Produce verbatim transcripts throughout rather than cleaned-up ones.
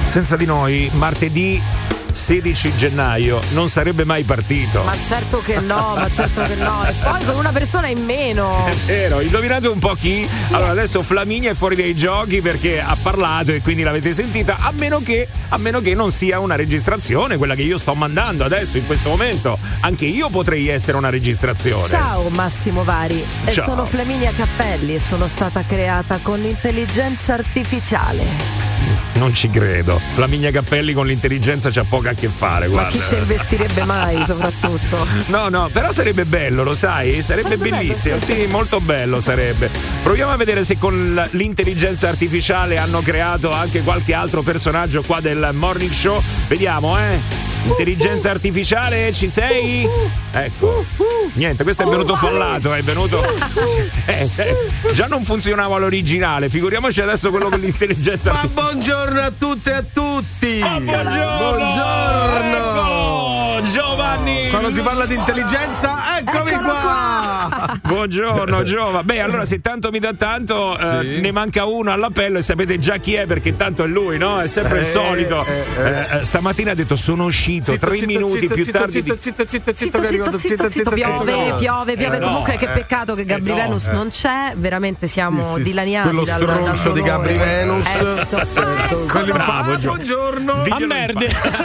senza di noi martedì sedici gennaio non sarebbe mai partito. Ma certo che no, ma certo che no. E poi con una persona in meno. È vero, indovinate un po' chi? Allora adesso Flaminia è fuori dai giochi perché ha parlato e quindi l'avete sentita, a meno che a meno che non sia una registrazione, quella che io sto mandando adesso in questo momento. Anche io potrei essere una registrazione. Ciao Massimo Vari, e Ciao. sono Flaminia Cappelli e sono stata creata con l'intelligenza artificiale. Non ci credo. Flaminia Cappelli con l'intelligenza c'ha poco a che fare, guarda. Ma chi ci investirebbe mai, soprattutto? No, no, però sarebbe bello, lo sai? Sarebbe, Sarebbe bellissimo, bello, sì, sì, sì. molto bello sarebbe. Proviamo a vedere se con l'intelligenza artificiale hanno creato anche qualche altro personaggio qua del Morning Show. Vediamo, eh. Intelligenza artificiale, ci sei? Ecco. Niente, questo è venuto follato, è venuto. Eh, eh, già non funzionava l'originale, figuriamoci adesso quello con l'intelligenza Ma artificiale. buongiorno a tutte e a tutti! Ah, buongiorno! Buongiorno! Eccolo, Giovanni! Quando si parla di intelligenza, eccomi Eccolo qua! Buongiorno Giova. Beh, allora se tanto mi dà tanto, Sì. eh, ne manca uno all'appello e sapete già chi è, perché tanto è lui, no? È sempre il Eh, solito. eh, eh. Eh, stamattina ha detto sono uscito Zitto, tre zitto, minuti zitto, più zitto, tardi zitto, di... zitto, zitto, zitto, Zitto, che zitto, arrivo, zitto, zitto, piove, che piove, piove. Eh, no, Comunque, che eh. peccato che Gabri Eh, no, Venus eh. non c'è. Veramente siamo Sì, sì, dilaniati. quello dal, stronzo dal di Gabri dolore. Venus. Eh, so- Quelli Bravo, fa, Gio. buongiorno! Diglielo A in merde.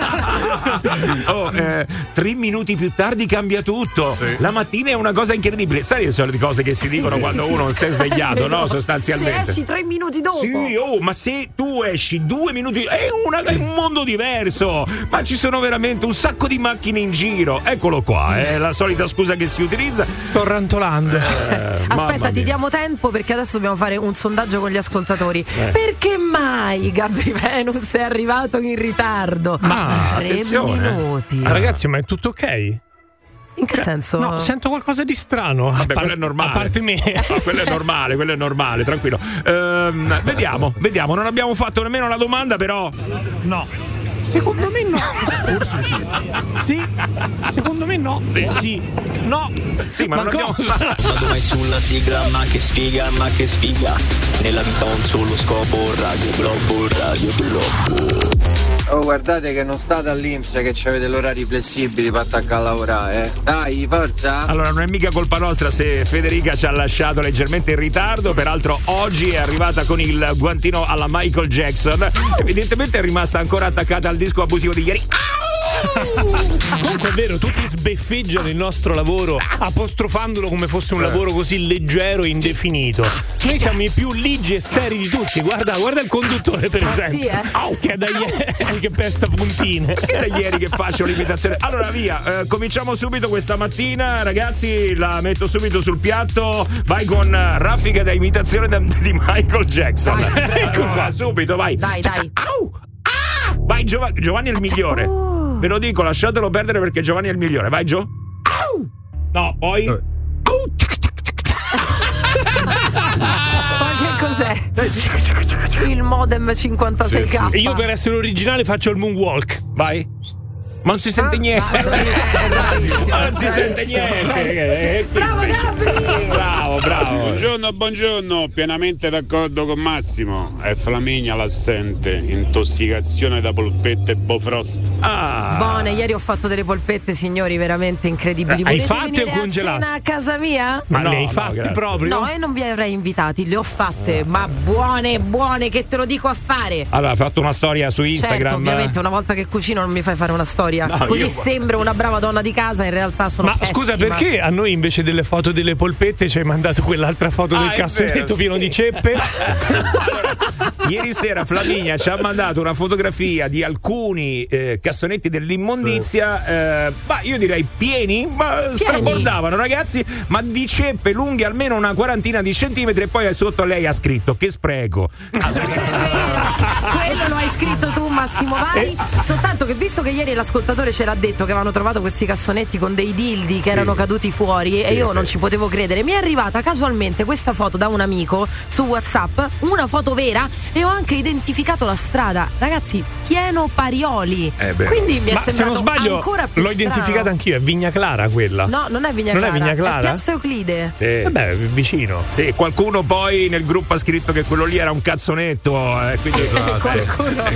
fa- oh, eh, tre minuti più tardi cambia tutto. Sì. La mattina è una cosa incredibile. Sai le solite cose che si Sì, dicono sì, quando sì, uno sì. non si è svegliato, no? Sostanzialmente. Se esci tre minuti dopo. Sì, oh, ma se tu esci due minuti è, una, è un mondo diverso, ma ci sono veramente un sacco di macchine in giro. Eccolo qua, è la solita scusa che si utilizza. Sto rantolando. Eh, mamma Aspetta, ti mia. diamo tempo perché adesso dobbiamo fare un sondaggio con gli ascoltatori. Eh. Perché mai Gabri Venus è arrivato in ritardo? Ma di tre attenzione. minuti. Ah, ragazzi, ma è tutto ok? In che senso? No, sento qualcosa di strano. Vabbè, a par- quello è normale. A parte me. No, quello è normale, quello è normale, tranquillo. Ehm, vediamo, vediamo, non abbiamo fatto nemmeno la domanda, però. No. Secondo me no. Forse sì. Sì. Secondo me no. Sì. No. Sì, ma, Ma non abbiamo. cosa? Vado mai sulla sigla, ma che sfiga, ma che sfiga. Nella vita ho un solo scopo, radio globo, radio globo. Oh, guardate che non state all'I N P S che ci avete l'orari flessibili per attaccare a lavorare, eh. Dai, forza! Allora, non è mica colpa nostra se Federica ci ha lasciato leggermente in ritardo. Peraltro, oggi è arrivata con il guantino alla Michael Jackson. Evidentemente è rimasta ancora attaccata al disco abusivo di ieri. Comunque è vero, tutti sbeffeggiano il nostro lavoro apostrofandolo come fosse un lavoro così leggero e indefinito. Noi siamo i più ligi e seri di tutti. Guarda, guarda il conduttore, per Ah, esempio. sì, eh? Au, che è da ieri che pesta puntine. È da ieri che faccio l'imitazione. Allora via, eh, cominciamo subito questa mattina, ragazzi, la metto subito sul piatto. Vai con eh, raffica da imitazione da- di Michael Jackson. Vai. Ecco qua, subito, vai. Dai, dai. Au! Ah! Vai Giova- Giovanni è il migliore. Oh. Ve lo dico, lasciatelo perdere perché Giovanni è il migliore. Vai Gio. Au! No, poi. Eh. Au! Ma che cos'è? Il modem cinquantasei K. E io per essere originale faccio il moonwalk. Vai. Ma non si sente niente. Ah, bravissimo, bravissimo, Ma non si sente bravissimo. niente. Eh, Bravo Gabri! Bravo, bravo. Buongiorno, buongiorno, pienamente d'accordo con Massimo. È Flaminia l'assente, intossicazione da polpette e Bofrost. Ah. Buone, ieri ho fatto delle polpette, signori, veramente incredibili. Eh, hai Volete fatte venire o a congelate? cena a casa mia? Ma No, le hai no, fatte grazie. proprio? No, e non vi avrei invitati, le ho fatte, ma buone, buone, che te lo dico a fare. Allora, ha fatto una storia su Instagram. Certo, ovviamente, una volta che cucino non mi fai fare una storia. No, Così io- sembro una brava donna di casa, in realtà sono Ma pessima. scusa, perché a noi invece delle foto delle polpette ci hai mandato quell'altra foto Ah, del è cassonetto vero, pieno sì. di ceppe? Allora, ieri sera Flaminia ci ha mandato una fotografia di alcuni eh, cassonetti dell'immondizia, eh, ma io direi pieni, ma strabordavano, ragazzi, ma di ceppe lunghe almeno una quarantina di centimetri. E poi sotto lei ha scritto: che spreco. Ha scritto. Quello lo hai scritto tu, Massimo Vari. Soltanto che visto che ieri l'ascoltatore ce l'ha detto che avevano trovato questi cassonetti con dei dildi che Sì. erano caduti fuori e Sì, io sì. non ci potevo credere, mi è arrivata casualmente questa foto da un amico su WhatsApp, una foto vera, e ho anche identificato la strada, ragazzi, pieno Parioli. Eh beh. Quindi mi è Ma se sembrato non sbaglio ancora più l'ho identificata strano. anch'io, è Vigna Clara quella. No, non è Vigna Non è Clara, Vigna Clara? Piazza Euclide. Sì. Vabbè, vicino. Sì, qualcuno poi nel gruppo ha scritto che quello lì era un cazzonetto, eh, quindi Qualcuno, sì.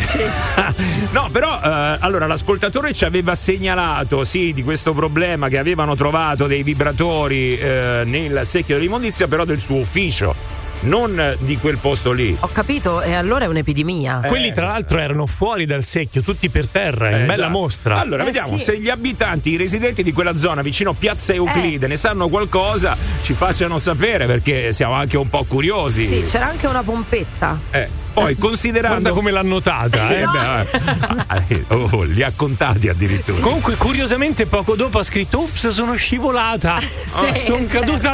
No, però eh, allora l'ascoltatore ci aveva segnalato sì di questo problema che avevano trovato dei vibratori eh, nel secchio dell'immondizia, però del suo ufficio, non di quel posto lì. Ho capito, e allora è un'epidemia. Eh, Quelli tra l'altro erano fuori dal secchio, tutti per terra, in Eh, bella esatto. mostra. Allora, Eh, vediamo sì. se gli abitanti, i residenti di quella zona vicino Piazza Euclide ne sanno qualcosa, ci facciano sapere, perché siamo anche un po' curiosi. Sì, c'era anche una pompetta. Eh, poi considerando Guarda come l'ha notata, Sì, eh. beh, eh. Oh, li ha contati addirittura. Comunque, curiosamente, poco dopo ha scritto: Ups, sono scivolata. Sì, sono certo. caduta.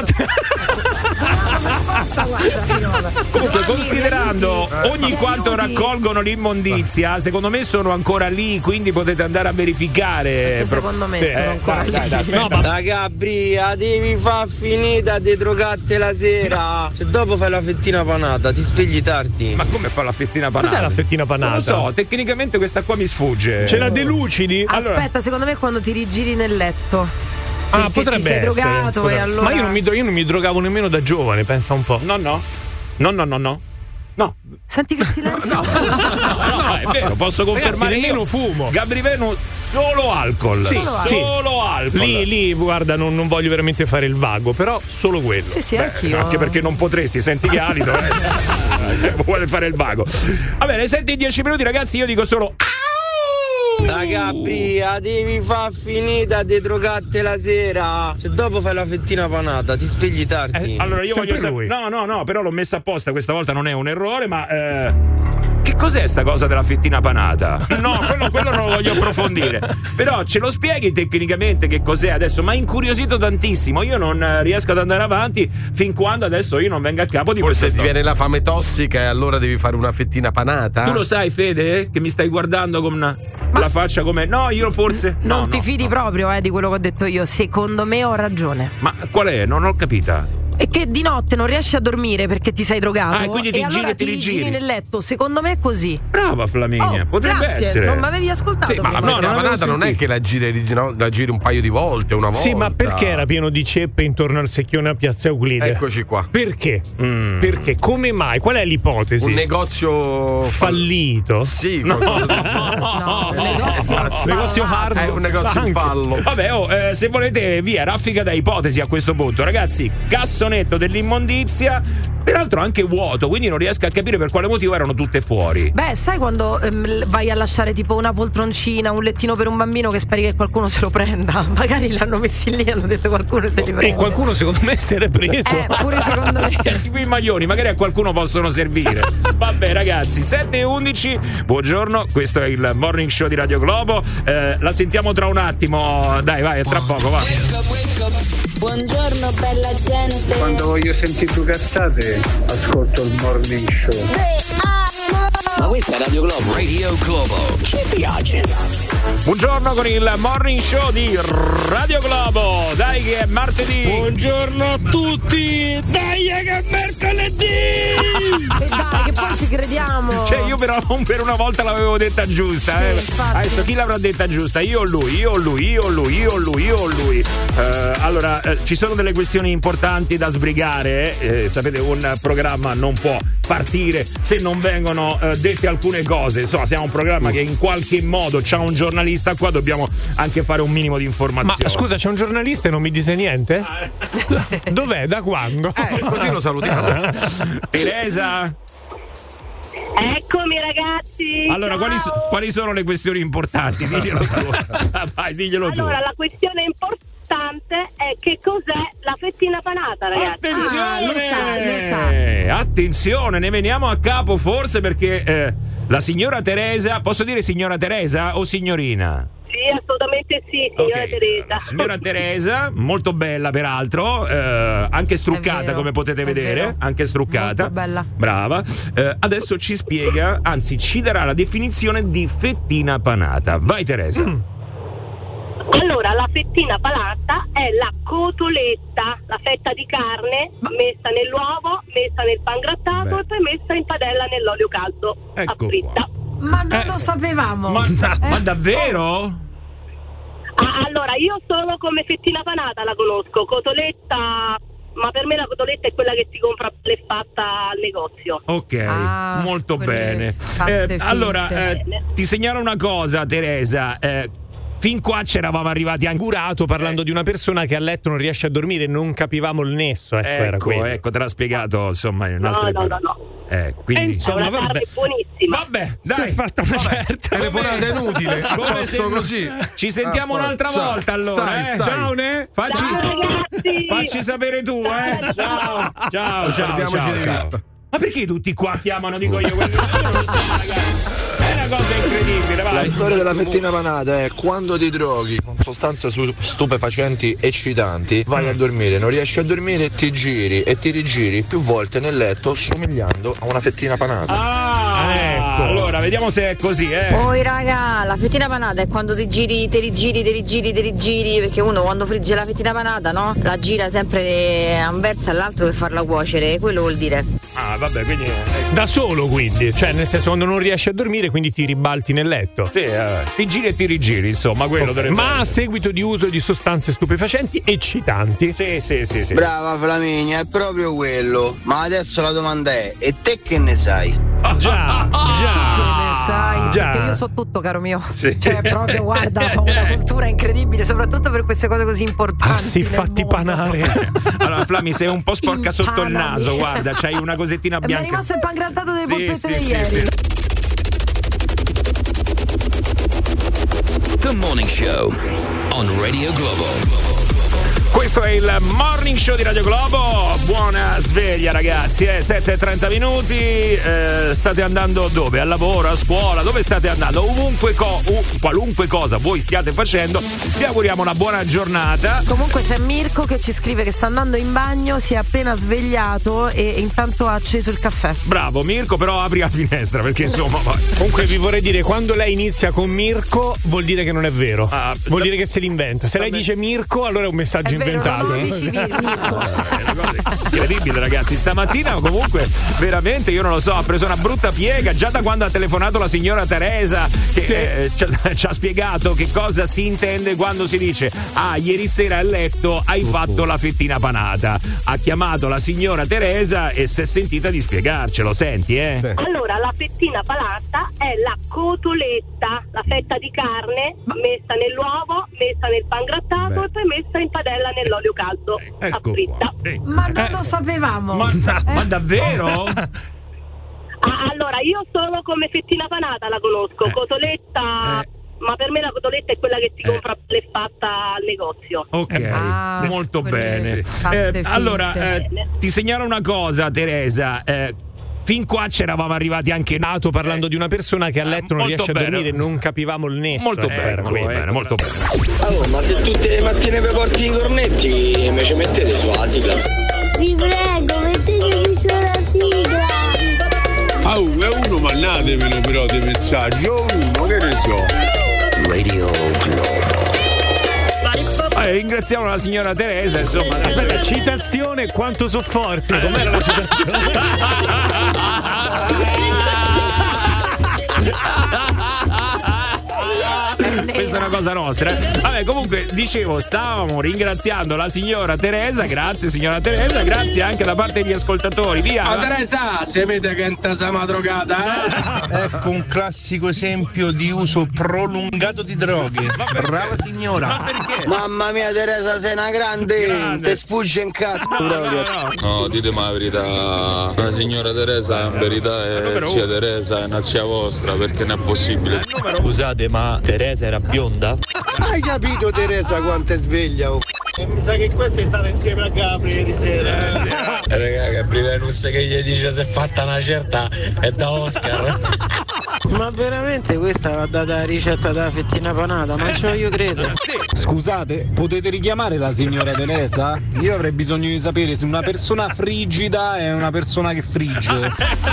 Forza, guarda, Comunque, Giovanni, considerando aiuti. ogni Ti quanto aiuti. raccolgono l'immondizia, secondo me sono ancora lì, quindi potete andare a verificare. Perché secondo me Sì, sono eh, ancora dai, lì. dai, dai, aspetta. No, ma Da Gabria, devi far finita di drogatte la sera. Se dopo fai la fettina panata, ti svegli tardi. Ma come fa la fettina panata? Cos'è la fettina panata? Non lo so, tecnicamente questa qua mi sfugge. ce la delucidi? Allora- Aspetta, secondo me è quando ti rigiri nel letto. Ah, Perché potrebbe ti sei essere, drogato potrebbe- e allora. Ma io non, mi, dro- io non mi drogavo nemmeno da giovane, pensa un po'. No, no. No, no, no, no. No. Senti che silenzio. No, no, è vero, posso confermare. Ragazzi, nemmeno io fumo. Gabri Venus, solo alcol. Sì, Solo sì. Solo alcol. Lì, lì, guarda, non, non voglio veramente fare il vago, però solo quello. Sì, sì, Beh, anch'io. anche perché non potresti, senti che alito, eh. Vuole fare il vago. Va bene, sette e dieci minuti, ragazzi, io dico solo. Da Gabria, devi far finita di drogatte la sera. Se dopo fai la fettina panata, ti svegli tardi. Eh, allora io Sempre voglio lui. sapere. No, no, no, però l'ho messa apposta, questa volta non è un errore, ma. Eh... Che cos'è sta cosa della fettina panata? No, quello, quello non lo voglio approfondire. Però ce lo spieghi tecnicamente che cos'è adesso? Mi ha incuriosito tantissimo. Io non eh, riesco ad andare avanti fin quando adesso io non venga a capo di Forse questa ti storia. viene la fame tossica e allora devi fare una fettina panata? Tu lo sai, Fede? Che mi stai guardando con una- la faccia come. No, io forse. Non no, ti no, fidi no. proprio eh, di quello che ho detto io. Secondo me ho ragione. Ma qual è? Non ho capita. E che di notte non riesci a dormire perché ti sei drogato. Ah, e quindi ti giri allora e ti ti rigiri rigiri. nel letto. Secondo me è così. Brava Flaminia, Oh, potrebbe grazie, essere. non mi avevi ascoltato. Sì, ma la prima. no, fettina non avevo panata non è sentito. che la giri, no, la giri un paio di volte, una volta. Sì, ma perché era pieno di ceppe intorno al secchione a Piazza Euclide? Eccoci qua. Perché? Mm. Perché? Come mai? Qual è l'ipotesi? Un negozio Fallito. Sì, qualcosa del genere. No, un negozio. Negozio hard. È un negozio in Anche. fallo. Vabbè, oh, eh, se volete, via, raffica da ipotesi a questo punto. Ragazzi, cassonetto dell'immondizia, peraltro anche vuoto, quindi non riesco a capire per quale motivo erano tutte fuori. Beh, sai quando ehm, vai a lasciare tipo una poltroncina, un lettino per un bambino che speri che qualcuno se lo prenda? Magari l'hanno messi lì e hanno detto qualcuno se li prende. E qualcuno secondo me si era preso. Eh, pure secondo me. I maglioni, magari a qualcuno possono servire. Vabbè, ragazzi, sette e undici, buongiorno, questo è il Morning Show di Radio Globo. Eh, la sentiamo tra un attimo. Dai, vai, è tra poco, va. Buongiorno bella gente. Quando voglio sentire due cazzate, ascolto il morning show. Ma questa è Radio Globo. Radio Globo. Ci piace. Buongiorno con il Morning Show di Radio Globo. Dai che è martedì. Buongiorno a tutti. Dai che è mercoledì. E dai, che poi ci crediamo. Cioè io però per una volta l'avevo detta giusta, Sì, eh. infatti. Adesso chi l'avrà detta giusta? Io o lui, io o lui, io o lui, io o lui, io o lui. Eh, allora, eh, ci sono delle questioni importanti da sbrigare. Eh, sapete, un programma non può partire se non vengono eh, dette alcune cose. Insomma, siamo un programma che in qualche modo c'ha un giornalista qua, dobbiamo anche fare un minimo di informazione. Ma scusa, c'è un giornalista e non mi dite niente? Dov'è? Da quando? Eh, così lo salutiamo. Teresa? Eccomi ragazzi. Allora, ciao. quali, so- quali sono le questioni importanti? Diglielo tu. Vai, diglielo tu. Allora, la questione importante è che cos'è la fettina panata, ragazzi. Attenzione! Ah, lo sa, lo Attenzione, ne veniamo a capo forse perché eh, la signora Teresa, posso dire signora Teresa o signorina? Sì, assolutamente sì, signora Ok, Teresa. Signora Teresa, molto bella peraltro, eh, anche struccata vero, come potete è vedere, vero. anche struccata. Molto bella. Brava. Eh, adesso ci spiega, anzi ci darà la definizione di fettina panata. Vai Teresa. Mm. Allora, la fettina panata è la cotoletta, la fetta di carne messa nell'uovo, messa nel pangrattato Beh. e poi messa in padella nell'olio caldo Ecco a fritta. Ma non Eh. lo sapevamo. Ma, Eh? ma davvero? Ah, allora, io solo come fettina panata la conosco, cotoletta ma per me la cotoletta è quella che si compra e fatta al negozio. Ok, Ah, molto quelle bene. fatte Eh, finte. allora, eh, ti segnalo una cosa, Teresa. Eh, fin qua c'eravamo arrivati anche. Curato parlando di una persona che a letto non riesce a dormire, non capivamo il nesso. Ecco, era Ecco, quello. ecco, te l'ha spiegato, insomma, in No, altre no, no, parole. no. Eh, Eh, quindi insomma, È una vabbè. carne buonissima. vabbè, Si dai. è fatta una Vabbè. certa. Telefonata inutile, a Come posto se- così. Ci sentiamo Ah, poi, un'altra ciao. volta allora. Stai, eh. stai. Ciao, ne? Facci, Ciao ragazzi. facci sapere tu, eh. Ciao, ciao, ciao. Perdiamoci ciao, di ciao. vista. Ma perché tutti qua chiamano, dico io, quelli- io non so, ragazzi. È una cosa incredibile, vai. La storia della fettina panata è quando ti droghi con sostanze su- stupefacenti eccitanti, vai a dormire, non riesci a dormire, ti giri e ti rigiri più volte nel letto somigliando a una fettina panata. Ah, Ecco. allora, vediamo se è così, eh. Poi raga, la fettina panata è quando ti giri, te li giri, te li giri, te li giri, perché uno quando frigge la fettina panata, no? La gira sempre a un verso e all'altro per farla cuocere, quello vuol dire. Ah, vabbè, quindi. Da solo, quindi, cioè nel senso quando non riesci a dormire, quindi ti ribalti nel letto. Sì, eh, ti giri e ti rigiri, insomma, quello dovrebbe Ma a essere. seguito di uso di sostanze stupefacenti eccitanti. Sì, sì, sì, sì. Brava Flaminia, è proprio quello. Ma adesso la domanda è: e te che ne sai? Già, Che già. ne sai? Già. Perché io so tutto, caro mio. Sì. Cioè, proprio, guarda, ho una cultura incredibile, soprattutto per queste cose così importanti. Ah, sì, nel fatti mondo. panare. Allora, Flami, sei un po' sporca sotto il Impanami. naso, guarda, c'hai una cosettina E mi è bianca. rimasto il pangrattato delle Sì, polpette sì, di sì, ieri. sì. The Morning Show on Radio Globo. Questo è il Morning Show di Radio Globo. Buona sveglia, ragazzi. Eh, sette e trenta minuti. Eh, state andando dove? Al lavoro, a scuola? Dove state andando? Ovunque, co- uh, qualunque cosa voi stiate facendo, vi auguriamo una buona giornata. Comunque c'è Mirko che ci scrive che sta andando in bagno, si è appena svegliato e intanto ha acceso il caffè. Bravo, Mirko, però apri la finestra perché insomma. Poi. Comunque vi vorrei dire, quando lei inizia con Mirko vuol dire che non è vero. Ah, vuol da- dire che se l'inventa. Se lei Vabbè. dice Mirko, allora è un messaggio È vero, inventato. non sono amici Mirko. È una cosa incredibile, ragazzi. Stamattina comunque veramente, io non lo so, ha preso una brutta piega già da quando ha telefonato la signora Teresa che Sì. eh, ci, ha, ci ha spiegato che cosa si intende quando si dice ah, ieri sera a letto hai fatto la fettina panata. Ha chiamato la signora Teresa e si è sentita di spiegarcelo, senti, eh? Sì. Allora, la fettina panata è la cotoletta, la fetta di carne messa nell'uovo, messa nel pangrattato Beh. e poi messa in padella nell'olio caldo, a Ecco fritta. qua. Sì. Ma non lo sapevamo. Ma, ma davvero? Ah, allora, io solo come fettina panata la conosco, Eh. cotoletta, Eh. ma per me la cotoletta è quella che si Eh. compra e fatta al negozio. Ok, Ah, molto quelle bene. fatte Eh, finte. allora, eh, ti segnalo una cosa, Teresa. Eh, fin qua c'eravamo arrivati anche Nato parlando di una persona che a letto non molto riesce bene. a dormire, non capivamo il nesso. molto Eh, bene, era molto quello, bene, ecco. molto bene. Oh, ma se tutte le mattine vi porti i cornetti, mi ci mettete sulla sigla. Vi prego, mettetemi sulla sigla. Ah, uh, è uno, mandatemelo però dei messaggi. O uno, che ne so. Radio Globo. Eh, ringraziamo la signora Teresa, insomma. Aspetta, citazione quanto so forte. Com'era la citazione? Questa è una cosa nostra. eh. Vabbè, comunque, dicevo, stavamo ringraziando la signora Teresa. Grazie, signora Teresa. Grazie anche da parte degli ascoltatori. Via. Ma Teresa, se vede che è siamo drogata, eh? Ecco un classico esempio di uso prolungato di droghe. Brava signora. Ma perché? Mamma mia Teresa, sei una grande, Grande. te sfugge in cazzo No, no, proprio. no. No, ditemi la verità, la signora Teresa in verità è numero zia uno. Teresa, è una zia vostra, perché non è possibile. Scusate, ma Teresa era bionda? Hai capito Teresa quanto è sveglia? Oh? E mi sa che questa è stata insieme a Gabri ieri sera. Eh, raga, Gabri Venus che gli dice se è fatta una certa è da Oscar. Ma veramente questa va data la ricetta della fettina panata? Ma ciò io credo. Scusate, potete richiamare la signora Teresa? Io avrei bisogno di sapere se una persona frigida è una persona che frigge.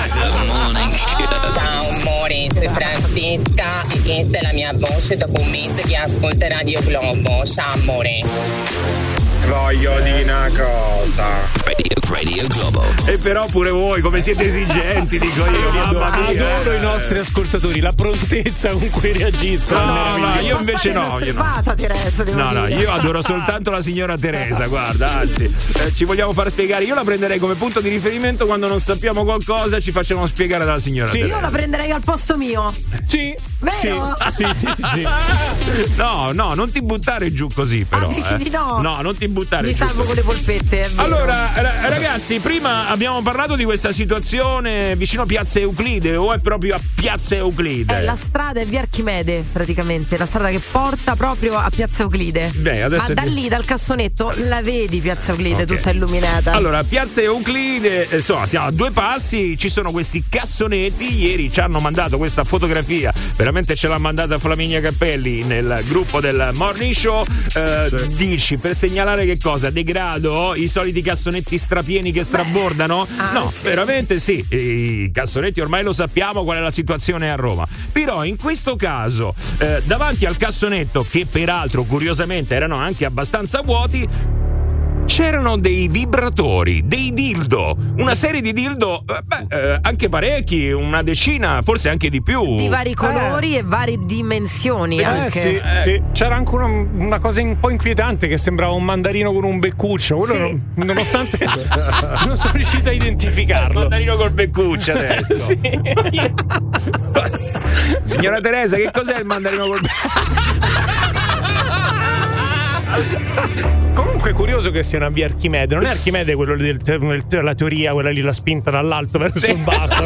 Ciao amore, sono Francesca e questa è la mia voce dopo un mese che ascolta Radio Globo. Ciao amore. Voglio dire una cosa. Radio Globo. E però pure voi come siete esigenti, dico io, mamma mia. Adoro i nostri ascoltatori, la prontezza con cui reagiscono. No, no, io invece no. Io no. Teresa, devo no, no, dire. io adoro soltanto la signora Teresa, guarda, anzi, eh, ci vogliamo far spiegare. Io la prenderei come punto di riferimento quando non sappiamo qualcosa, ci facciamo spiegare dalla signora sì, Teresa. Io la prenderei al posto mio. Sì. Vero? Sì, sì, sì, sì. No, no, non ti buttare giù così, però. Ah, dici eh. di no? No, non ti buttare Mi giù. salvo con le polpette. È vero. Allora, ra- ragazzi, prima abbiamo parlato di questa situazione vicino a Piazza Euclide, o è proprio a Piazza Euclide? Eh, la strada è via Archimede, praticamente, la strada che porta proprio a Piazza Euclide. Beh, adesso Ma da ti- lì, dal cassonetto, la vedi Piazza Euclide, Ok. tutta illuminata. Allora, Piazza Euclide, eh, insomma, siamo a due passi, ci sono questi cassonetti. Ieri ci hanno mandato questa fotografia, veramente ce l'ha mandata Flaminia Cappelli nel gruppo del Morning Show. Eh, Sì. Dici, per segnalare che cosa? Degrado? I soliti cassonetti strapieni che strabordano? anche. No, veramente sì. I cassonetti ormai lo sappiamo qual è la situazione a Roma. Però in questo caso, eh, davanti al cassonetto, che peraltro curiosamente erano anche abbastanza vuoti, c'erano dei vibratori, dei dildo, una serie di dildo, eh, beh, eh, anche parecchi, una decina, forse anche di più. Di vari colori e varie dimensioni Eh, anche. sì, sì. C'era anche una, una cosa un po' inquietante che sembrava un mandarino con un beccuccio. Quello Sì. non- nonostante non sono riuscito a identificarlo. Mandarino col beccuccio adesso. Sì. Signora Teresa, che cos'è il mandarino col Comunque è curioso che sia una via Archimede. Non è Archimede quello del, del- la teoria, quella lì, la spinta dall'alto verso il basso.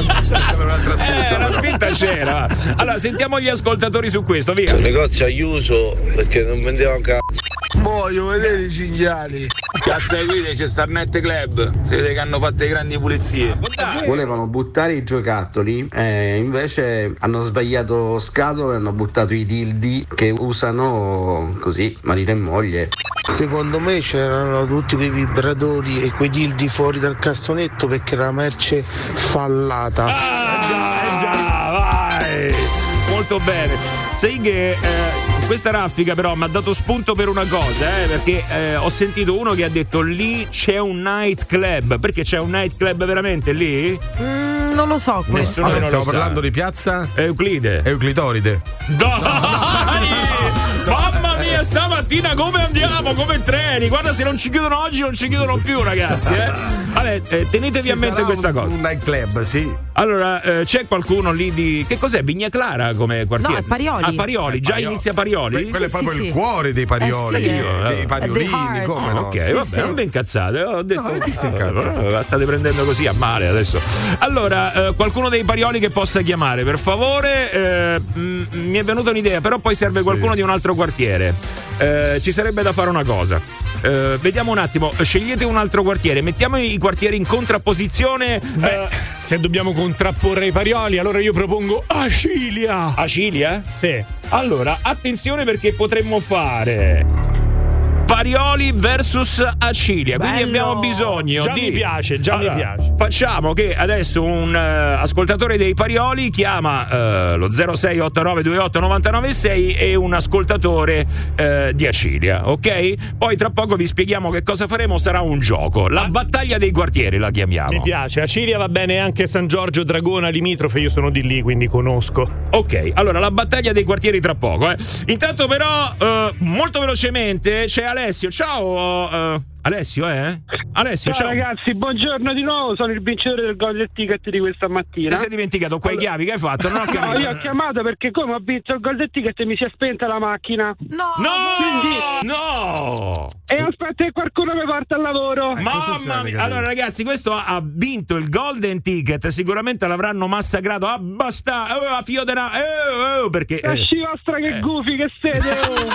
Eh, la spinta c'era. Allora, sentiamo gli ascoltatori su questo, via. Il negozio ha chiuso perché non vendeva un cazzo. Voglio vedere i cinghiali. Piazza Euclide c'è Starnet Club. Si vede che hanno fatto le grandi pulizie. Volevano buttare i giocattoli e invece hanno sbagliato scatole e hanno buttato i dildi che usano così marito e moglie. Secondo me c'erano tutti quei vibratori e quei dildi fuori dal cassonetto perché era merce fallata. Ah, già, vai. Molto bene. Sai che eh, questa raffica però mi ha dato spunto per una cosa, eh, perché eh, ho sentito uno che ha detto lì c'è un night club. Perché c'è un night club veramente lì? Mm, non lo so questo. Nessuno non lo Stiamo sa. parlando di Piazza Euclide. Euclitoride. Dai! Mamma mia, stamattina come andiamo? Come treni? Guarda, se non ci chiudono oggi non ci chiudono più, ragazzi, eh? Vabbè, eh, tenetevi Ci a mente sarà questa un, cosa. un nightclub, sì. Allora, eh, c'è qualcuno lì di. Che cos'è? Vigna Clara come quartiere? No, è Parioli. Ah, Parioli, già Parioli. inizia Parioli? Que- quello è Sì, proprio sì, il sì. cuore dei Parioli, Eh sì, io, eh. dei Pariolini, The heart. come no? Ok, Sì, vabbè, sì. non ben cazzate. Ho detto, No, chi si eh, incazza? eh, la state prendendo così a male adesso. Allora, eh, qualcuno dei Parioli che possa chiamare, per favore. Eh, mh, mi è venuta un'idea, però poi serve qualcuno di un altro quartiere. Eh, ci sarebbe da fare una cosa. Eh, vediamo un attimo, scegliete un altro quartiere, mettiamo i quartieri in contrapposizione. Beh, eh, se dobbiamo contrapporre i Parioli, allora io propongo Acilia. Acilia? Sì. Allora, attenzione perché potremmo fare Parioli versus Acilia. Quindi Bello. abbiamo bisogno Già di. mi piace, già Allora, mi piace. Facciamo che adesso un eh, ascoltatore dei Parioli chiama eh, lo zero sei otto nove due otto nove nove sei e un ascoltatore eh, di Acilia, ok? Poi tra poco vi spieghiamo che cosa faremo, sarà un gioco. La battaglia dei quartieri la chiamiamo. Mi piace. Acilia va bene anche San Giorgio Dragona limitrofe, io sono di lì, quindi conosco. Ok, allora la battaglia dei quartieri tra poco, eh. Intanto però eh, molto velocemente c'è Alessio. Ciao eh, Alessio, eh? Alessio, ciao, ciao. ragazzi, buongiorno di nuovo, sono il vincitore del Golden Ticket di questa mattina. Ti sei dimenticato quei Allora- chiavi che hai fatto? Non ho No, capito. io ho chiamato perché come ho vinto il Golden Ticket mi si è spenta la macchina. No! Quindi No! E aspetta che qualcuno mi porta al lavoro. Mamma mia! Allora ragazzi, questo ha, ha vinto il Golden Ticket, sicuramente l'avranno massacrato abbastanza, eh, a fio della eh, eh, perché eh, Lasci vostra che gufi che siete.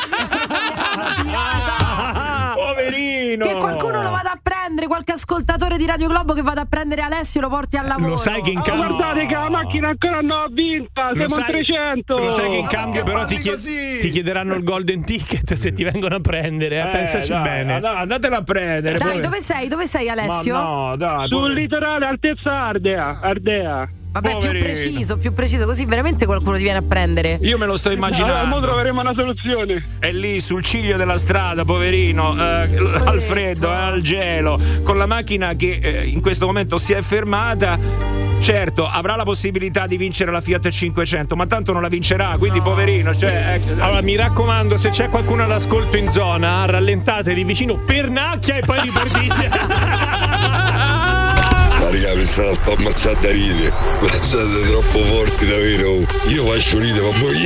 Ah, poverino! Che qualcuno lo vada a prendere, qualche ascoltatore di Radio Globo che vada a prendere Alessio e lo porti al lavoro. Lo sai che in Oh, cambio guardate che la macchina ancora non ho vinta, Lo siamo sai- a trecento. Lo sai che in cambio però ti, parli chied- così? ti chiederanno il Golden Ticket se ti vengono a prendere, eh, Eh, pensaci dai, bene. and- andatela a prendere. Dai, poi- dove sei? Dove sei Alessio? Ma no, dai, Sul poi- litorale altezza Ardea, Ardea. Vabbè, Poverino. più preciso, più preciso, così veramente qualcuno ti viene a prendere. Io me lo sto immaginando. Allora, mo troveremo una soluzione. È lì sul ciglio della strada, poverino, eh, al freddo, eh, al gelo, con la macchina che eh, in questo momento si è fermata. Certo, avrà la possibilità di vincere la Fiat cinquecento, ma tanto non la vincerà, quindi no. Poverino. Cioè, eh, allora mi raccomando, se c'è qualcuno all'ascolto in zona, rallentate lì vicino, pernacchia e poi ripartite. Ma raga, mi stanno a ammazzare da ride. Siete troppo forti davvero. Io faccio ride, ma voi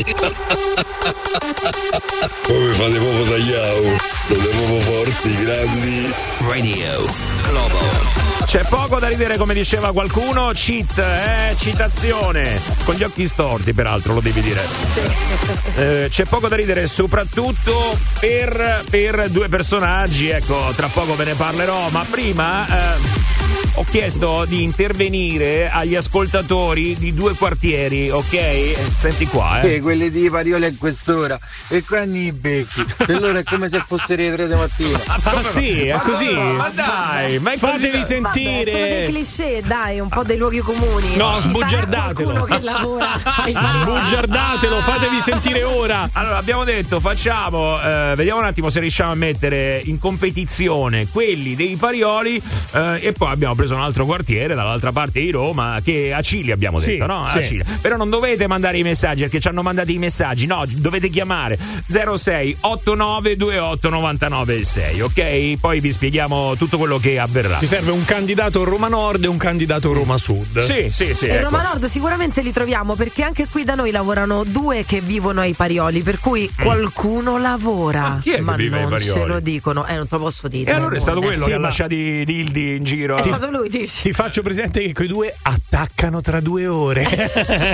come fate proprio tagliato. Siete proprio forti, grandi. Radio Globo. C'è poco da ridere, come diceva qualcuno. Cheat, eh, citazione. Con gli occhi storti, peraltro, lo devi dire. Eh, c'è poco da ridere, soprattutto per, per due personaggi. Ecco, tra poco ve ne parlerò, ma prima eh, ho chiesto di intervenire agli ascoltatori di due quartieri, ok? Senti qua, eh. Eh, quelli di Parioli a quest'ora e qua i becchi. Per loro è come se fosse le tre di mattina. Ma sì, è così. Ma, ma dai, ma fatevi sentire. Vabbè, sono dei cliché, dai, un po' dei luoghi comuni. No, Ci sbugiardatelo. sarà qualcuno che lavora. Sbugiardatelo, fatevi sentire ora. Allora, abbiamo detto, facciamo, eh, vediamo un attimo se riusciamo a mettere in competizione quelli dei Parioli, eh, e poi abbiamo preso un altro quartiere dall'altra parte di Roma, che a Cili abbiamo detto, sì, no? Sì. A Cili. Però non dovete mandare i messaggi, perché ci hanno mandato i messaggi, no, dovete chiamare zero sei otto nove due otto nove nove sei, ok? Poi vi spieghiamo tutto quello che avverrà. Ci serve un candidato Roma Nord e un candidato Roma Sud. Sì, sì, sì. E ecco. Roma Nord sicuramente li troviamo, perché anche qui da noi lavorano due che vivono ai Parioli, per cui qualcuno lavora. Ma chi è che ma vive ai non Parioli? ce lo dicono, eh, non te lo posso dire. E allora è stato quello eh, che sì, ha ma... lasciato i Dildi in giro. È stato lui, sì. Ti faccio presente che quei due attaccano tra due ore.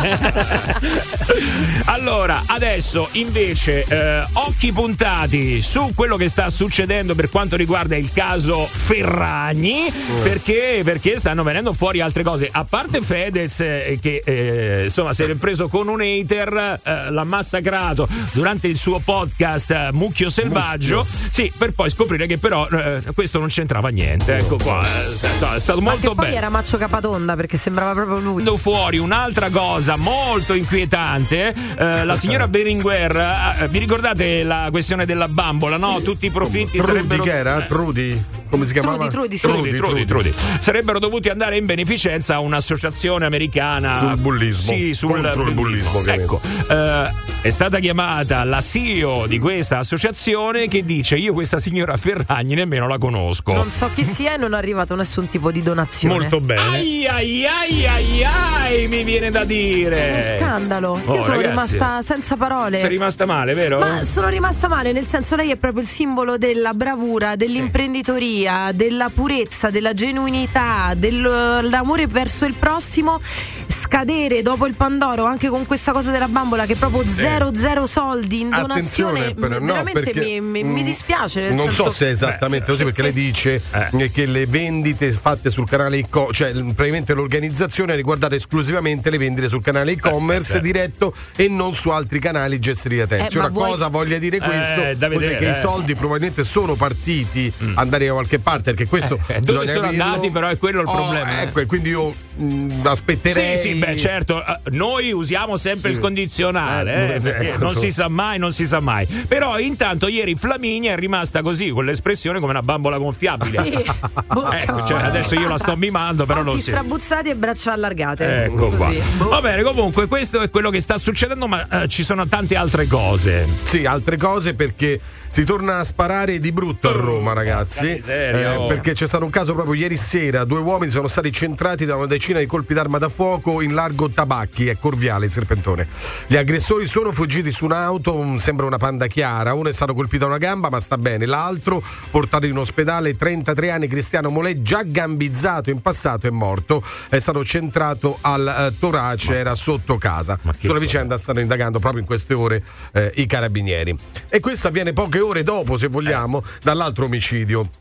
Allora, adesso invece eh, occhi puntati su quello che sta succedendo per quanto riguarda il caso Ferragni, uh. perché, perché stanno venendo fuori altre cose. A parte Fedez, eh, che eh, insomma si è preso con un hater, eh, l'ha massacrato durante il suo podcast eh, Mucchio Selvaggio. Muschio. Sì, per poi scoprire che però eh, questo non c'entrava niente. Ecco qua, eh, è stato Ma molto che poi bello. Era Maccio Capatonda, perché sembrava proprio lui. Andando fuori un'altra cosa molto inquietante, eh, la signora Berlinguer, eh, vi ricordate la questione della bambola, no? Tutti i profitti Trudy, sarebbero... che era? Trudy? Come si chiamava? Trudi, Trudi, sì. Trudi, Trudi, Trudi. Sarebbero dovuti andare in beneficenza a un'associazione americana sul bullismo. Sì, sul contro il bullismo, ovviamente. Ecco, eh, è stata chiamata la C E O di questa associazione, che dice: io questa signora Ferragni nemmeno la conosco. Non so chi sia e non è arrivato nessun tipo di donazione. Molto bene. Ai ai ai ai ai, mi viene da dire. È uno scandalo. Oh, Io sono ragazzi, rimasta senza parole. Sei rimasta male, vero? Ma sono rimasta male, nel senso, lei è proprio il simbolo della bravura, dell'imprenditoria, della purezza, della genuinità, dell'amore verso il prossimo. Scadere dopo il Pandoro anche con questa cosa della bambola, che proprio zero zero soldi in donazione. Attenzione, però, no, veramente perché, mi, mi, mi dispiace. nel Non senso, so se è esattamente beh, così, perché lei dice eh. che le vendite fatte sul canale e-commerce, cioè praticamente l'organizzazione ha riguardato esclusivamente le vendite sul canale e-commerce eh, diretto e non su altri canali gestiti da terzi. Eh, Ora, vuoi... cosa voglia dire questo? Eh, da vedere, che eh. i soldi probabilmente sono partiti mm. andare da qualche parte, perché questo eh, dove sono capirlo. andati, però è quello il oh, problema. Ecco, e quindi io mh, aspetterei. Sì, sì, beh, certo. Noi usiamo sempre sì. il condizionale, eh, perché ecco, non so. si sa mai, non si sa mai. Però intanto ieri Flaminia è rimasta così, con l'espressione come una bambola gonfiabile. Sì. Ecco, cioè, adesso io la sto mimando, però non occhi si. strabuzzati e braccia allargate. Ecco qua. Così. Va bene, comunque questo è quello che sta succedendo, ma eh, ci sono tante altre cose. Sì, altre cose, perché si torna a sparare di brutto a Roma, ragazzi. Miseria, eh, oh. Perché c'è stato un caso proprio ieri sera. Due uomini sono stati centrati da una decina di colpi d'arma da fuoco in largo Tabacchi e Corviale, Serpentone. Gli aggressori sono fuggiti su un'auto, sembra una Panda chiara. Uno è stato colpito a una gamba, ma sta bene. L'altro, portato in ospedale, trentatré anni, Cristiano Molè, già gambizzato in passato, è morto. È stato centrato al eh, torace, ma, era sotto casa. Sulla vicenda stanno indagando proprio in queste ore eh, i carabinieri. E questo avviene poche ore dopo, se vogliamo, eh. dall'altro omicidio.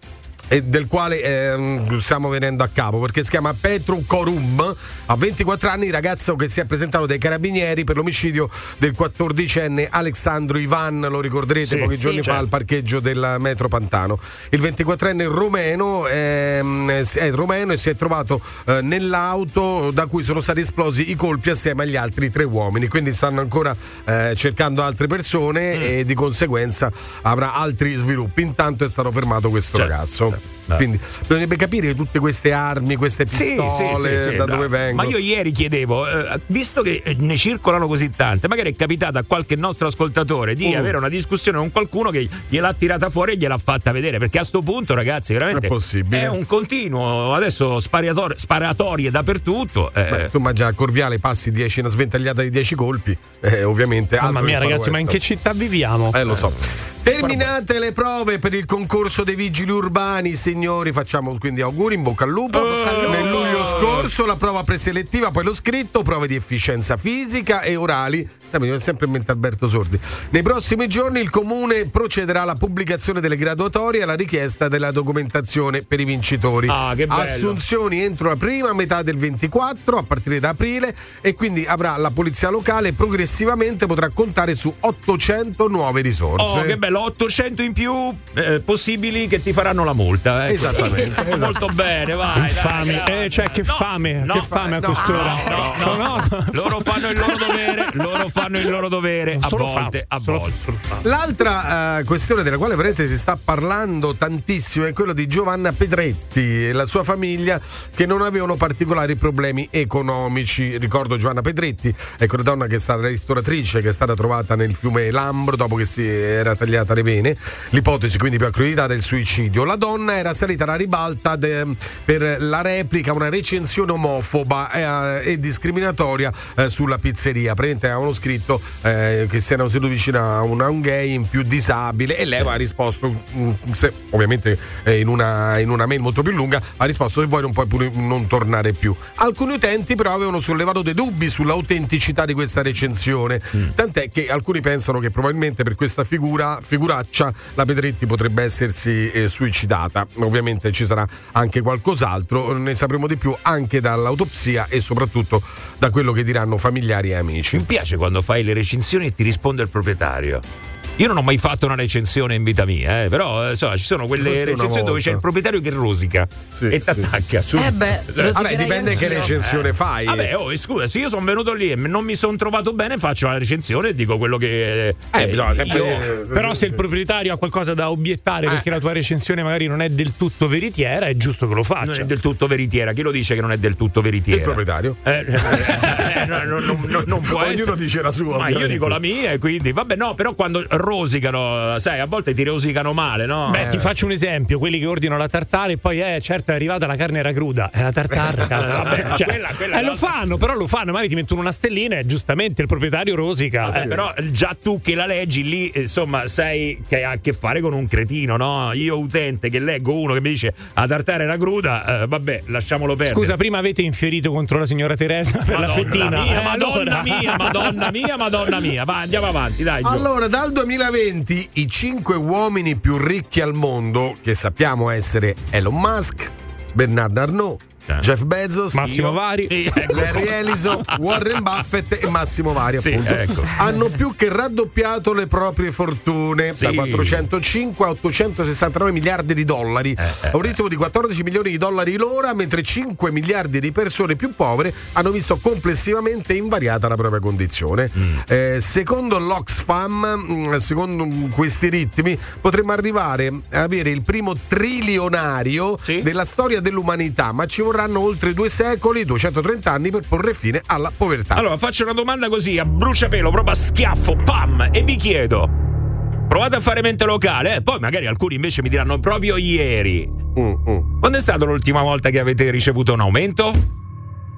e del quale eh, stiamo venendo a capo, perché si chiama Petru Corum, ha ventiquattro anni, ragazzo che si è presentato dai carabinieri per l'omicidio del quattordicenne Alessandro Ivan, lo ricorderete, sì, pochi sì, giorni certo. fa al parcheggio del metro Pantano. Il ventiquattrenne romeno ehm, è romeno e si è trovato eh, nell'auto da cui sono stati esplosi i colpi assieme agli altri tre uomini, quindi stanno ancora eh, cercando altre persone mm. e di conseguenza avrà altri sviluppi. Intanto è stato fermato questo certo. ragazzo. Quindi bisognerebbe capire tutte queste armi, queste pistole, sì, sì, sì, sì, da no. dove vengono. Ma io ieri chiedevo, eh, visto che ne circolano così tante, magari è capitato a qualche nostro ascoltatore di uh. avere una discussione con qualcuno che gliel'ha tirata fuori e gliel'ha fatta vedere, perché a sto punto, ragazzi, veramente è possibile. È un continuo, adesso sparator- sparatorie dappertutto. Eh. Beh, tu ma già a Corviale passi dieci, una sventagliata di dieci colpi, eh, ovviamente. Mamma mia, ragazzi, ma in che città viviamo? Eh, lo so. Terminate le prove per il concorso dei vigili urbani, signori, facciamo quindi auguri, in bocca al lupo. Oh, Nel luglio scorso la prova preselettiva, poi lo scritto, prove di efficienza fisica e orali. Mi viene sempre in mente Alberto Sordi. Nei prossimi giorni il comune procederà alla pubblicazione delle graduatorie e alla richiesta della documentazione per i vincitori. Ah, che bello. Assunzioni entro la prima metà del ventiquattro, a partire da aprile, e quindi avrà la polizia locale, progressivamente potrà contare su ottocento nuove risorse. Oh, che bello, ottocento in più eh, possibili che ti faranno la multa. Ecco. Esattamente. Esatto. Molto bene, vai. Che dai, fame, dai. eh, cioè che No, fame, no, che fame no, a quest'ora. No, no, no, no. Loro fanno il loro dovere, loro fanno il loro dovere a volte, a volte. L'altra uh, questione della quale veramente si sta parlando tantissimo è quella di Giovanna Pedretti e la sua famiglia, che non avevano particolari problemi economici. Ricordo Giovanna Pedretti è quella donna che è stata ristoratrice, che è stata trovata nel fiume Lambro dopo che si era tagliata le vene. L'ipotesi quindi più accreditata è il suicidio. La donna era salita alla ribalta de, per la replica, una recensione omofoba eh, e discriminatoria eh, sulla pizzeria. Praticamente avevano scritto eh, che si erano seduti vicino a un, a un gay in più disabile, e lei aveva risposto mh, se, ovviamente eh, in, una, in una mail molto più lunga, ha risposto: se vuoi non puoi pure non tornare più. Alcuni utenti però avevano sollevato dei dubbi sull'autenticità di questa recensione, mm. tant'è che alcuni pensano che probabilmente per questa figura figuraccia la Pedretti potrebbe essersi eh, suicidata. Ovviamente ci sarà anche qualcos'altro, ne sapremo di più anche dall'autopsia e soprattutto da quello che diranno familiari e amici. Mi piace quando fai le recensioni e ti risponde il proprietario. Io non ho mai fatto una recensione in vita mia, eh, però insomma, ci sono quelle recensioni dove c'è il proprietario che rosica sì, e ti attacca. Sì. Eh beh, vabbè, dipende che recensione eh. fai. Vabbè, oh, scusa, se io sono venuto lì e non mi sono trovato bene, faccio una recensione e dico quello che. Eh, eh, no, io... Però se il proprietario ha qualcosa da obiettare eh. perché la tua recensione magari non è del tutto veritiera, è giusto che lo faccia. Non è del tutto veritiera. Chi lo dice che non è del tutto veritiera? Il proprietario. Eh, eh, no, no, no, no, non può essere. Ognuno dice la sua. Ma ovviamente. Io dico la mia, e quindi vabbè, no, però quando rosicano. Sai, a volte ti rosicano male, no? Beh, eh, ti faccio un esempio: quelli che ordinano la tartare e poi, eh, certo, è arrivata la carne era cruda. È la tartare, cazzo. Vabbè, cioè, quella, quella eh, lo fanno, però lo fanno. Magari ti mettono una stellina e giustamente il proprietario rosica. Eh, sì. Però già tu che la leggi lì, insomma, sai che ha a che fare con un cretino, no? Io, utente, che leggo uno che mi dice la tartare era cruda, eh, vabbè, lasciamolo perdere. Scusa, prima avete infierito contro la signora Teresa per Madonna la fettina. Mia, eh, Madonna allora. mia, Madonna mia, Madonna mia. Va, andiamo avanti, dai. Gio. Allora, dal duemilaventi i cinque uomini più ricchi al mondo, che sappiamo essere Elon Musk, Bernard Arnault, Jeff Bezos, Massimo Vari, ecco. Larry Ellison, Warren Buffett e Massimo Vari, appunto, sì, ecco. hanno più che raddoppiato le proprie fortune, sì. da quattrocentocinque a ottocentosessantanove miliardi di dollari, eh, eh, a un ritmo di quattordici milioni di dollari l'ora, mentre cinque miliardi di persone più povere hanno visto complessivamente invariata la propria condizione. Mm. Eh, secondo l'Oxfam, secondo questi ritmi, potremmo arrivare a avere il primo trilionario sì. della storia dell'umanità, ma ci vorrà oltre due secoli, duecentotrenta anni, per porre fine alla povertà. Allora faccio una domanda così a bruciapelo, proprio a schiaffo, pam, e vi chiedo: provate a fare mente locale, eh? Poi magari alcuni invece mi diranno proprio ieri. Mm, mm. Quando è stata l'ultima volta che avete ricevuto un aumento?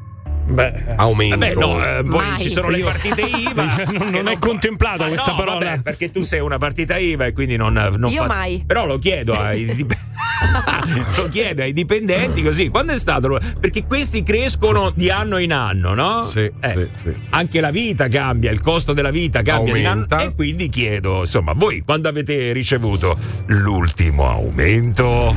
Beh, aumento. Beh, no, eh, poi Mai. ci sono le partite I V A. non, non è contemplata Ah, questa no, parola. Vabbè, perché tu sei una partita I V A e quindi non, non Io fa- mai. Però lo chiedo ai dip- lo chiedo ai dipendenti così. Quando è stato? Perché questi crescono di anno in anno, no? Sì, Eh, sì, sì, sì. Anche la vita cambia, il costo della vita cambia di anno, Aumenta. e quindi chiedo, insomma, voi quando avete ricevuto l'ultimo aumento?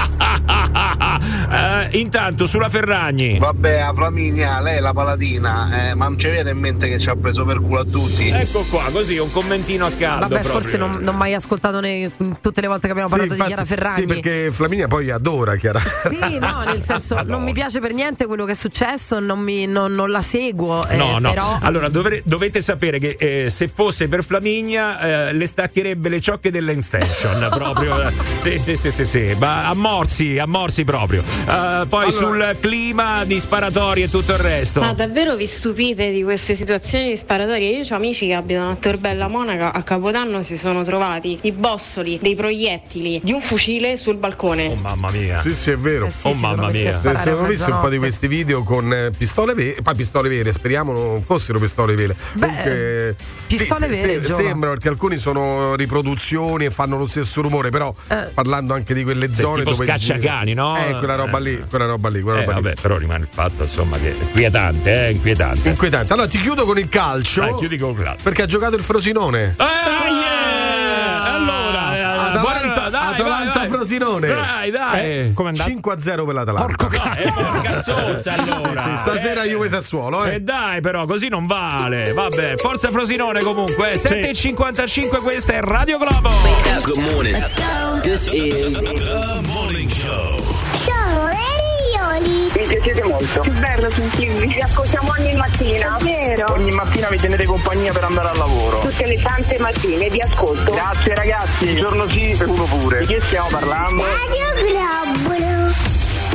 Eh, intanto sulla Ferragni. Vabbè, a Flaminia, lei è la paladina, eh, ma non ci viene in mente che ci ha preso per culo a tutti. Ecco qua, così un commentino a caldo. Vabbè, proprio. forse non ho mai ascoltato ne- tutte le volte che abbiamo Sì, parlato infatti- di Chiara Ferragni. Sì, perché Flaminia poi adora Chiara. Sì, no, nel senso non mi piace per niente quello che è successo, non, mi, non, non la seguo. eh, No, no. Però... Allora dovre- dovete sapere che eh, se fosse per Flaminia eh, le staccherebbe le ciocche dell'extension proprio. eh, sì, sì, sì, sì, sì. Ma a morsi, a morsi proprio. Eh, poi Allora- sul clima di sparatorie e tutto il resto. Ma davvero vi stupite di queste situazioni di sparatorie? Io ho amici che abitano a Torbella Monaca, a Capodanno si sono trovati i bossoli dei proiettili di un fucile sul balcone. Oh mamma mia. Sì, sì, è vero. Eh sì, Oh, si sono mamma messi a mia. sparare Sono a visto un po' di mezzanotte. questi video con eh, pistole vere, poi pistole vere, speriamo non fossero pistole vere. Beh, Comunque, pistole sì, vere, se- Giova. sembrano, perché alcuni sono riproduzioni e fanno lo stesso rumore, però Eh. parlando anche di quelle zone tipo dove scacciacani, no? Eh, quella roba lì, quella roba lì, quella Eh, roba lì. vabbè, però rimane il fatto, insomma, che è inquietante, eh, inquietante. Inquietante. Allora ti chiudo con il calcio. Dai, chiudi con l'altro. Perché ha giocato il Frosinone. Eh, yeah! Allora, eh, Atalanta, buona- dai, Atalanta vai, vai. Frosinone. Dai, dai. Eh, come è andato? cinque a zero per l'Atalanta. Porco No, eh, porca zozza, allora. Sì, sì, stasera Eh. Juve Sassuolo, eh. E dai, però, così non vale. Vabbè, forza Frosinone comunque. sette e cinquantacinque, questa è Radio Globo. Good morning. This is the morning show. Sono Verioli. Mi piacete molto. Che bello sentirvi. Vi ascoltiamo ogni mattina. Vero? Ogni mattina mi tenete compagnia per andare al lavoro. Tutte le tante mattine vi ascolto. Grazie ragazzi. Un giorno sì e uno pure. Di che stiamo parlando? Radio Globo.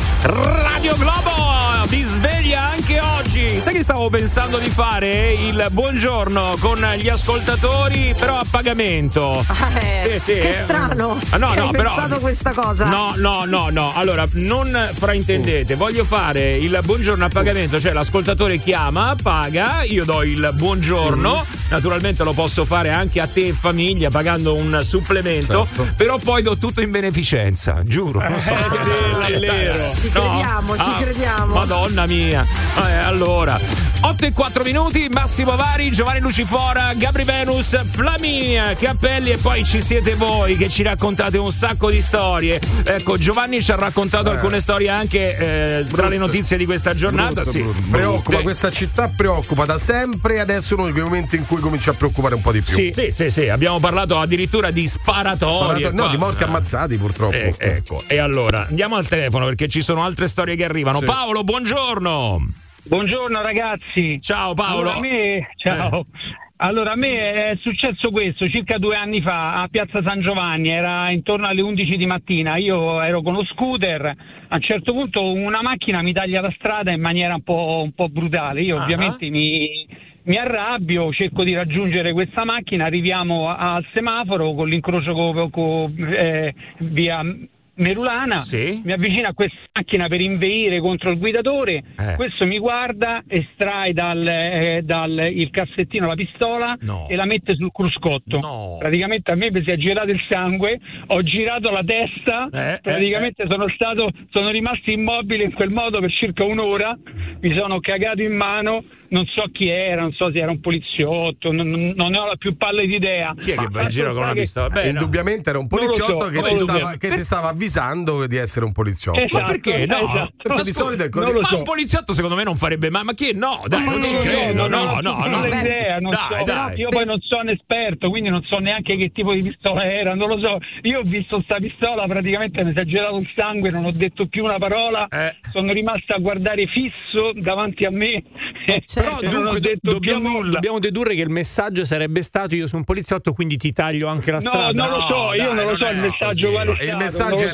Radio Globo vi sveglia anche oggi. Sai che stavo pensando di fare il buongiorno con gli ascoltatori, però a pagamento. Eh, Sì, sì, che eh. strano. Ah, no, che no, hai però- pensato questa cosa. No, no, no, no. Allora, non fraintendete, voglio fare il buongiorno a pagamento, cioè l'ascoltatore chiama, paga, io do il buongiorno, naturalmente lo posso fare anche a te e famiglia pagando un supplemento, Certo. però poi do tutto in beneficenza, giuro. Non so Eh, se- sì, l'allero. Ci crediamo, ci crediamo. Madonna mia. Eh, allora, otto e quattro minuti, Massimo Vari, Giovanni Lucifora, Gabri Venus, Flaminia, Cappelli e poi ci siete voi che ci raccontate un sacco di storie. Ecco, Giovanni ci ha raccontato alcune storie anche eh, tra le notizie di questa giornata. Brutto, sì. brutto. Preoccupa, Brutte. questa città preoccupa da sempre e adesso è uno di quei momenti in cui comincia a preoccupare un po' di più. Sì, sì, sì, sì, abbiamo parlato addirittura di sparatorie. Sparato- no, qua. di morti ammazzati purtroppo. Eh, ecco, e allora andiamo al telefono perché ci sono altre storie che arrivano. Sì. Paolo, buongiorno. Buongiorno ragazzi. Ciao Paolo. Allora, a me, ciao. Allora, a me è successo questo circa due anni fa a Piazza San Giovanni, era intorno alle undici di mattina, io ero con lo scooter, a un certo punto una macchina mi taglia la strada in maniera un po', un po' brutale, io Ah. ovviamente mi, mi arrabbio, cerco di raggiungere questa macchina, arriviamo a- al semaforo con l'incrocio con co, eh, via Merulana, Sì. mi avvicino a questa macchina per inveire contro il guidatore, Eh. questo mi guarda, estrae dal, eh, dal il cassettino la pistola No. e la mette sul cruscotto. No. Praticamente a me mi si è girato il sangue, ho girato la testa, Eh, praticamente eh, sono stato sono rimasto immobile in quel modo per circa un'ora, mi sono cagato in mano, non so chi era, non so se era un poliziotto, non, non- non ne ho la più pallida idea. Chi è che va Ma in giro con una che- pistola? Beh, no. Indubbiamente era un Non lo so, poliziotto che, non ti lo so. stava, che ti stava avvisando di essere un poliziotto. Esatto, Ma perché no? esatto. Perché Ma di scusa, solito è così. non lo ma so. un poliziotto secondo me non farebbe mai. Ma che no? Dai, Ma non ci lo so, credo. non No, ho- no, non no. ho idea, non Dai, so. dai. Io poi non sono un esperto, quindi non so neanche che tipo di pistola era, non lo so. Io ho visto sta pistola, praticamente mi si è girato il sangue, non ho detto più una parola, Eh. sono rimasto a guardare fisso davanti a me e certo. e non ho Dunque, do- detto più dobbiamo, nulla. dobbiamo dedurre che il messaggio sarebbe stato: io sono un poliziotto, quindi ti taglio anche la No, strada. non lo so, No, io dai, non lo non so è il messaggio così. quale è Il stato, messaggio non lo era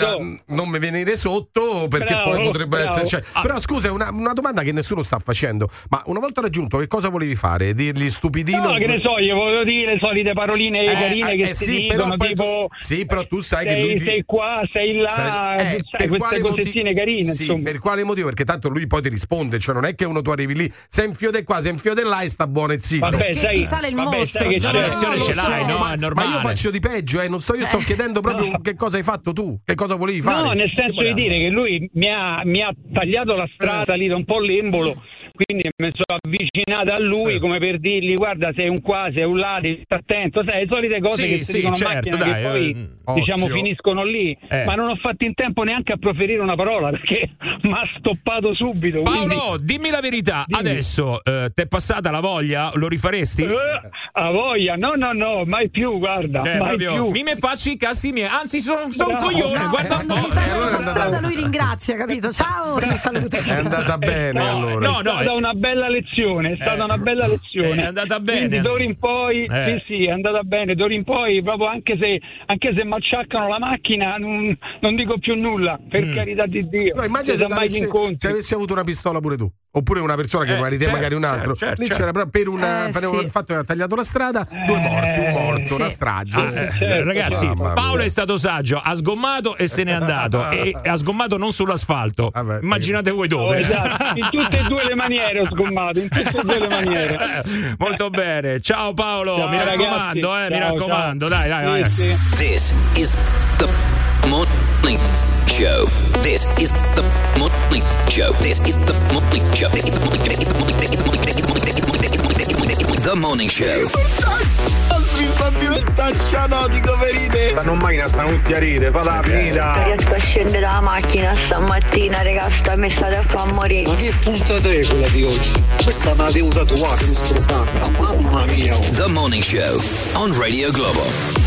era non mi venire sotto perché Bravo, poi potrebbe bravo. essere. Cioè, Ah. Però scusa, è una, una domanda che nessuno sta facendo. Ma una volta raggiunto, che cosa volevi fare? Dirgli stupidino? No, che ne so, io volevo dire le solite paroline Eh, carine eh, che eh, si sì, dicono, però poi tipo tu- sì, però tu sai che sei, lui ti- sei qua, sei là, Sai- eh, sai, per queste quale cosettine motivo- carine, sì, insomma. per quale motivo? Perché tanto lui poi ti risponde, cioè non è che uno tu arrivi lì, sei in fiode qua, sei in fiode là e sta buono e zitto. Vabbè, Perché sai- ti sale il vabbè, mostro. sai che già la lo reazione so, ce lo l'hai, so. no? ma, È ma normale. io faccio di peggio, eh, non sto, io sto chiedendo proprio che cosa hai fatto tu, che cosa volevi fare. No, nel senso di dire che lui mi ha, mi ha tagliato la strada lì da un po' l'embolo, quindi mi sono avvicinato a lui come per dirgli guarda sei un qua, sei un là, devi stare attento, sai, le solite cose Sì, che si sì, dicono in certo, macchina dai, che poi eh, diciamo occhio. finiscono lì, Eh. ma non ho fatto in tempo neanche a proferire una parola perché mi ha stoppato subito. quindi- Paolo, dimmi la verità, Dimmi. adesso eh, ti è passata la voglia? Lo rifaresti? Eh, a voglia, no, no, no, mai più, guarda, Cioè, mai proprio, più. mi me faccio i cazzi miei, anzi sono, sono un Bravo. coglione, No, guarda un quando po'. gli tagliano allora la è strada andato- lui ringrazia, capito? Ciao, ti saluta. È andata bene No, allora. no, è stata eh. una bella lezione, è stata Eh. una bella lezione. È andata bene. Quindi d'ora in poi, Eh. sì, sì, è andata bene. D'ora in poi, proprio anche se, anche se macciaccano la macchina, non, non dico più nulla, per Mm. carità di Dio. Però immagina Ci se, sono mai gli avessi, incontri. se avessi avuto una pistola pure tu, oppure una persona che Eh, magari te, certo, magari un altro. certo, Lì certo. c'era proprio per, una, Eh, per sì. il fatto che ha tagliato la strada, due morti, un morto, sì. una strage. Ah, sì, eh, certo, ragazzi, certo. Mamma Paolo mia. è stato saggio, ha sgommato e se n'è andato. E ha sgommato non sull'asfalto. Vabbè, Immaginate voi Oh, dove. esatto. In tutte e due le maniere ho sgommato, in tutte e due le maniere. Molto bene. Ciao Paolo, Ciao, mi raccomando, ragazzi. eh, mi Ciao, raccomando. ciao. Dai, dai, vai. Sì, sì. This is the morning show. This is the morning show. This is the morning show. This is the morning show. This is the morning. This is the morning. This is the morning. This is the morning. This is the morning. This is the morning. This is the morning. The morning show. Mi sta diventando cianotico per idee. Stanno in macchina, stanno tutti a ride, fate la finita. Non riesco a scendere dalla macchina stamattina, raga, sta mi state a far morire. Ma che puntata è quella di oggi? Questa me la devo tatuare, mi sto trovando. Mamma mia. The morning show on Radio Globo.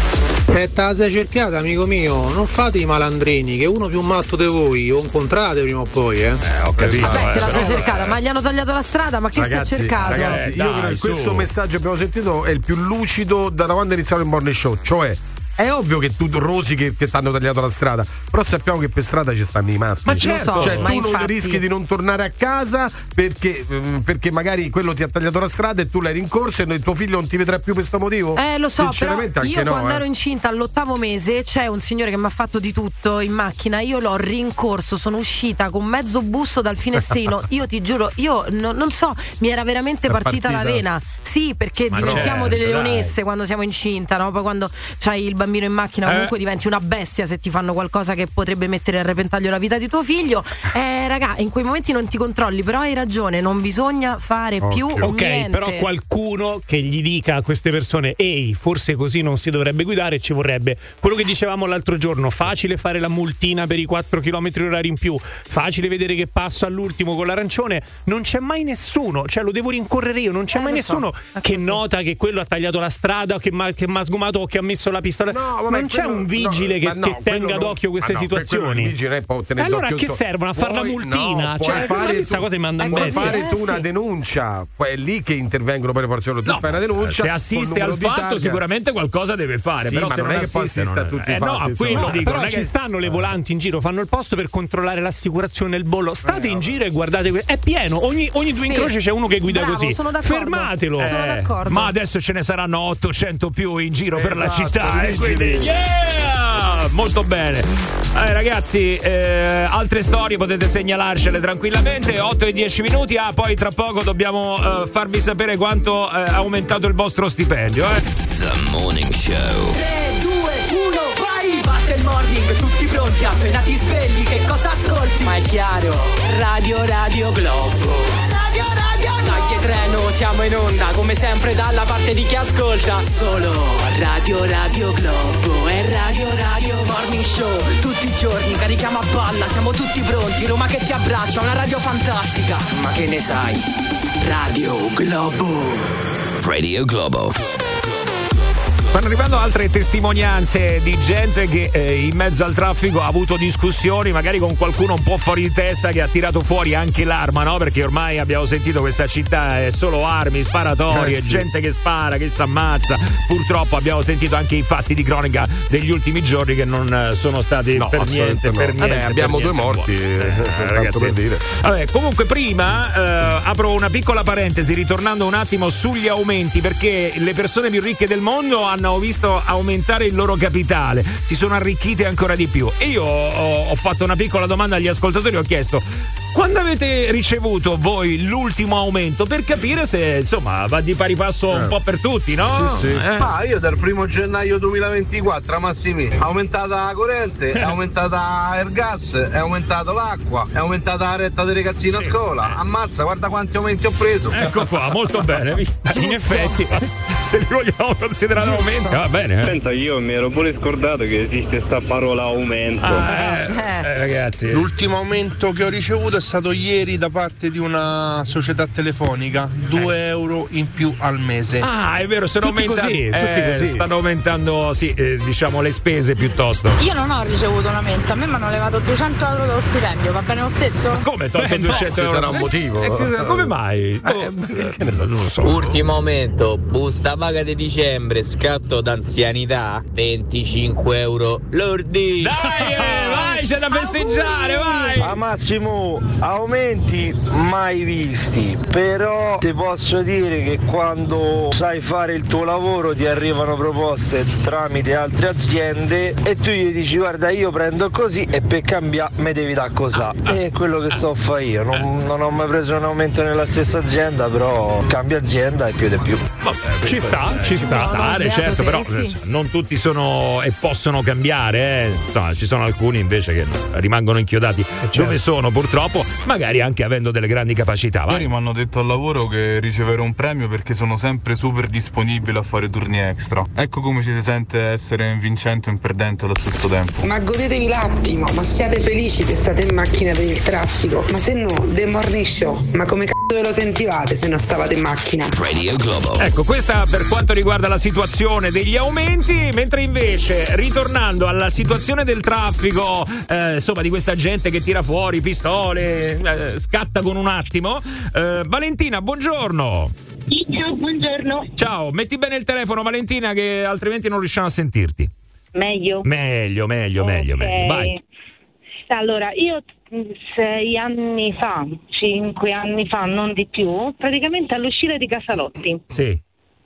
E te la sei cercata, amico mio, non fate i malandrini, che uno più matto di voi lo incontrate prima o poi, eh. Eh, ho capito. Vabbè, te la eh, sei però- cercata, ma gli hanno tagliato la strada, ma che si è Ragazzi, cercato? ragazzi, Eh, io dai, credo che su. questo messaggio che abbiamo sentito è il più lucido da quando è iniziato il morning show, cioè è ovvio che tu rosi che, che ti hanno tagliato la strada, però sappiamo che per strada ci stanno i matti. Ma certo. Lo so, Cioè, ma tu non infatti- rischi di non tornare a casa perché, mm, perché magari quello ti ha tagliato la strada e tu l'hai rincorso e tuo figlio non ti vedrà più per questo motivo? Eh, lo so, però Sinceramente io anche no, quando eh. ero incinta all'ottavo mese c'è un signore che mi ha fatto di tutto in macchina, io l'ho rincorso, sono uscita con mezzo busto dal finestrino, io ti giuro, io no- non so, mi era veramente È partita, partita? la vena. Sì, perché Ma diventiamo certo, delle dai. leonesse quando siamo incinta, no? Poi quando c'hai il bambino in macchina Eh. comunque diventi una bestia se ti fanno qualcosa che potrebbe mettere a repentaglio la vita di tuo figlio. Eh, raga, in quei momenti non ti controlli, però hai ragione, non bisogna fare più Occhio. Ok, niente. però qualcuno che gli dica a queste persone ehi, forse così non si dovrebbe guidare, ci vorrebbe quello che dicevamo l'altro giorno, facile fare la multina per i quattro chilometri orari in più, facile vedere che passo all'ultimo con l'arancione, non c'è mai nessuno, cioè lo devo rincorrere io, non c'è Eh, mai lo so, nessuno è che così. nota che quello ha tagliato la strada, che mi ha sgumato o che ha messo la pistola. No, vabbè, non c'è quello- un vigile no, che, ma no, che quello tenga non- d'occhio queste ma no, per quello situazioni. il vigile può tenere E allora d'occhio a che sto- servono? A fare la Puoi- multina? no, Cioè, puoi a fare me sta tu- cosa mi manda in puoi bestia. fare Eh, tu sì. una denuncia, poi è lì che intervengono poi le forze dell'ordine. Tu No, fai una denuncia. se col assiste numero al di fatto targa. sicuramente qualcosa deve fare, Sì, però ma se non non è che può assiste assistere non a tutti i eh, no, fatti, a quello insomma. dico, Però non è ci che stanno le volanti in giro, fanno il posto per controllare l'assicurazione e il bollo. State Eh, in giro e guardate, que- è pieno. Ogni, ogni due Sì. incroci c'è uno che guida Bravo, così. sono d'accordo. Fermatelo. Eh, sono d'accordo. ma adesso ce ne saranno ottocento più in giro per la Esatto, città, eh, vigili. quindi yeah! Molto bene. Eh, ragazzi, eh, altre storie potete segnalarcele tranquillamente. otto e dieci minuti. Ah, poi tra poco dobbiamo eh, farvi sapere quanto eh, ha aumentato il vostro stipendio, eh. The morning show. tre, due, uno, vai! Basta il morning, tutti pronti, appena ti svegli, che cosa ascolti? Ma è chiaro, Radio Radio Globo. Radio Radio Globo. Dai treno, siamo in onda, come sempre dalla parte di chi ascolta. Solo Radio Radio Globo e Radio Radio Morning Show. Tutti i giorni carichiamo a palla, siamo tutti pronti, Roma che ti abbraccia, una radio fantastica. Ma che ne sai? Radio Globo. Radio Globo. Stanno arrivando altre testimonianze di gente che eh, in mezzo al traffico ha avuto discussioni, magari con qualcuno un po' fuori di testa, che ha tirato fuori anche l'arma, no? Perché ormai abbiamo sentito questa città è solo armi, sparatorie, eh sì. gente che spara, che si ammazza. Purtroppo abbiamo sentito anche i fatti di cronaca degli ultimi giorni che non sono stati no, per niente, no. per niente. Vabbè, abbiamo per due niente morti, eh, ragazzi. Per dire. Vabbè, comunque prima eh, apro una piccola parentesi, ritornando un attimo sugli aumenti, perché le persone più ricche del mondo hanno visto aumentare il loro capitale, si sono arricchite ancora di più. E io ho, ho fatto una piccola domanda agli ascoltatori, ho chiesto: quando avete ricevuto voi l'ultimo aumento, per capire se insomma va di pari passo un eh. po' per tutti, no? Sì, sì. Eh. Ah, io dal primo gennaio duemilaventiquattro a Massimi è aumentata la corrente, è aumentata il gas, è aumentata l'acqua, è aumentata la retta dei ragazzini a scuola. Ammazza, guarda quanti aumenti ho preso. Ecco qua, molto bene. In effetti, se li vogliamo considerare aumenti, va bene. Eh. Pensa, io mi ero pure scordato che esiste sta parola aumento. Ah, eh, eh, ragazzi. L'ultimo aumento che ho ricevuto è stato ieri da parte di una società telefonica, due euro in più al mese. Ah, è vero, sono Tutti aumentando, così, eh, tutti così. stanno aumentando, sì, eh, diciamo le spese piuttosto. Io non ho ricevuto un aumento, a me mi hanno levato duecento euro dallo stipendio, va bene lo stesso? Ma come tolto Beh, duecento no, euro? ci sarà un motivo. Eh, eh, come mai? Eh, che ne so, non lo so. Ultimo aumento, busta paga di dicembre, scatto d'anzianità, venticinque euro lordi. Dai, eh, vai, c'è da festeggiare, vai! A Massimo, aumenti mai visti, però ti posso dire che quando sai fare il tuo lavoro ti arrivano proposte tramite altre aziende e tu gli dici: guarda, io prendo così e per cambiare me devi dare cos'ha. E è quello che sto a fare io, non, non ho mai preso un aumento nella stessa azienda, però cambia azienda e più e più. Vabbè, Ci sta, ci sta. Può stare, certo, però sì. non tutti sono e possono cambiare, eh. Insomma, ci sono alcuni invece che rimangono inchiodati certo. dove sono, purtroppo, magari anche avendo delle grandi capacità. Ieri mi hanno detto al lavoro che riceverò un premio perché sono sempre super disponibile a fare turni extra. Ecco come ci si sente essere un vincente e un perdente allo stesso tempo. Ma godetevi l'attimo, ma siate felici che state in macchina per il traffico. Ma se no, The Morning Show, ma come c***o ve lo sentivate se non stavate in macchina? Radio Globo. Ecco, questa per quanto riguarda la situazione degli aumenti, mentre invece, ritornando alla situazione del traffico, eh, insomma, di questa gente che tira fuori pistole, eh, scatta con un attimo. Eh, Valentina, buongiorno. Ciao, buongiorno. Ciao, metti bene il telefono, Valentina, che altrimenti non riusciamo a sentirti. Meglio. Meglio, meglio, meglio, Okay. meglio. Vai. Allora, io sei anni fa, cinque anni fa, non di più, praticamente all'uscita di Casalotti. Sì.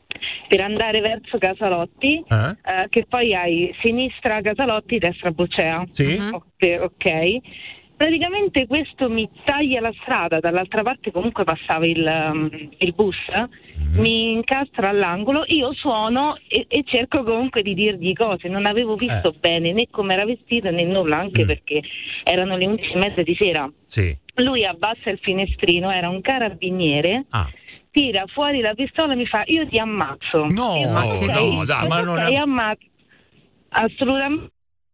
Per andare verso Casalotti, Eh? eh, che poi hai sinistra Casalotti, destra Boccea. Sì. Ok. ok. Praticamente questo mi taglia la strada, dall'altra parte comunque passava il, um, il bus, mm. mi incastra all'angolo, io suono e, e cerco comunque di dirgli cose, non avevo visto Eh. bene né come era vestita né nulla, anche Mm. perché erano le undici e mezza di sera. Sì. Lui abbassa il finestrino, era un carabiniere. Ah. Tira fuori la pistola e mi fa: io ti ammazzo. No, Io, ma ok, che no, dai, ma non ok, è- ammazzo. Assolutamente.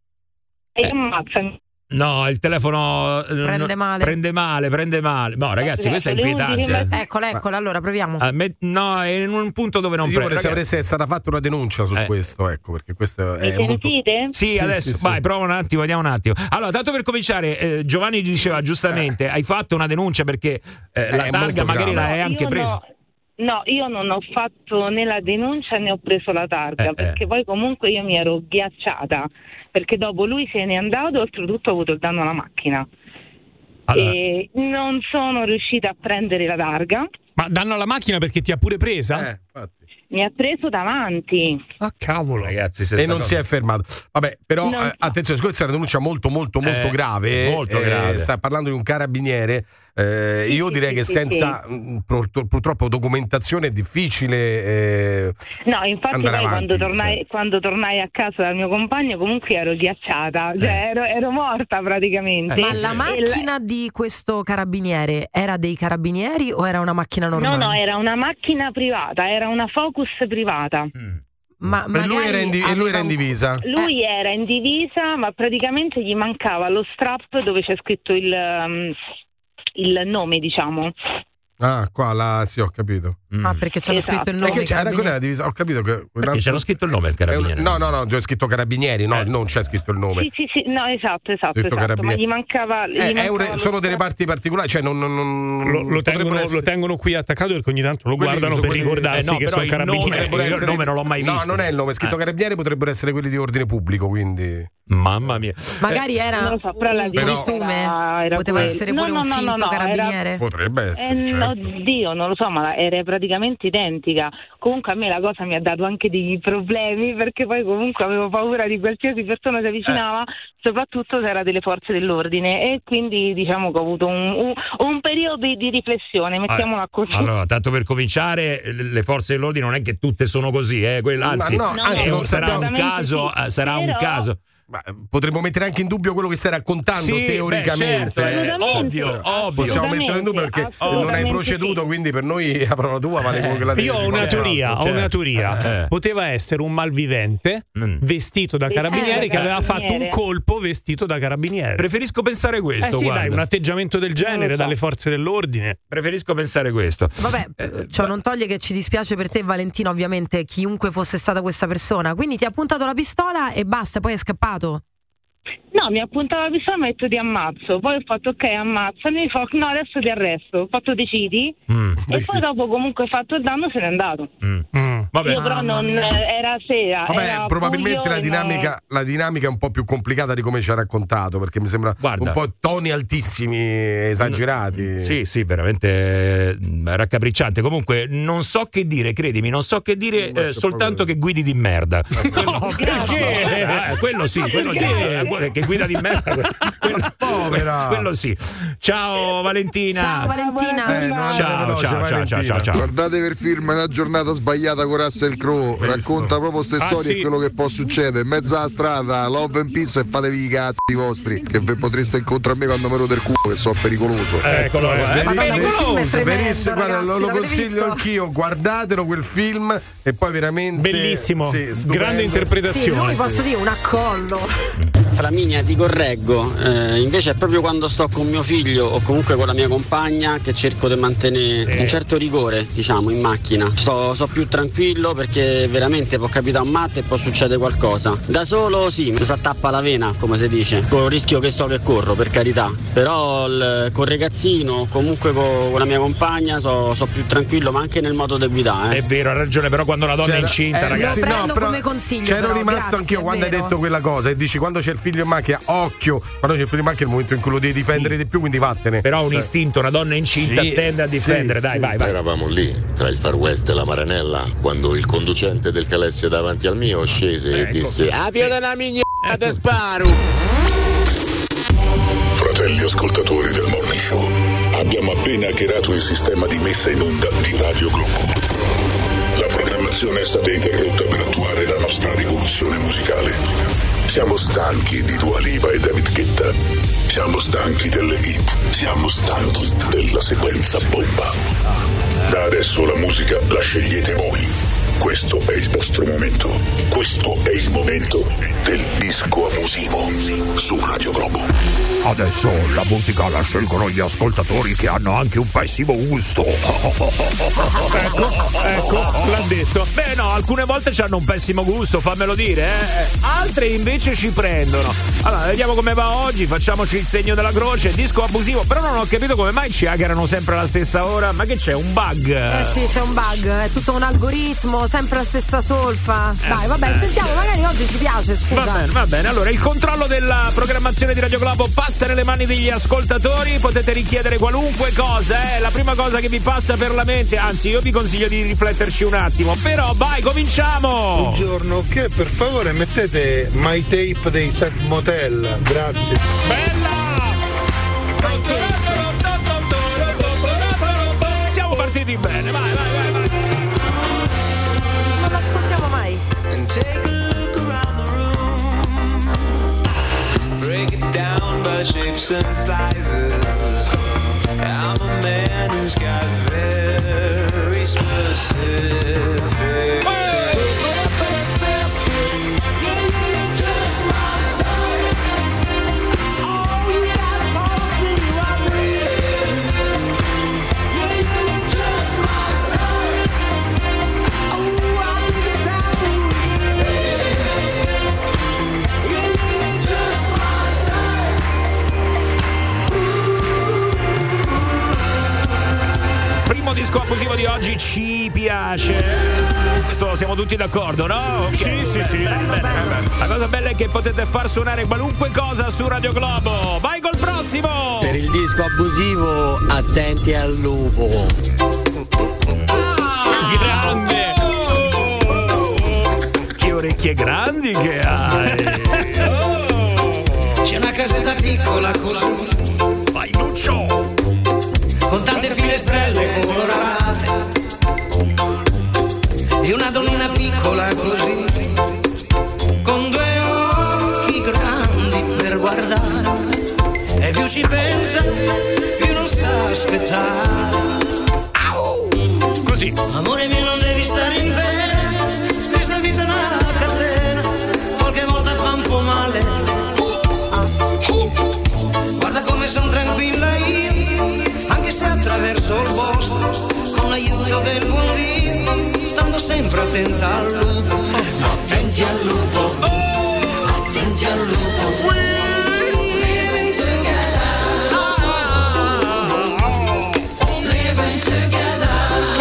E ammazzami. No, il telefono eh, Prende no- male. Prende male, prende male. No, ragazzi, questo è inquietante. eh. Eccola, eccola, allora proviamo. Ah, me- no, è in un punto dove non Io prende. vorrei sapere se è stata fatta una denuncia su Eh. questo, ecco, perché questo è Mi molto... sentite? Sì, Sì, adesso sì, sì. vai, prova un attimo, vediamo un attimo. Allora, tanto per cominciare, eh, Giovanni diceva giustamente: hai fatto una denuncia perché eh, la è targa molto magari grave. l'hai anche Io presa. no- No, io non ho fatto né la denuncia né ho preso la targa, Eh, perché eh. poi comunque io mi ero ghiacciata, perché dopo lui se n'è andato, oltretutto ho avuto il danno alla macchina. Allora. E non sono riuscita a prendere la targa, Ma danno alla macchina perché ti ha pure presa? Eh, infatti. mi ha preso davanti. Ah, cavolo. Ragazzi, se E sta non cosa- si è fermato. Vabbè, però Non eh, so. attenzione, questa è una denuncia molto molto molto Eh, grave. molto grave. Sta parlando di un carabiniere. Eh, io sì, direi sì, che sì, senza mh, pur- purtroppo documentazione è difficile. eh, No, infatti andare poi avanti, quando tornai, sai. quando tornai a casa dal mio compagno comunque ero ghiacciata, cioè Eh. ero, ero morta praticamente. Ma la E macchina di questo carabiniere era dei carabinieri o era una macchina normale? No, no, era una macchina privata, era una Focus privata. Mm. Ma e lui magari era in, di- e lui aveva era in un- divisa. Lui era in divisa, ma praticamente gli mancava lo strap dove c'è scritto il, um, il nome, diciamo. Ah, qua la sì, ho capito. Mm. Ah, perché c'era esatto. scritto il nome. Perché c'era quella divisa, ho capito che perché c'era scritto il nome il carabiniere. No, no, no, c'è scritto carabinieri, no, eh. non c'è scritto il nome. Sì, sì, sì, no, esatto, esatto, esatto ma gli mancava, gli eh, mancava un, sono delle parti particolari, cioè non, non, non lo, lo, tengono, essere... lo tengono qui attaccato perché ogni tanto lo quelli, guardano per quelli... ricordarsi eh, no, che sono carabinieri. Nome, io il nome non l'ho mai visto. No, non è il nome, è scritto eh. carabinieri, potrebbero essere quelli di ordine pubblico, quindi mamma mia. Magari era non lo so, però la però... costume, era, era poteva essere pure no, un no, finto no, no, carabiniere. Era... Potrebbe essere. Eh, certo. Oddio, non lo so, ma era praticamente identica. Comunque a me la cosa mi ha dato anche dei problemi perché poi comunque avevo paura di qualsiasi persona si avvicinava, eh. soprattutto se era delle forze dell'ordine e quindi diciamo che ho avuto un, un, un periodo di riflessione, mettiamola così. Allora, tanto per cominciare, le forze dell'ordine non è che tutte sono così, eh, quella, anzi, no, no, anzi no, sarà un caso, sì. sarà Però... un caso. Ma potremmo mettere anche in dubbio quello che stai raccontando sì, teoricamente. Beh, certo, eh. ovvio, ovvio. Possiamo metterlo in dubbio perché non hai proceduto, sì. quindi per noi la prova tua vale come quella di Io ho una teoria, certo. ho una teoria. Eh. Poteva essere un malvivente mm. vestito da carabinieri eh, che aveva fatto un colpo vestito da carabinieri. Preferisco pensare questo. Eh sì, guarda. dai, un atteggiamento del genere dalle forze dell'ordine. Preferisco pensare questo. Vabbè, eh, ciò non toglie che ci dispiace per te, Valentina, ovviamente, chiunque fosse stata questa persona. Quindi ti ha puntato la pistola e basta, poi è scappato. No, mi ha puntato la pistola e mi ha detto ti ammazzo. Poi ho fatto ok, ammazzami. Fa, no, adesso ti arresto. Ho fatto decidi. Mm. E poi dopo comunque fatto il danno se n'è andato. Mm. Mm. Vabbè. Io però non era sera. Vabbè, era probabilmente la dinamica, no. la dinamica è un po' più complicata di come ci ha raccontato, perché mi sembra Guarda. un po' toni altissimi, esagerati. Sì, sì, veramente raccapricciante. Comunque non so che dire, credimi, non so che dire eh, soltanto che guidi di merda. No, perché? Eh, quello sì, quello che, che guida di merda. Quello, povera. Quello sì. Ciao Valentina. Ciao Valentina. Eh, ciao, veloce, ciao, Valentina. ciao, ciao, ciao. Guardate per film Una giornata sbagliata con Russell Crowe, racconta proprio queste ah, storie sì. e quello che può succedere in mezzo alla strada, love and peace, e fatevi i cazzi vostri che potreste incontrare me quando me lo del culo che so pericoloso. Eccolo, eh. Ma verissimo, verissimo, guarda, ragazzi, lo, lo consiglio visto? anch'io, guardatelo quel film e poi veramente bellissimo, sì, grande interpretazione. Sì, lui posso dire un accollo. Flaminia, ti correggo, eh, invece è proprio quando sto con mio figlio o comunque con la mia compagna che cerco di mantenere sì. un certo rigore, diciamo, in macchina. Sto, sto più tranquillo perché veramente può capitare un matto e può succedere qualcosa. Da solo sì, mi si attappa la vena, come si dice, con il rischio che so che corro, per carità. Però il, col ragazzino, comunque con, con la mia compagna, so, so più tranquillo, ma anche nel modo di guidare. Eh. È vero, ha ragione, però quando la donna c'era, è incinta, eh, ragazzi. lo prendo no, però come consiglio. C'ero però, rimasto grazie, anch'io quando vero. hai detto quella cosa e dici quando c'è il figlio in macchina, occhio, quando c'è il figlio in macchina è il momento in cui lo devi difendere sì. di più, quindi vattene. Però un cioè. istinto, una donna incinta sì, tende a difendere, sì, dai, sì. vai, vai. Eravamo lì, tra il Far West e la Maranella, quando il conducente del Calessia davanti al mio scese eh, e ecco. disse "Ah, via della migna, te sparo!" Fratelli ascoltatori del Morning Show, abbiamo appena hackerato il sistema di messa in onda di Radio Globo. La programmazione è stata interrotta per attuare la nostra rivoluzione musicale. Siamo stanchi di Dua Lipa e David Guetta. Siamo stanchi delle hit. Siamo stanchi della sequenza bomba. Da adesso la musica la scegliete voi. Questo è il vostro momento. Questo è il momento del disco abusivo su Radio Globo. Adesso la musica la scelgono gli ascoltatori che hanno anche un pessimo gusto. Ecco, ecco, l'ha detto. Beh no, alcune volte hanno un pessimo gusto, fammelo dire, eh. Altre invece ci prendono. Allora, vediamo come va oggi, facciamoci il segno della croce, disco abusivo, però non ho capito come mai ci hackerano sempre alla stessa ora, ma che c'è, un bug? Eh sì, c'è un bug, è tutto un algoritmo, sempre la stessa solfa. Eh, Dai, vabbè, eh. sentiamo, magari oggi ci piace, scusa. Va bene, va bene. Allora, il controllo della programmazione di Radio Globo passa nelle mani degli ascoltatori, potete richiedere qualunque cosa, eh. La prima cosa che vi passa per la mente, anzi io vi consiglio di rifletterci un attimo, però vai, cominciamo. Buongiorno, che per favore mettete My Tape dei Sex Motel, grazie. Bella! Siamo partiti bene, vai, vai, vai, vai. Non l'ascoltiamo mai. Shapes and sizes. I'm a man who's got very specific tastes. ci piace. Questo siamo tutti d'accordo, no? Okay. Sì, sì, sì. Bene, bene, bene. La cosa bella è che potete far suonare qualunque cosa su Radio Globo. Vai col prossimo! Per il disco abusivo, attenti al lupo. Grande! Che orecchie grandi che hai! C'è una casetta piccola così. Vai Lucio! Con tante finestrelle colorate. E una donnina piccola così. Con due occhi grandi per guardare. E più ci pensa, più non sa aspettare. Così. Amore mio, non devi stare in pena. Questa vita è una catena. Qualche volta fa un po' male. Guarda come son tranquilla io, anche se attraverso il bosco, con l'aiuto del buon Dio, stando sempre attenta al lupo. Attenti al lupo, attenti al lupo. Living together, living together.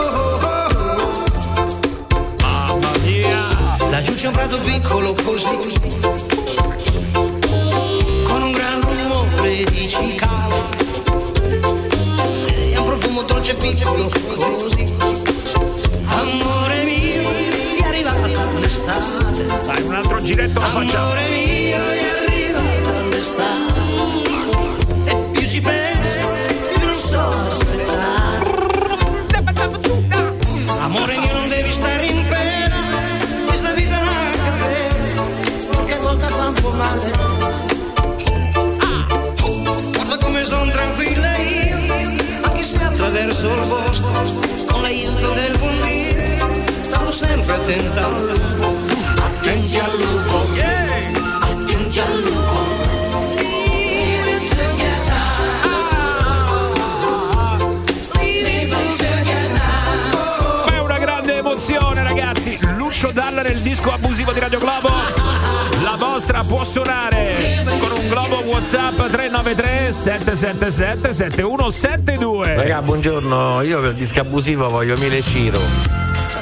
Mamma mia! Laggiù c'è un prato piccolo così, di cicala e un profumo dolce piccolo così. Amore mio, è arrivata l'estate. Dai, un altro giretto lo facciamo. Amore mio, è arrivata l'estate. E più ci penso, più non so aspettare. Amore mio, non devi stare in pena. Questa vita è una catena. Qualche volta fa un po' male. Sono tranquilla io, anche se attraverso il bosco, con l'aiuto del buon Dio, stavo sempre attenta al lupo. Attenti al lupo, yeah. Attenti al lupo. Living together, living together. È una grande emozione, ragazzi. Lucio Dalla nel disco abusivo di Radio Globo. La vostra può suonare con un Globo WhatsApp tre nove tre sette sette sette sette uno sette due. Raga, buongiorno, io per il disco abusivo voglio Mile Ciro.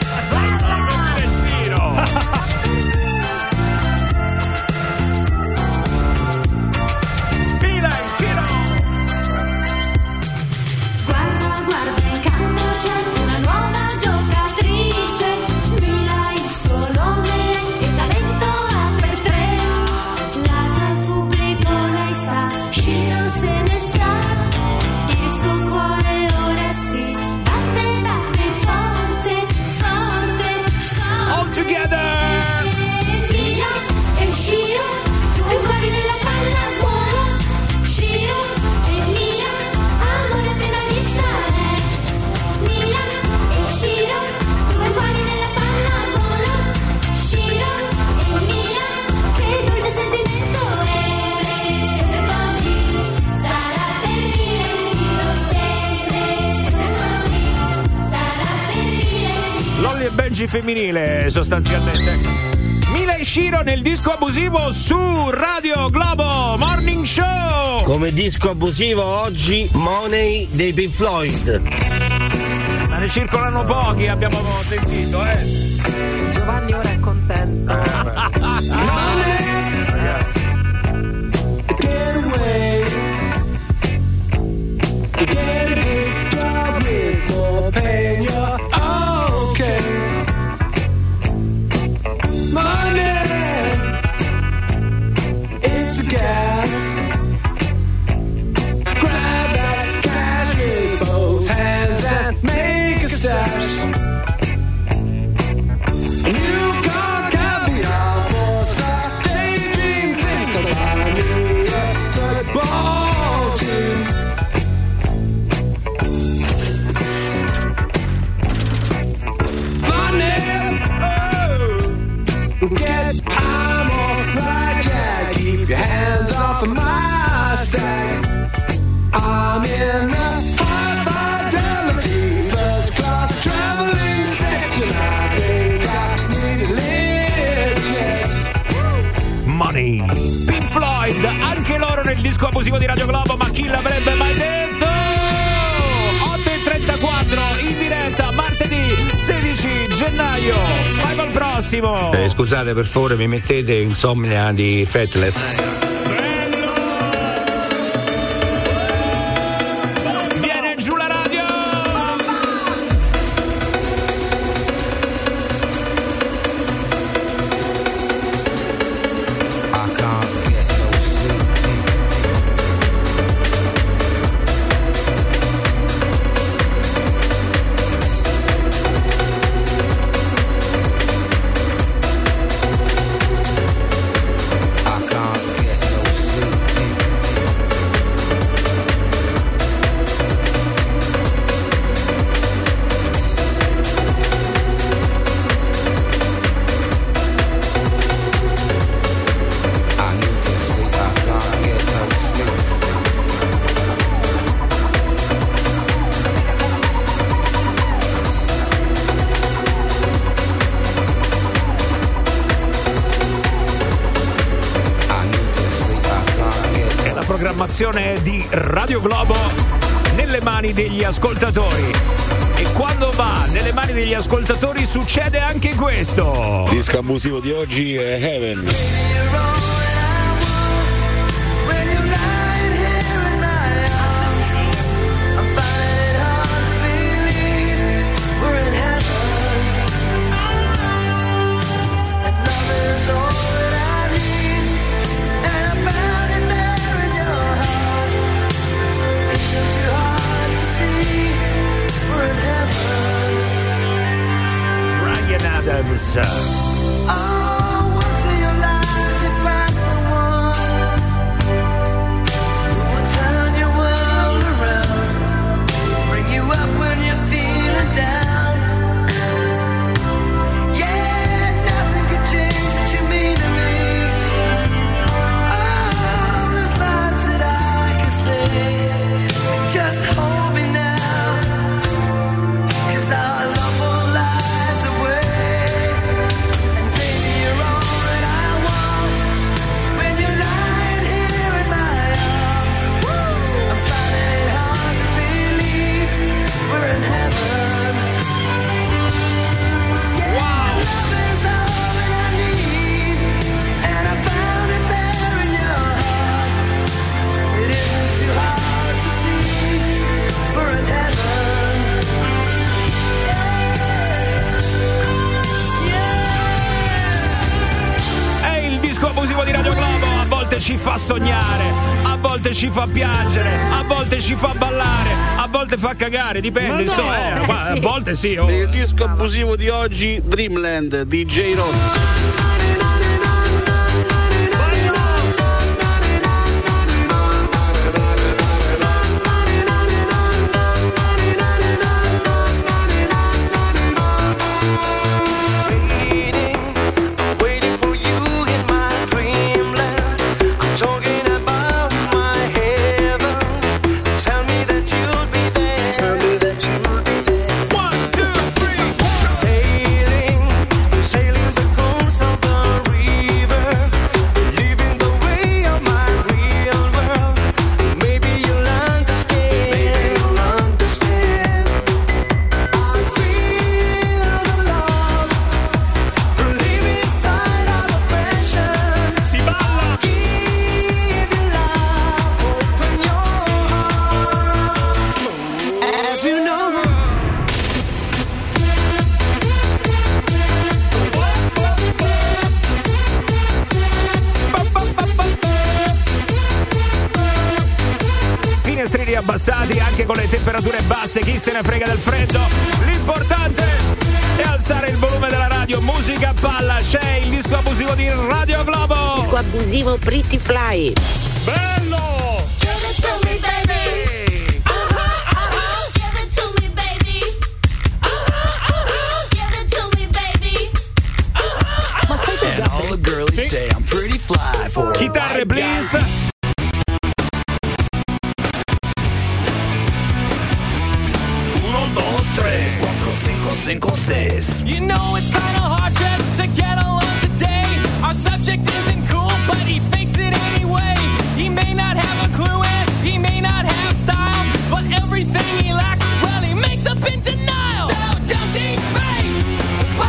Femminile sostanzialmente. Mila e Shiro nel disco abusivo su Radio Globo Morning Show. Come disco abusivo oggi Money dei Pink Floyd. Ma ne circolano pochi, abbiamo sentito, eh. Giovanni ora è contento. Ragazzi. Get away. Get a good job with the pain. You're okay. Money, it's a gas. Grab that cash with both hands and make a stash. You can't caviar for start daydream. Think about me, a football team. Get, I'm alright, Jack. Keep your hands off of my stack. I'm in a high fidelity first class traveling section. I think I need a legit. Money, Pink Floyd, anche loro nel disco abusivo di Radio Globo, ma chi l'avrebbe mai detto? otto e trentaquattro in diretta, martedì gennaio. Vai col prossimo. Eh, scusate, per favore, mi mettete Insomnia di Faithless. Viene giù la radio. Di Radio Globo nelle mani degli ascoltatori, e quando va nelle mani degli ascoltatori succede anche questo. Il disco abusivo di oggi è Heaven. Adams. Ci fa sognare, a volte ci fa piangere, a volte ci fa ballare, a volte fa cagare, dipende, insomma, no, eh, eh, a volte sì. Oh. Il disco abusivo di oggi, Dreamland, D J Ross. Abbassati anche con le temperature basse, chi se ne frega del freddo, l'importante è alzare il volume della radio. Musica a palla, c'è il disco abusivo di Radio Globo, disco abusivo Pretty Fly. Bello! Chitarre please. Cinco, seis. You know it's kind of hard just to get along today. Our subject isn't cool, but he fakes it anyway. He may not have a clue and he may not have style, but everything he lacks, well, he makes up in denial. So don't think fake.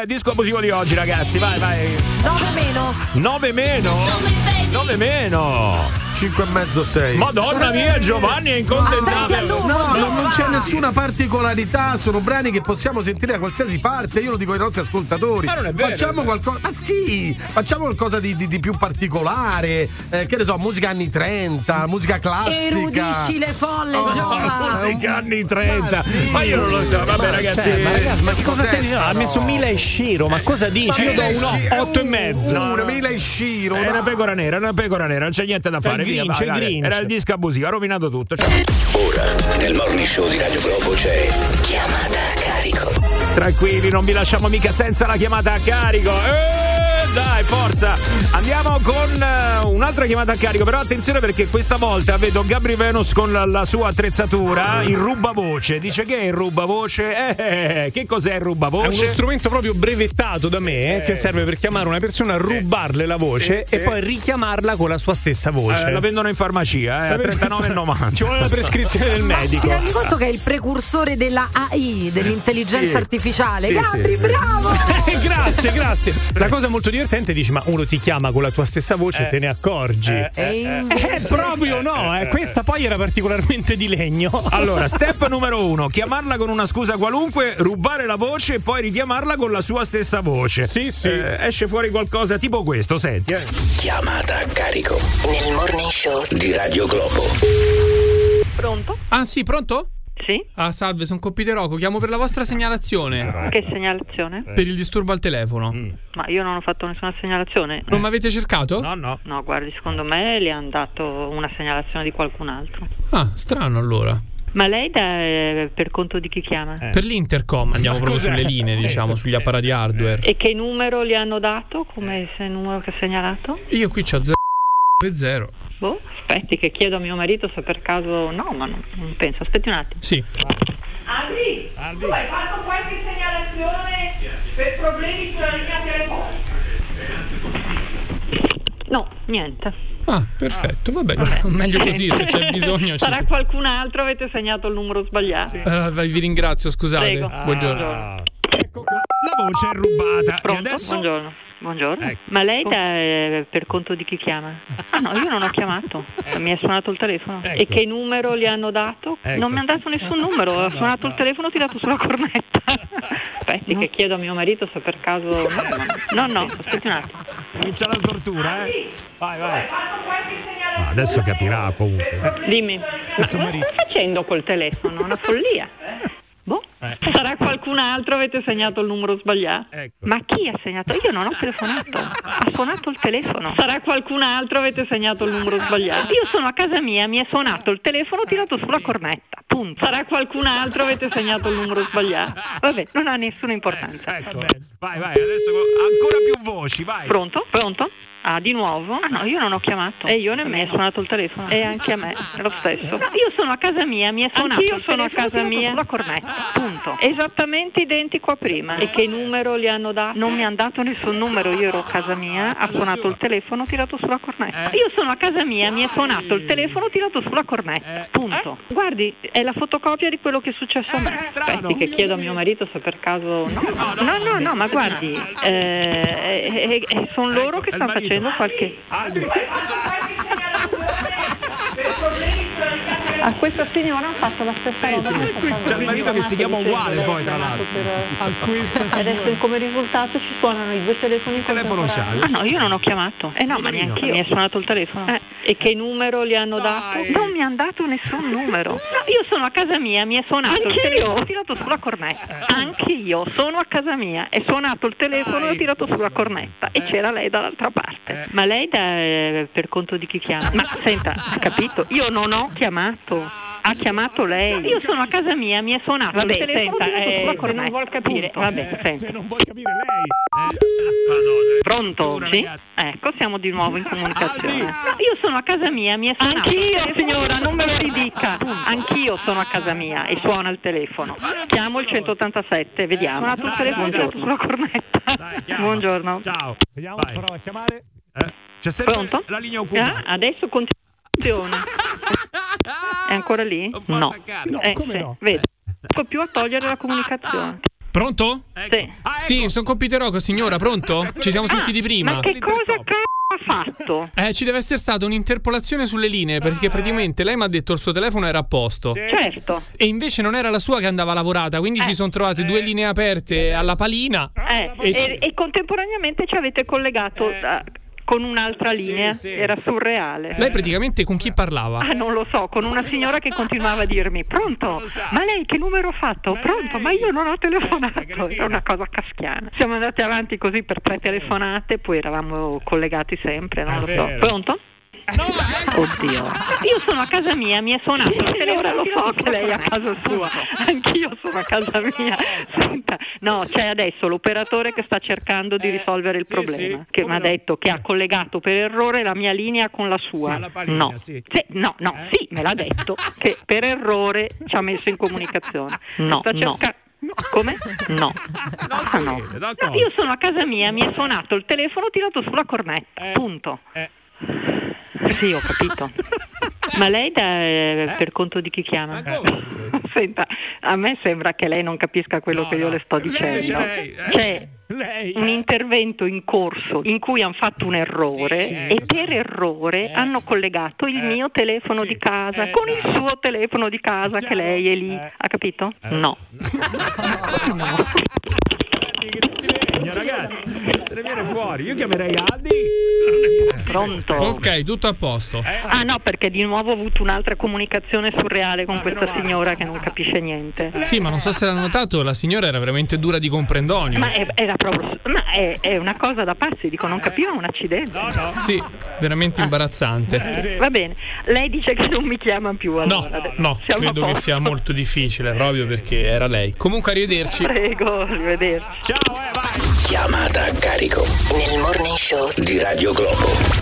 disco abusivo di oggi, ragazzi. Vai, vai. nove meno. nove meno? nove meno. cinque e mezzo, sei. Madonna mia, Giovanni è incontentabile. No, no, non c'è nessuna particolarità, sono brani che possiamo sentire da qualsiasi parte, io lo dico ai nostri ascoltatori. Ma non è vero. Facciamo qualcosa, ma sì, facciamo qualcosa di, di, di più particolare, eh, che ne so, musica anni trenta, musica classica. Erudisci le folle, Oh, Giova. Musica anni trenta. Ma sì. Ma io non lo so, vabbè Ma ragazzi. Cioè, ma ragazzi, ma che cosa Cos'è stai dicendo? sta Ha messo roba? Mila e Shiro, ma cosa dici? Io do Mila e uno Shiro, otto e mezzo. uh, Una Mila e Shiro. È una pecora nera, è una pecora nera, non c'è niente da fare. il via, Grinch, vai, il vai. Grinch. Era il disco abusivo, ha rovinato tutto. Ciao. Ora, nel Morning Show di Radio Globo c'è chiamata a carico. Tranquilli, non vi lasciamo mica senza la chiamata a carico. Eh, dai, forza. Andiamo con uh, un'altra chiamata a carico, però attenzione perché questa volta vedo Gabri Venus con la, la sua attrezzatura, il rubavoce. Dice che è il rubavoce? Eh, che cos'è il rubavoce? È uno strumento proprio brevettato da me eh, che serve per chiamare una persona, rubarle la voce eh, e poi richiamarla con la sua stessa voce. Eh, la vendono in farmacia, eh, a trentanove e novanta. Ci vuole la prescrizione del medico. Ti rendi conto che è il precursore della A I, dell'intelligenza Sì. artificiale? Sì, Gabri, sì. bravo! grazie, grazie. La cosa molto divertente dici, ma uno ti chiama con la tua stessa voce e Eh. te ne accorgi. Eh, E Eh, invece- proprio no, eh. Questa poi era particolarmente di legno. Allora, step numero uno, chiamarla con una scusa qualunque, rubare la voce e poi richiamarla con la sua stessa voce. Sì, sì. Eh, esce fuori qualcosa tipo questo, senti. Eh. Chiamata a carico Nel Morning Show. di Radio Globo. Pronto? Ah sì, pronto? Sì? Ah, salve, sono Compite Rocco, chiamo per la vostra segnalazione. Che segnalazione? Per il disturbo al telefono. Ma io non ho fatto nessuna segnalazione. Non mi avete cercato? No, no. No, guardi, secondo me le hanno dato una segnalazione di qualcun altro. Ah, strano allora. Ma lei da, eh, per conto di chi chiama? Per l'intercom andiamo Ma proprio cos'è? sulle linee, diciamo, sugli apparati hardware. E che numero le hanno dato? Come se il numero che ha segnalato? Io qui c'ho zero e zero. Boh, aspetti che chiedo a mio marito se per caso... No, ma non, non penso. Aspetti un attimo. Sì. Aldi, Aldi. tu hai fatto qualche segnalazione per problemi sulla linea telefonica? No, niente. Ah, perfetto, vabbè, meglio così, se c'è bisogno. Ci... Sarà qualcun altro, avete segnato il numero sbagliato. Eh, vi ringrazio, scusate. Prego. Buongiorno. Ah, ecco, la voce è rubata. Pronto? E adesso? Buongiorno. Buongiorno. Ecco. Ma lei da, eh, per conto di chi chiama? Ah no, io non ho chiamato. Mi è suonato il telefono. Ecco. E che numero le hanno dato? Ecco. Non mi hanno dato nessun numero. Ho suonato il telefono e ho tirato sulla cornetta. Aspetti che chiedo a mio marito se per caso... No, no, no, aspetti un attimo. Comincia la tortura, eh? Vai, vai. Ah, adesso capirà comunque. Dimmi, Stesso ma cosa marito. stai facendo col telefono? Una follia. Boh, Eh. sarà qualcun altro, avete segnato il numero sbagliato? Ecco. Ma chi ha segnato? Io non ho telefonato, ha suonato il telefono. Sarà qualcun altro, avete segnato il numero sbagliato? Io sono a casa mia, mi è suonato il telefono, ho tirato sulla cornetta, punto. Sarà qualcun altro, avete segnato il numero sbagliato? Vabbè, non ha nessuna importanza. Ecco. Vai, vai, adesso ancora più voci, vai. Pronto? Pronto? Ah, di nuovo? Ah no, io non ho chiamato. E io nemmeno. Mi è suonato il telefono. E anche a me, è lo stesso. Io sono a casa mia, mi è suonato Anch'io il sono a telefono, casa ho tirato mia. sulla cornetta, punto. Esattamente identico a prima. E che numero gli hanno dato? Non mi hanno dato nessun numero, io ero a casa mia, ha suonato il telefono, ho tirato sulla cornetta. Io sono a casa mia, mi è suonato il telefono, ho tirato sulla cornetta, punto. Guardi, è la fotocopia di quello che è successo a me. Aspetti che chiedo a mio marito se per caso... No, no, no, no, ma guardi, eh, eh, eh, sono loro che stanno facendo qualche... A questa signora hanno fatto la stessa roba. C'è il marito che si chiama uguale poi, tra l'altro. A questa Adesso come risultato ci suonano i due telefoni in telefono contemporanea. c'hai? Ah no, io non ho chiamato. Eh no, ma neanche io. Mi è suonato il telefono. Eh, e che numero gli hanno dato? Non mi hanno dato nessun numero. No, io sono a casa mia, mi è suonato il Anch'io. telefono, ho tirato sulla cornetta. Anch'io sono a casa mia, è suonato il telefono e ho tirato sulla cornetta. E c'era lei dall'altra parte. Ma lei da, eh, per conto di chi chiama? Ma senta, ha capito? Io non ho chiamato. Ha chiamato lei. Io sono a casa mia, mi è suonato Vabbè, il telefono, senta, ho tirato eh, sulla se cornetta. non vuol capire, Punto. vabbè, Senta. Se non vuoi capire lei. Pronto? Sì? Ecco, siamo di nuovo in comunicazione. No, io sono a casa mia, mi è suonato. Anch'io, il telefono, signora, non me lo ridica. Anch'io sono a casa mia e suona il telefono. Chiamo il centottantasette, vediamo. Ha suonato il telefono, ho tirato sulla cornetta. Buongiorno. Ciao. Vediamo, prova a chiamare. Eh, c'è sempre Pronto? la linea occupata. Ah, adesso continua. È ancora lì? No. No, Eh, come sì, no? Vedi, non riesco più a togliere la comunicazione. Pronto? Sì. Sì, sono Coppi Rocco, signora, pronto? Ci siamo sentiti prima. Ma che cosa c***o ha fatto? Eh, ci deve essere stata un'interpolazione sulle linee, perché praticamente lei mi ha detto il suo telefono era a posto. Certo. E invece non era la sua che andava lavorata, quindi Eh. si sono trovate due linee aperte alla palina. Eh, E- e, e contemporaneamente ci avete collegato da- con un'altra linea, era surreale. Lei praticamente con chi parlava? Ah, non lo so, con una signora che continuava a dirmi: pronto? Ma lei che numero ha fatto? Pronto? Ma io non ho telefonato. Era una cosa caschiana. Siamo andati avanti così per tre telefonate, poi eravamo collegati sempre, non lo so. Pronto? Oddio, io sono a casa mia, mi è suonato il telefono, lo so che lei è a casa sua, anch'io sono a casa mia. Senta, no, c'è adesso l'operatore che sta cercando di risolvere il problema, che mi ha detto che ha collegato per errore la mia linea con la sua. No, sì, no, no, sì, me l'ha detto che per errore ci ha messo in comunicazione. No, sta no. cerca- Come? No. Ah, no. No, io sono a casa mia, mi è suonato il telefono, ho tirato sulla cornetta. Punto. Sì, ho capito. Ma lei da, eh, per conto di chi chiama? Senta, a me sembra che lei non capisca quello che io le sto dicendo. C'è un intervento in corso in cui hanno fatto un errore e per errore hanno collegato il mio telefono di casa con il suo telefono di casa che lei è lì. Ha capito? No. Ragazzi, deve viene fuori. Io chiamerei Adi. Pronto? Ok, tutto a posto. Ah no, perché di nuovo ho avuto un'altra comunicazione surreale con questa signora che non capisce niente. Sì, ma non so se l'ha notato, la signora era veramente dura di comprendonio. Ma è, era proprio, ma è, è una cosa da pazzi, dico, non capivo un accidente. Sì, veramente imbarazzante. Va bene, lei dice che non mi chiama più No, allora. adesso. no, Siamo a credo che posto. sia molto difficile, proprio perché era lei. Comunque, arrivederci. Prego, arrivederci. Ciao, eh, vai. Chiamata a carico Nel Morning Show di Radio Globo.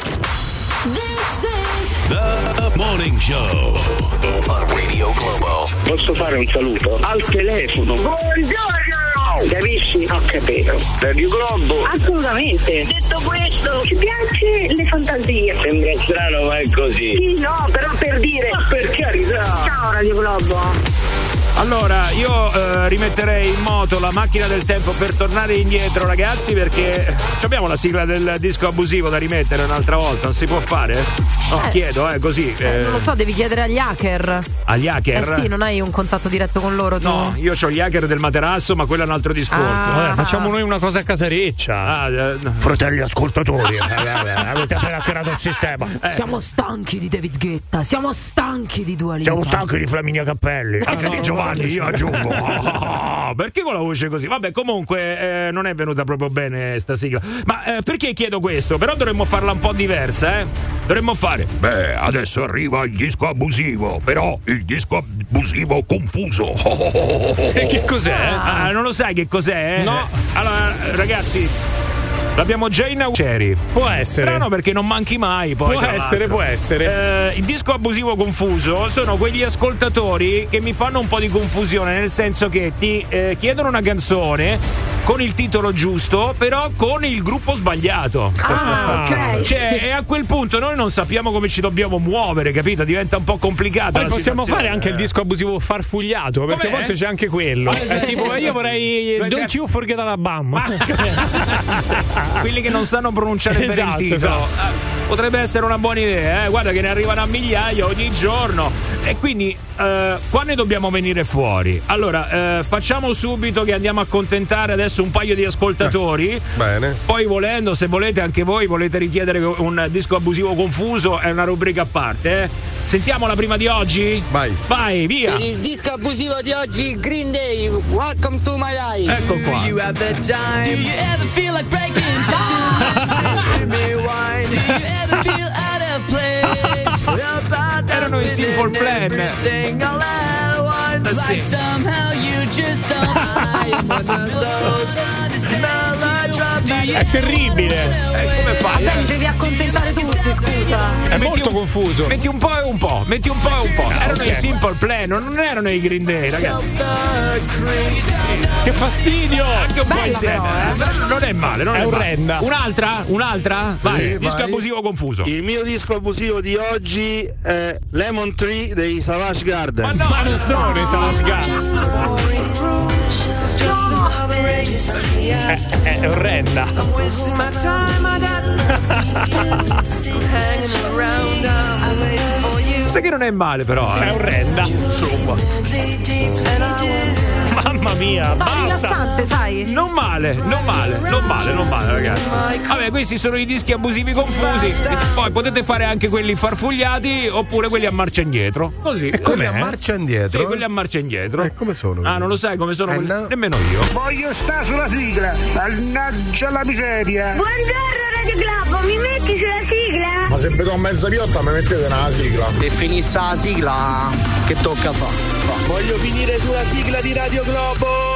The Morning Show on Radio Globo. Posso fare un saluto? Al telefono. Buongiorno! Capisci? Ho capito. Radio Globo. Assolutamente. Detto questo, ci piace le fantasie. Sembra strano, ma è così. Sì, no, però per dire. Ma per carità. Ciao Radio Globo. Allora, io eh, rimetterei in moto la macchina del tempo per tornare indietro, ragazzi, perché abbiamo la sigla del disco abusivo da rimettere un'altra volta, non si può fare? No, Eh. chiedo, eh, così. Eh, eh, non lo so, devi chiedere agli hacker. Agli hacker? Eh sì, non hai un contatto diretto con loro tu? No, io ho gli hacker del materasso, ma quello è un altro discorso. Ah. Vabbè, facciamo noi una cosa casareccia. Ah, eh, no. Fratelli ascoltatori, avete appena creato il sistema. Siamo stanchi di David Guetta, siamo stanchi di Dua Lipa. Siamo stanchi di Flaminia Cappelli. Ah, Anche no, di no, Giovanni, no, io no. aggiungo. Ah, perché con la voce così? Vabbè, comunque eh, non è venuta proprio bene sta sigla. Ma eh, perché chiedo questo? Però dovremmo farla un po' diversa, eh? Dovremmo fare. Beh, adesso arriva il disco abusivo, però il disco abusivo confuso. E che cos'è? Ah, non lo sai che cos'è? No. Allora, ragazzi, l'abbiamo già inaugurato. Può essere. Strano perché non manchi mai. Poi, Può tra essere, l'altro. può essere. Eh, il disco abusivo confuso sono quegli ascoltatori che mi fanno un po' di confusione, nel senso che ti eh, chiedono una canzone con il titolo giusto, però con il gruppo sbagliato. Ah, ok. Cioè, e a quel punto noi non sappiamo come ci dobbiamo muovere, capito? Diventa un po' complicato. Poi la possiamo situazione. fare anche il disco abusivo farfugliato, perché Com'è? a volte c'è anche quello. È tipo, io vorrei Cioè- Don't You Forget Alabama. Quelli che non sanno pronunciare bene Esatto, il titolo. esatto. Eh, Potrebbe essere una buona idea, eh? Guarda che ne arrivano a migliaia ogni giorno. E quindi eh, qua ne dobbiamo venire fuori. Allora, eh, facciamo subito che andiamo a accontentare adesso un paio di ascoltatori. Bene. Poi volendo, se volete anche voi, volete richiedere un disco abusivo confuso, è una rubrica a parte, eh? Sentiamo la prima di oggi? Vai. Vai, via. Per il disco abusivo di oggi, Green Day, Welcome to my life. Ecco qua. Do you have the time? Do you ever feel like breaking down? Listen to me whine. Do you ever feel out of place? About Erano i Simple Plan. everything all at once. Eh, sì. Like somehow you just don't I'm one of those melodramatic. È terribile. Eh, come fai? Beh, li Eh? devi accontentare tutti, scusa. È Metti molto un- confuso. Metti un po' e un po', metti un po' e un po'. Erano ok. i Simple Plan, non erano i Green Day, ragazzi. Che fastidio! Anche un po' Bella insieme, però, eh. Però non è male, non è, È male. orrenda. Un'altra? Un'altra? Vai, Sì, disco vai. abusivo confuso. Il mio disco abusivo di oggi è Lemon Tree dei Savage Garden. Ma no, Ma non sono i Savage Garden. È, è orrenda. Sai che non è male però, eh? È orrenda. Insomma. Mamma mia, Ma basta. rilassante, sai? Non male, non male, non male, non male, ragazzi. Vabbè, questi sono i dischi abusivi confusi. Poi potete fare anche quelli farfugliati oppure quelli a marcia indietro. Così. E quelli a marcia indietro? Sì, quelli a marcia indietro. Eh, come sono? Ah, non lo sai come sono? Eh, quelli? no. Nemmeno io. Voglio stare sulla sigla. Mannaggia la miseria. Buongiorno Radio Globo, mi metti sulla sigla? Ma se vedo a mezza piotta mi mettete una sigla. E finisse la sigla, che tocca fare? Voglio finire sulla sigla di Radio Globo.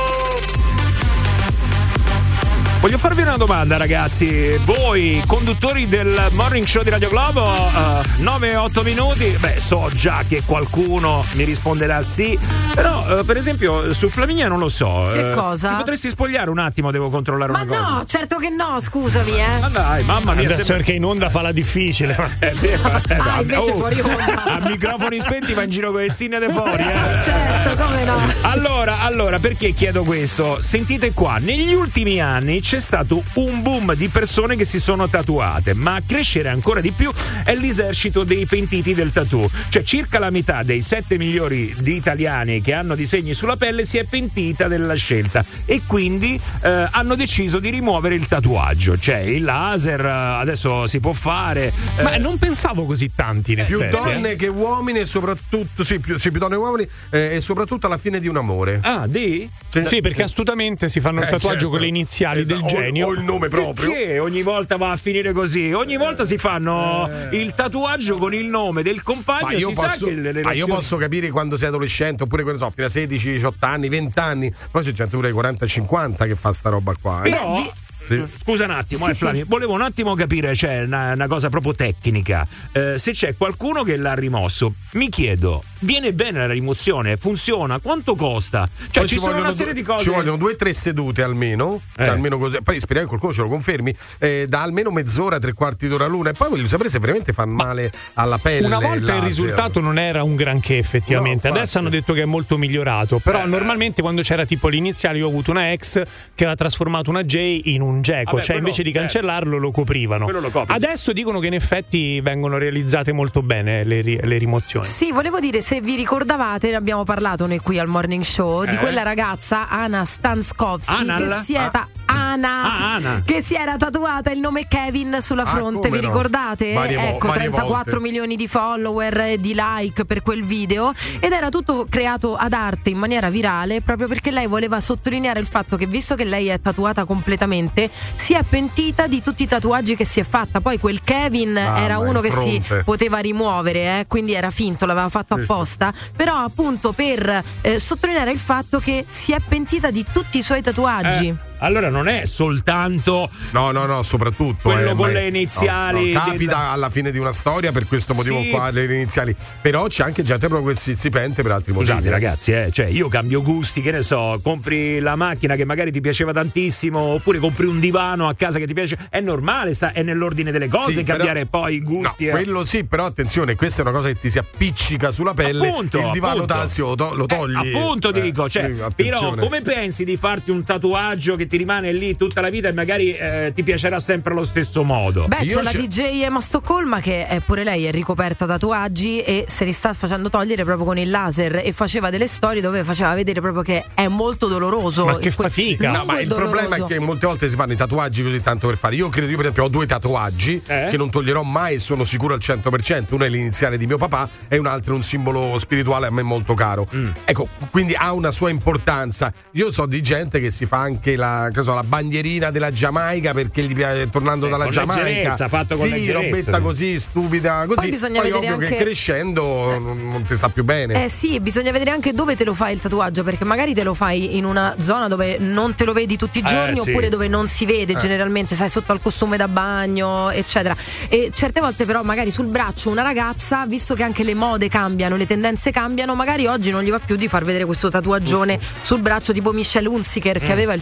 Voglio farvi una domanda, ragazzi. Voi, conduttori del Morning Show di Radio Globo, uh, nove otto minuti. Beh, so già che qualcuno mi risponderà sì. Però, uh, per esempio, su Flaminia non lo so. Che uh, cosa? Mi potresti spogliare un attimo? Devo controllare Ma una cosa. no, certo che no, scusami, eh. Ma dai, mamma mia. Adesso sembra- perché in onda fa la difficile. Eh, beh, eh, Ah, no, invece oh, fuori onda. a microfoni spenti va in giro con il zinne de fuori, eh. Certo, come no. Allora, allora, perché chiedo questo? Sentite qua, negli ultimi anni c'è stato un boom di persone che si sono tatuate, ma a crescere ancora di più è l'esercito dei pentiti del tattoo. Cioè circa la metà dei sette milioni di italiani che hanno disegni sulla pelle si è pentita della scelta e quindi eh, hanno deciso di rimuovere il tatuaggio. Cioè il laser adesso si può fare. Eh, Ma non pensavo così tanti, in Più effetti. donne che uomini e soprattutto sì più, sì, più donne che uomini eh, e soprattutto alla fine di un amore. Ah, di? Sì, perché astutamente si fanno il Eh, tatuaggio certo. con le iniziali Esatto. del O- genio. o il nome proprio. Perché ogni volta va a finire così? Ogni volta si fanno il tatuaggio con il nome del compagno. Ma io, si posso, sa che le ma io relazioni... posso capire quando sei adolescente oppure quando so, fino a sedici diciotto anni, venti anni, però c'è gente pure quaranta cinquanta che fa sta roba qua. Eh. Però Sì. scusa un attimo, Sì, eh, Flavio, sì. volevo un attimo capire, c'è una, una cosa proprio tecnica. Eh, se c'è qualcuno che l'ha rimosso, mi chiedo, viene bene la rimozione? Funziona? Quanto costa? Cioè Poi ci sono vogliono una serie due- di cose. Ci vogliono due o tre sedute almeno, Eh. cioè almeno così. Poi speriamo che qualcuno ce lo confermi. eh, da almeno mezz'ora, tre quarti d'ora l'una. E poi voglio sapere se veramente fanno male alla pelle. Una volta il laser. risultato non era un granché effettivamente, No, adesso hanno detto che è molto migliorato, però normalmente quando c'era tipo l'iniziale io ho avuto una ex che aveva trasformato una J in un Geco, Vabbè, cioè quello- invece di certo. cancellarlo lo coprivano. Quello lo copri. Adesso dicono che in effetti vengono realizzate molto bene le, ri- le rimozioni. Sì, volevo dire, se vi ricordavate, ne abbiamo parlato noi qui al Morning Show, di Eh? quella ragazza, Anna Stanskovsky, Anal? che si è Ah. ta- Ana, Ah, Ana. che si era tatuata il nome Kevin sulla Ah, fronte, come vi no? ricordate? Varie vo- ecco, varie trentaquattro volte. milioni di follower e di like per quel video, ed era tutto creato ad arte in maniera virale, proprio perché lei voleva sottolineare il fatto che, visto che lei è tatuata completamente, si è pentita di tutti i tatuaggi che si è fatta. Poi quel Kevin Ah, era ma uno in che si fronte. poteva rimuovere, eh, quindi era finto, l'aveva fatto apposta, però appunto per eh, sottolineare il fatto che si è pentita di tutti i suoi tatuaggi. Eh, allora non è soltanto No, no, no, soprattutto quello eh, con ma- le iniziali no, no, capita del- alla fine di una storia per questo motivo Sì. qua, le iniziali. Però c'è anche gente proprio che si, si pente per altri motivi. Scusate eh. ragazzi, eh, cioè io cambio gusti, che ne so, compri la macchina che magari ti piaceva tantissimo, oppure compri un divano a casa che ti piace, è normale, sta, è nell'ordine delle cose Sì, però- cambiare poi i gusti. No, eh. quello sì, però attenzione, questa è una cosa che ti si appiccica sulla pelle. Appunto, il divano appunto. Tazio lo, to- lo togli. Eh, appunto Eh, dico, cioè, sì, però attenzione. come pensi di farti un tatuaggio che ti rimane lì tutta la vita e magari eh, ti piacerà sempre allo stesso modo? Beh, Io c'è la c'è- D J Emma Stoccolma che è pure lei è ricoperta tatuaggi e se li sta facendo togliere proprio con il laser, e faceva delle storie dove faceva vedere proprio che è molto doloroso. Ma che Que- fatica. lungo No, ma e il doloroso. problema è che molte volte si fanno i tatuaggi così tanto per fare. Io credo, io per esempio ho due tatuaggi Eh? che non toglierò mai e sono sicuro al cento per cento. Uno è l'iniziale di mio papà e un altro è un simbolo spirituale a me molto caro. Mm. Ecco, quindi ha una sua importanza. Io so di gente che si fa anche la, che so, la bandierina della Giamaica perché gli piace, tornando Eh, dalla con Giamaica. leggerezza, fatto con sì, leggerezza. robetta così, stupida, così. Poi bisogna vedere ovvio che anche- crescendo non, non ti sta più bene. Eh sì, bisogna vedere anche dove te lo fai il tatuaggio, perché magari te lo fai in una zona dove non te lo vedi tutti i Eh, giorni, sì. oppure dove non si vede Eh. generalmente, sai, sotto al costume da bagno, eccetera. E certe volte però magari sul braccio una ragazza, visto che anche le mode cambiano, le tendenze cambiano, magari oggi non gli va più di far vedere questo tatuaggione sul braccio tipo Michelle Hunziker che Mm. aveva il filo spinato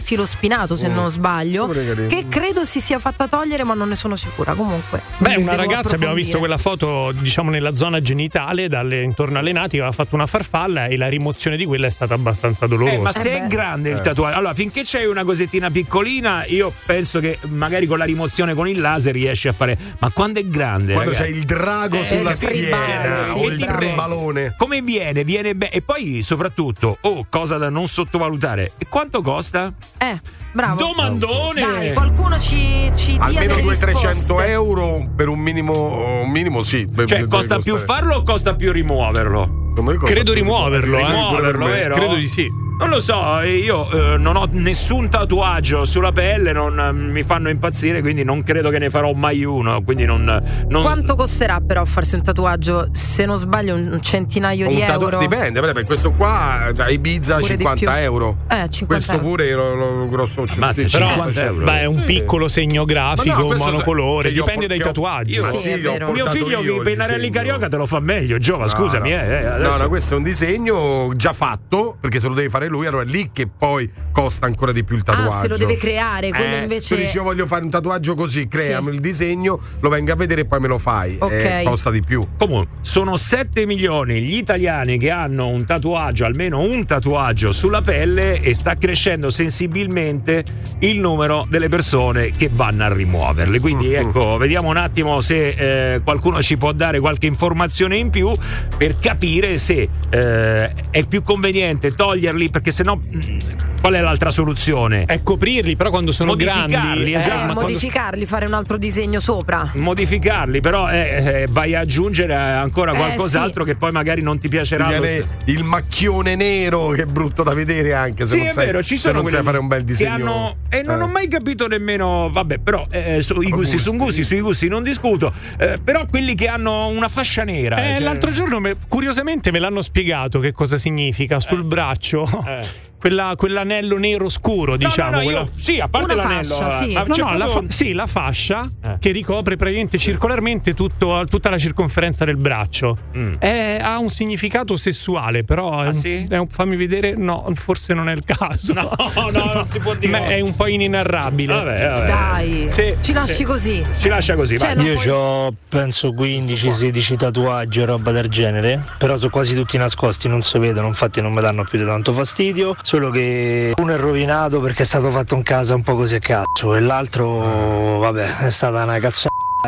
rovinato se Mm. non sbaglio, Pure che credo si sia fatta togliere, ma non ne sono sicura. Comunque Beh, devo una ragazza, abbiamo approfondire. visto quella foto, diciamo, nella zona genitale, dalle, intorno alle natiche, aveva fatto una farfalla e la rimozione di quella è stata abbastanza dolorosa. Eh, ma se è grande il tatuaggio, allora finché c'hai una cosettina piccolina, io penso che magari con la rimozione con il laser riesci a fare. Ma quando è grande, Quando ragazzi? c'hai il drago Eh, sulla il schiena tribale, sì, o il metti bene. trimbalone. Come viene? Viene bene. E poi soprattutto, oh, cosa da non sottovalutare, e quanto costa? Eh, bravo. Domandone! Dai, qualcuno ci, ci dia Almeno delle duecento trecento risposte. euro per un minimo, un minimo sì. Cioè, costa più farlo o costa più rimuoverlo? Credo rimuoverlo, eh. Rimuoverlo, vero? Credo di sì. Non lo so, io eh, non ho nessun tatuaggio sulla pelle, non eh, mi fanno impazzire, quindi non credo che ne farò mai uno. Quindi non. non... Quanto costerà però farsi un tatuaggio? Se non sbaglio, un centinaio di Un tatu- euro. Dipende, per questo qua a Ibiza Pure di cinquanta più. euro. Eh, cinquanta Questo euro. pure lo, lo grosso Ammazza, centinaio. cinquanta euro. Beh, è un Sì. piccolo segno grafico, Ma no, questo monocolore, che io ho dipende por- dai che ho- tatuaggi. io- Sì, sì, è io ho vero. Mio portato figlio io i il pennarelli disegno. carioca te lo fa meglio, Giova, No, scusami, no. eh, eh, adesso... No, no, questo è un disegno già fatto, perché se lo devi fare lui, allora è lì che poi costa ancora di più il tatuaggio. Ah, se lo deve creare, quello Eh, invece. Tu dici io voglio fare un tatuaggio così, creami Sì. il disegno, lo venga a vedere e poi me lo fai. Ok. Eh, costa di più. Comunque, sono sette milioni gli italiani che hanno un tatuaggio, almeno un tatuaggio sulla pelle, e sta crescendo sensibilmente il numero delle persone che vanno a rimuoverli. Quindi ecco, vediamo un attimo se eh, qualcuno ci può dare qualche informazione in più per capire se eh, è più conveniente toglierli, perché sennò mh, qual è l'altra soluzione? È coprirli, però quando sono Modificarli, grandi. esatto. Eh, ma quando- modificarli, fare un altro disegno sopra. Modificarli, però eh, eh, vai a aggiungere ancora Eh, qualcos'altro che poi magari non ti piacerà. Ti lo viene il macchione nero, che è brutto da vedere anche se Sì, non è sai, vero, ci se sono non sai quelli fare un bel che disegno. hanno- e non Eh. ho mai capito nemmeno, vabbè, però eh, su, i gusti gusti. sono gusti, sui gusti non discuto, eh, però quelli che hanno una fascia nera. Eh, cioè- l'altro giorno, me- curiosamente, me l'hanno spiegato che cosa significa sul braccio. Eh. Quella, quell'anello nero scuro, diciamo. no, no, quella- io- sì, a parte Una l'anello, fascia, sì. ma No, c'è no, la proprio- fa- sì, la fascia Eh. che ricopre praticamente circolarmente tutto- tutta la circonferenza del braccio. Mm. È- ha un significato sessuale, però è Ah, un- sì? è un- fammi vedere, no, forse non è il caso. No, no, non si può dire. Ma è un po' inenarrabile. Vabbè, vabbè. Dai, Sì, ci lasci sì. così. Ci lascia così, Cioè, vai. non Io puoi- ho penso quindici sedici tatuaggi o roba del genere, però sono quasi tutti nascosti, non si vedono, infatti non mi danno più di tanto fastidio, solo che uno è rovinato perché è stato fatto in casa un po' così a cazzo e l'altro vabbè è stata una cazzata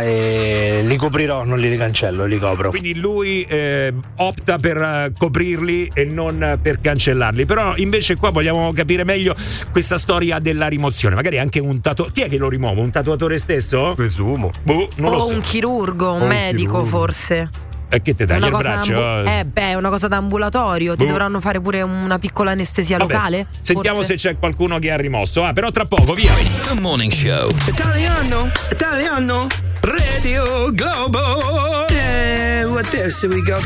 e li coprirò, non li ricancello, li copro. Quindi lui eh, opta per eh, coprirli e non per cancellarli. Però invece qua vogliamo capire meglio questa storia della rimozione. Magari anche un tatuatore. Chi è che lo rimuove? Un tatuatore stesso? Presumo. Boh, non o lo so. un chirurgo, un un medico chirurgo. forse. E che te dai Una il cosa braccio? ambu- eh beh, è una cosa da ambulatorio. Ti Boh. dovranno fare pure una piccola anestesia Vabbè, locale? sentiamo forse? se c'è qualcuno che ha rimosso. Ah, però tra poco, via. The Morning Show. Italiano, Italiano, Radio Globo. Eh, what else we got?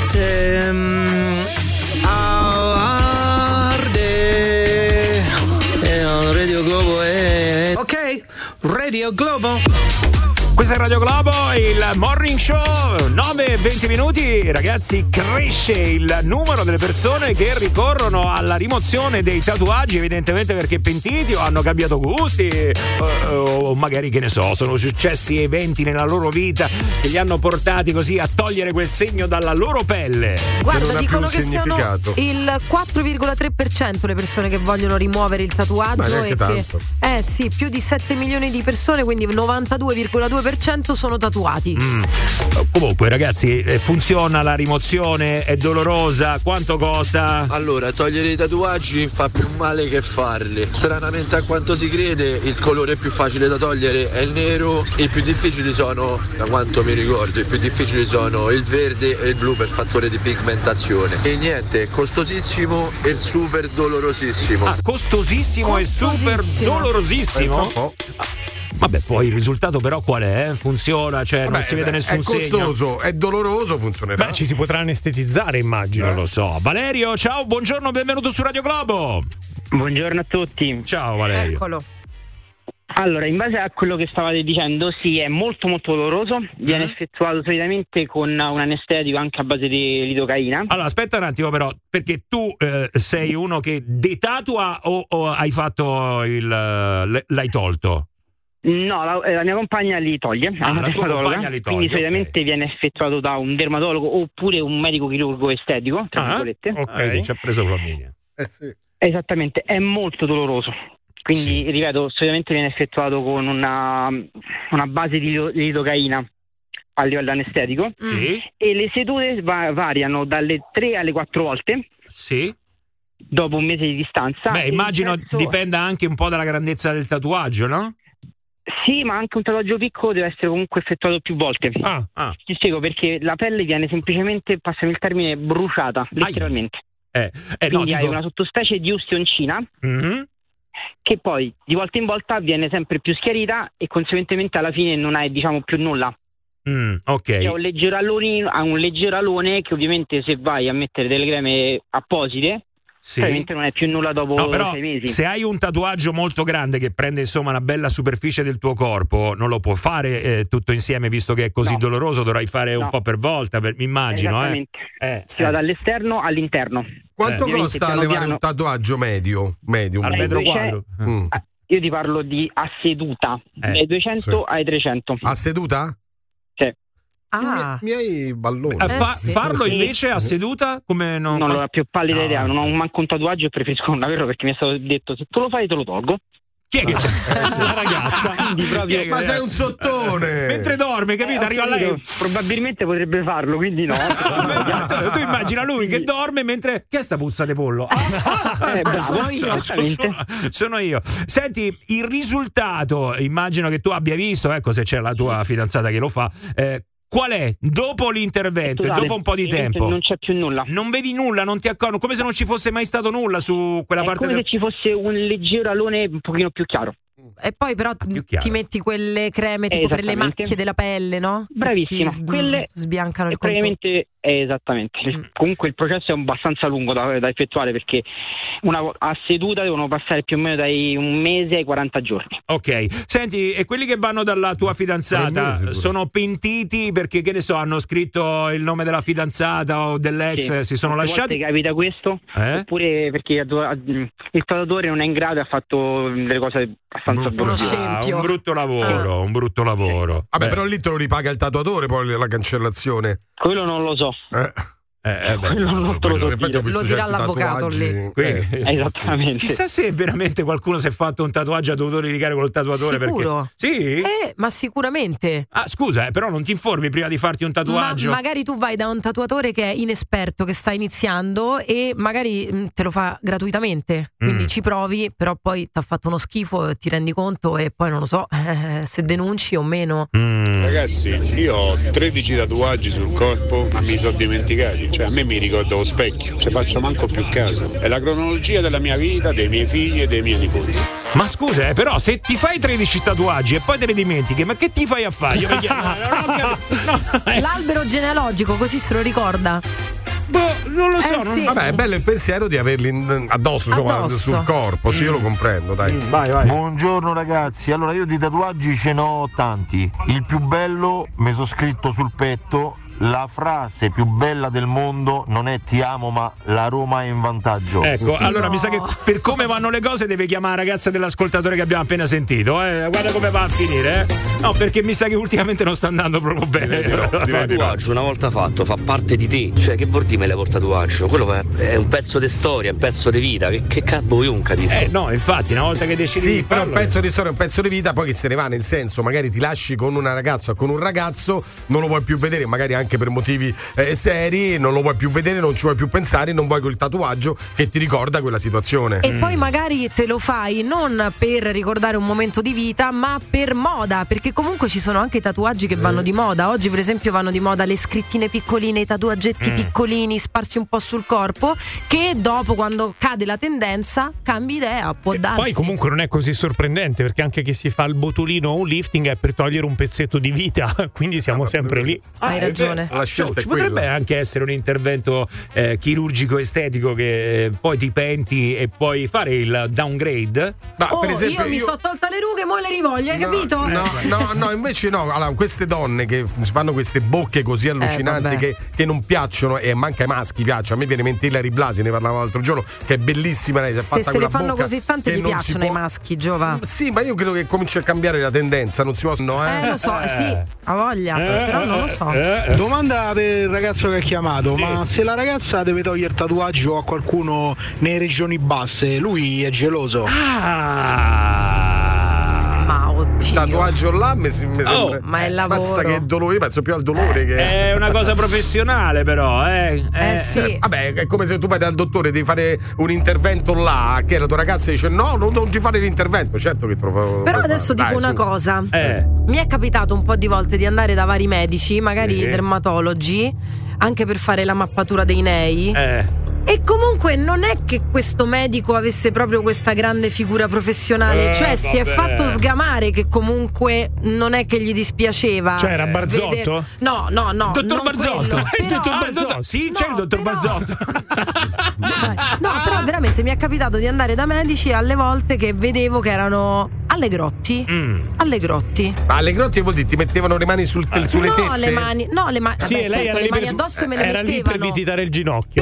Um, Arde. Eh, no, Radio Globo è. Ok, Radio Globo. Questa è Radio Globo, il Morning Show, nove e venti minuti. Ragazzi, cresce il numero delle persone che ricorrono alla rimozione dei tatuaggi, evidentemente perché pentiti o hanno cambiato gusti, eh, o magari, che ne so, sono successi eventi nella loro vita che li hanno portati così a togliere quel segno dalla loro pelle. Guarda, non ha dicono più che un siano significato. il quattro virgola tre per cento le persone che vogliono rimuovere il Ma tatuaggio neanche e che tanto. eh sì, più di sette milioni di persone, quindi il novantadue virgola due per cento sono tatuati. Mm. Comunque, ragazzi, eh, funziona la rimozione? È dolorosa? Quanto costa? Allora, togliere i tatuaggi fa più male che farli. Stranamente, a quanto si crede, il colore più facile da togliere è il nero. I più difficili sono, da quanto mi ricordo, i più difficili sono il verde e il blu per fattore di pigmentazione. E niente, costosissimo e super dolorosissimo. Ah, costosissimo, e super Costosissimo. dolorosissimo. Pensa un po'. Vabbè, poi il risultato però qual è? Funziona, cioè non Vabbè, si vede nessun è segno. costoso, è doloroso, funzionerà. Beh, ci si potrà anestetizzare, immagino. Non lo so. Valerio, ciao, buongiorno, benvenuto su Radio Globo. Buongiorno a tutti. Ciao Valerio. Eccolo. Allora, in base a quello che stavate dicendo, sì, è molto molto doloroso, viene Mm. effettuato solitamente con un anestetico anche a base di lidocaina. Allora, aspetta un attimo però, perché tu eh, sei uno che detatua o, o hai fatto il... l- l'hai tolto? No, la, eh, la mia compagna li toglie, è Ah, una la tua dermatologa, compagna li toglie, quindi solitamente viene effettuato da un dermatologo oppure un medico chirurgo estetico, tra Ah, virgolette. ok, ci ha preso Flaminia. Eh sì. Esattamente, è molto doloroso. Quindi, Sì. ripeto, solitamente viene effettuato con una, una base di lido- di lidocaina a livello anestetico. Sì. E le sedute va- variano dalle tre alle quattro volte. Sì. Dopo un mese di distanza. Beh, E il immagino prezzo- dipenda anche un po' dalla grandezza del tatuaggio, no? Sì, ma anche un tatuaggio piccolo deve essere comunque effettuato più volte. Ah, ah. Ti spiego perché la pelle viene semplicemente, passami il termine, bruciata, letteralmente. Eh, eh, no, Quindi hai dico... una sottospecie di ustioncina Mhm. che poi di volta in volta viene sempre più schiarita e conseguentemente alla fine non hai, diciamo, più nulla. Mm, ok. C'è un leggero alone, ha un leggero alone che ovviamente se vai a mettere delle creme apposite, Sì. ovviamente non è più nulla dopo No, però sei mesi. se hai un tatuaggio molto grande che prende insomma una bella superficie del tuo corpo, non lo puoi fare eh, tutto insieme, visto che è così No. doloroso, dovrai fare un No. po' per volta, per- mi immagino. Eh. Esattamente. Eh, Si va dall'esterno all'interno. Quanto Ovviamente costa piano levare piano- un tatuaggio medio? Medium? Al metro Dai quadro. Mm. Ah, Io ti parlo di a seduta, Eh, dai duecento sì. ai trecento. A seduta? Sì. Ah, Mi hai balloni. Eh, fa- sì. Farlo Sì. invece a seduta come non... Non ho la più pallida No. idea, non ho manco un tatuaggio e preferisco non averlo perché mi è stato detto se tu lo fai te lo tolgo. Chi è che La ragazza. Quindi proprio Ma sei un sottone! mentre dorme, capito? Eh, ho Arriva capito, lei. probabilmente potrebbe farlo, quindi no. tu, tu immagina lui che dorme mentre che è sta puzza di pollo? Eh, bravo, sono, esattamente. sono- sono io. Senti, il risultato, immagino che tu abbia visto, ecco, se c'è la tua fidanzata che lo fa. Eh, qual è? Dopo l'intervento e Totale, dopo un po' di ovviamente tempo non c'è più nulla. non vedi nulla, non ti accorgi, come se non ci fosse mai stato nulla su quella È parte come del... se ci fosse un leggero alone un pochino più chiaro. e poi però più chiaro. ti metti quelle creme tipo per le Esattamente. macchie della pelle, no? Bravissima, Ti sb- quelle sbiancano E il contorno. praticamente eh, esattamente. Mm. Comunque il processo è abbastanza lungo da, da effettuare perché una, vo- a seduta devono passare più o meno dai un mese ai quaranta giorni. Ok, senti, e quelli che vanno dalla tua Tre fidanzata mesi pure. sono pentiti perché, che ne so, hanno scritto il nome della fidanzata o dell'ex, Sì. si sono Molte lasciati? volte capita questo, Eh? oppure perché il tatuatore non è in grado e ha fatto delle cose abbastanza Uno brutte. scempio. Ah, un brutto lavoro, un brutto lavoro. Vabbè, Beh, però lì te lo ripaga il tatuatore poi la cancellazione. Quello non lo so. Eh. eh, eh, beh, quello non te lo so Infatti ho dire. visto Lo dirà certi l'avvocato tatuaggi. lì. Qui- Eh, Esattamente. Chissà se veramente qualcuno si è fatto un tatuaggio e ha dovuto litigare col tatuatore. Sicuro? Perché... Sì? Eh, ma sicuramente. Ah, scusa, eh, però non ti informi prima di farti un Ma tatuaggio? magari tu vai da un tatuatore che è inesperto, che sta iniziando e magari mh, te lo fa gratuitamente. Quindi Mm. ci provi, però poi ti ha fatto uno schifo, ti rendi conto e poi non lo so eh, se denunci o meno. Mm. Ragazzi, io ho tredici tatuaggi sul corpo, ma mi sono dimenticati. Cioè, a me mi ricordo lo specchio, ci faccio manco più caso. È la cronologia della mia vita, dei miei figli e dei miei nipoti. Ma scusa, eh, però se ti fai tredici tatuaggi e poi te ne dimentichi, ma che ti fai a fare? Io mi chiedo, non ho capito. No, eh, L'albero genealogico, così se lo ricorda. boh, non lo so. Eh, non- sì. Vabbè, è bello il pensiero di averli in- addosso, insomma, Addosso. sul corpo. Sì, io lo comprendo, dai. Vai, vai. Buongiorno ragazzi, allora io di tatuaggi ce n'ho tanti. Il più bello mi sono scritto sul petto: la frase più bella del mondo non è ti amo ma la Roma è in vantaggio. Ecco, allora No. mi sa che per come vanno le cose deve chiamare la ragazza dell'ascoltatore che abbiamo appena sentito. Eh. Guarda come va a finire, eh. No, perché mi sa che ultimamente non sta andando proprio bene. Il tatuaggio una volta fatto fa parte di te, cioè che vuol dire me levo il tatuaggio? Quello è, è un pezzo di storia, è un pezzo di vita, che, che cazzo io non capisco. Eh no, infatti, una volta che decidi Sì, di però farlo, un pezzo di storia, un pezzo di vita, poi che se ne va, nel senso, magari ti lasci con una ragazza o con un ragazzo, non lo vuoi più vedere, magari anche per motivi eh, seri, non lo vuoi più vedere, non ci vuoi più pensare, non vuoi quel tatuaggio che ti ricorda quella situazione. E poi magari te lo fai non per ricordare un momento di vita, ma per moda, perché comunque ci sono anche i tatuaggi che vanno di moda. Oggi per esempio vanno di moda le scrittine piccoline, i tatuaggetti Mm. piccolini sparsi un po' sul corpo, che dopo, quando cade la tendenza, cambi idea, può darsi. Poi comunque non è così sorprendente, perché anche chi si fa il botulino o un lifting è per togliere un pezzetto di vita, quindi siamo sempre lì. Hai Ah, è ragione. ragione. La scelta Ci è potrebbe quella. anche essere un intervento eh, chirurgico estetico che eh, poi ti penti e puoi fare il downgrade. Ma Oh, per esempio, io mi sono tolta le rughe, mo le rivoglio, hai No, capito? No, no, no, invece no. Allora, queste donne che fanno queste bocche così allucinanti vabbè. che, che non piacciono, e manca ai maschi piace. A me viene in mente Hilary Blasi, ne parlavamo l'altro giorno, che è bellissima. Lei si è Se fatta se quella le fanno bocca così tante che gli non si piacciono può- i maschi, Giova. Sì, ma io credo che cominci a cambiare la tendenza, non si possono, eh. Eh, lo so, sì, ha voglia, però non lo so. Domanda per il ragazzo che ha chiamato, ma se la ragazza deve togliere il tatuaggio a qualcuno nelle regioni basse, lui è geloso? Ma oddio. Tatuaggio là mi, si- mi Oh, sembra. ma è lavoro. Mazza che dolore, io penso più al dolore che. È una cosa professionale, però, eh. Eh sì. Vabbè, è come se tu vai dal dottore, devi fare un intervento là, che la tua ragazza dice no, non, non ti fare l'intervento. Certo che te lo fa. Però adesso dico Dai, una su. cosa. Eh. Mi è capitato un po' di volte di andare da vari medici, magari Sì. dermatologi, anche per fare la mappatura dei nei. Eh. E comunque non è che questo medico avesse proprio questa grande figura professionale, Eh, cioè si è vabbè. fatto sgamare che comunque non è che gli dispiaceva. Cioè, era eh, Barzotto? vedere- No, no, no. Dottor non Barzotto. quello, Il dottor però- Barzotto. Sì, c'è il dottor Barzotto. No, però veramente mi è capitato di andare da medici alle volte che vedevo che erano allegrotti. Mm. Allegrotti. Ma alle grotte vuol dire ti mettevano le mani sul, sulle no, tette? le mani, no, le mani. Sì, vabbè, lei certo, era, le lì mani per, addosso me le era lì per mettevano. visitare il ginocchio.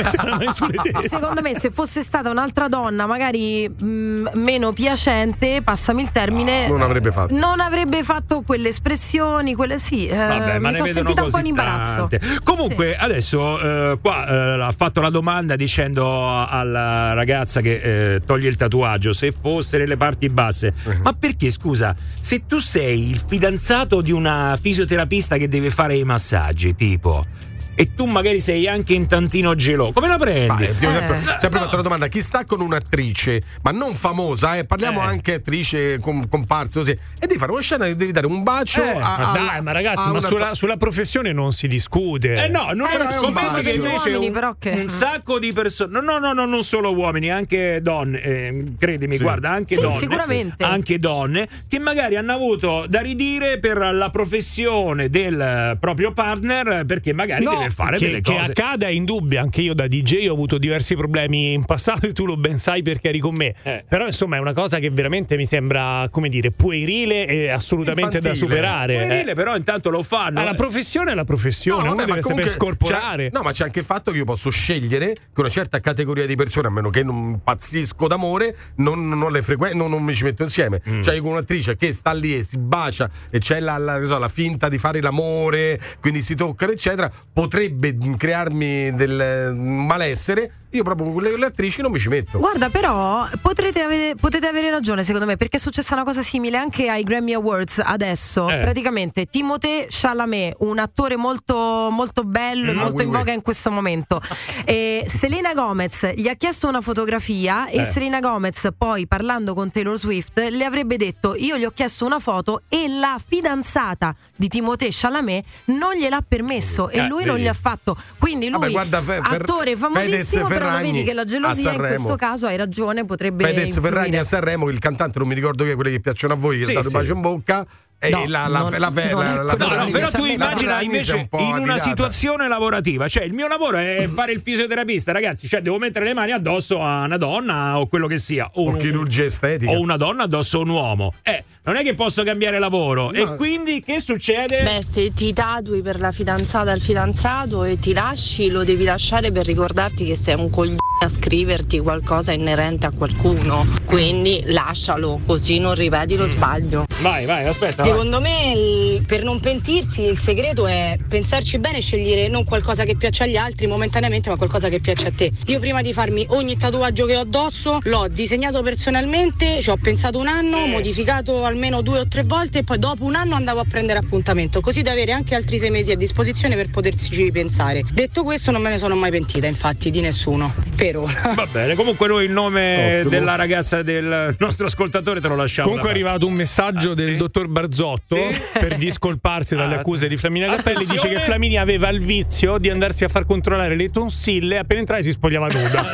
Sulle teste. Secondo me, se fosse stata un'altra donna, magari mh, meno piacente, passami il termine, Non avrebbe fatto. non avrebbe fatto quelle espressioni, quelle sì. eh, Vabbè, ma mi ne sono vedono sentita un po' così in imbarazzo. tante. Comunque, adesso eh, qua eh, ha fatto la domanda dicendo alla ragazza che eh, toglie il tatuaggio se fosse nelle parti basse. Ma perché, scusa, se tu sei il fidanzato di una fisioterapista che deve fare i massaggi, tipo, e tu magari sei anche in tantino geloso, come la prendi? Ma, eh, io sempre, Eh. sempre fatto la domanda: chi sta con un'attrice, ma non famosa, eh, parliamo Eh. anche attrice com- comparsa così, e devi fare una scena e devi dare un bacio Eh, a, Ma a- dai, ma ragazzi, a ma una- sulla, sulla professione non si discute. Eh no, non Eh, è no, è un scommetto che bacio. invece Uomini, un, però, che- un sacco di persone, no, no, no, no, non solo uomini, anche donne, eh, credimi, Sì. guarda, anche Sì, donne, sicuramente. anche donne che magari hanno avuto da ridire per la professione del proprio partner, perché magari No, deve fare che, delle che cose. accada è indubbio. Anche io da D J ho avuto diversi problemi in passato e tu lo ben sai perché eri con me. Eh. Però insomma è una cosa che veramente mi sembra, come dire, puerile e assolutamente da Infantile. superare. Puerile, eh. però intanto lo fanno. Ma la eh. professione è la professione, No, uno vabbè, ma deve sapere comunque scorporare. c'è- no, ma c'è anche il fatto che io posso scegliere che una certa categoria di persone, a meno che non impazzisco d'amore, non, non le frequen- non, non mi ci metto insieme. Mm. Cioè, io con un'attrice che sta lì e si bacia e c'è la, la, che so, la finta di fare l'amore, quindi si toccano, eccetera, potrebbe crearmi del malessere. Io proprio con le, le attrici non mi ci metto. Guarda, però potrete avere, potete avere ragione, secondo me, perché è successa una cosa simile anche ai Grammy Awards adesso. Eh. Praticamente Timothée Chalamet, un attore molto, molto bello e Mm, molto oui, in oui. voga in questo momento. E Selena Gomez gli ha chiesto una fotografia e Eh. Selena Gomez poi, parlando con Taylor Swift, le avrebbe detto: io gli ho chiesto una foto e la fidanzata di Timothée Chalamet non gliel'ha permesso e Eh, lui non vedi. gli ha fatto. Quindi lui, Vabbè, guarda, Fe- Fer- attore Fedez famosissimo, però lo Ferragni vedi che la a gelosia in Sanremo. questo caso, hai ragione, potrebbe Fedez influire. Ferragni a Sanremo, il cantante non mi ricordo che è, quelli che piacciono a voi, che Sì, ha dato sì. un bacio in bocca. E No, la, la, non- la, la, non è la, la quello No, no, Ferragni, però tu Ferragni immagina si è invece un po' in una adirata. situazione lavorativa, cioè il mio lavoro è fare il fisioterapista, ragazzi, cioè devo mettere le mani addosso a una donna o quello che sia, o, O un- chirurgia estetica. o una donna addosso a un uomo. Eh, non è che posso cambiare lavoro. No. E quindi che succede? Beh, se ti tatui per la fidanzata al fidanzato e ti lasci, lo devi lasciare per ricordarti che sei un coglione a scriverti qualcosa inerente a qualcuno. Quindi lascialo, così non ripeti lo sbaglio. Vai, vai, aspetta. vai. Secondo me il- per non pentirsi il segreto è pensarci bene e scegliere non qualcosa che piace agli altri momentaneamente, ma qualcosa che piace a te. Io prima di farmi ogni tatuaggio che ho addosso l'ho disegnato personalmente, ci ho pensato un anno, Eh. modificato almeno due o tre volte e poi dopo un anno andavo a prendere appuntamento, così da avere anche altri sei mesi a disposizione per poterci pensare. Detto questo non me ne sono mai pentita, infatti, di nessuno, per ora. Va bene, comunque noi il nome Ottimo. della ragazza del nostro ascoltatore te lo lasciamo. Comunque è da parte. arrivato un messaggio del dottor Barzotto per discolparsi dalle Ah. accuse di Flaminia Cappelli. Dice Attenzione. che Flaminia aveva il vizio di andarsi a far controllare le tonsille, appena entrare si spogliava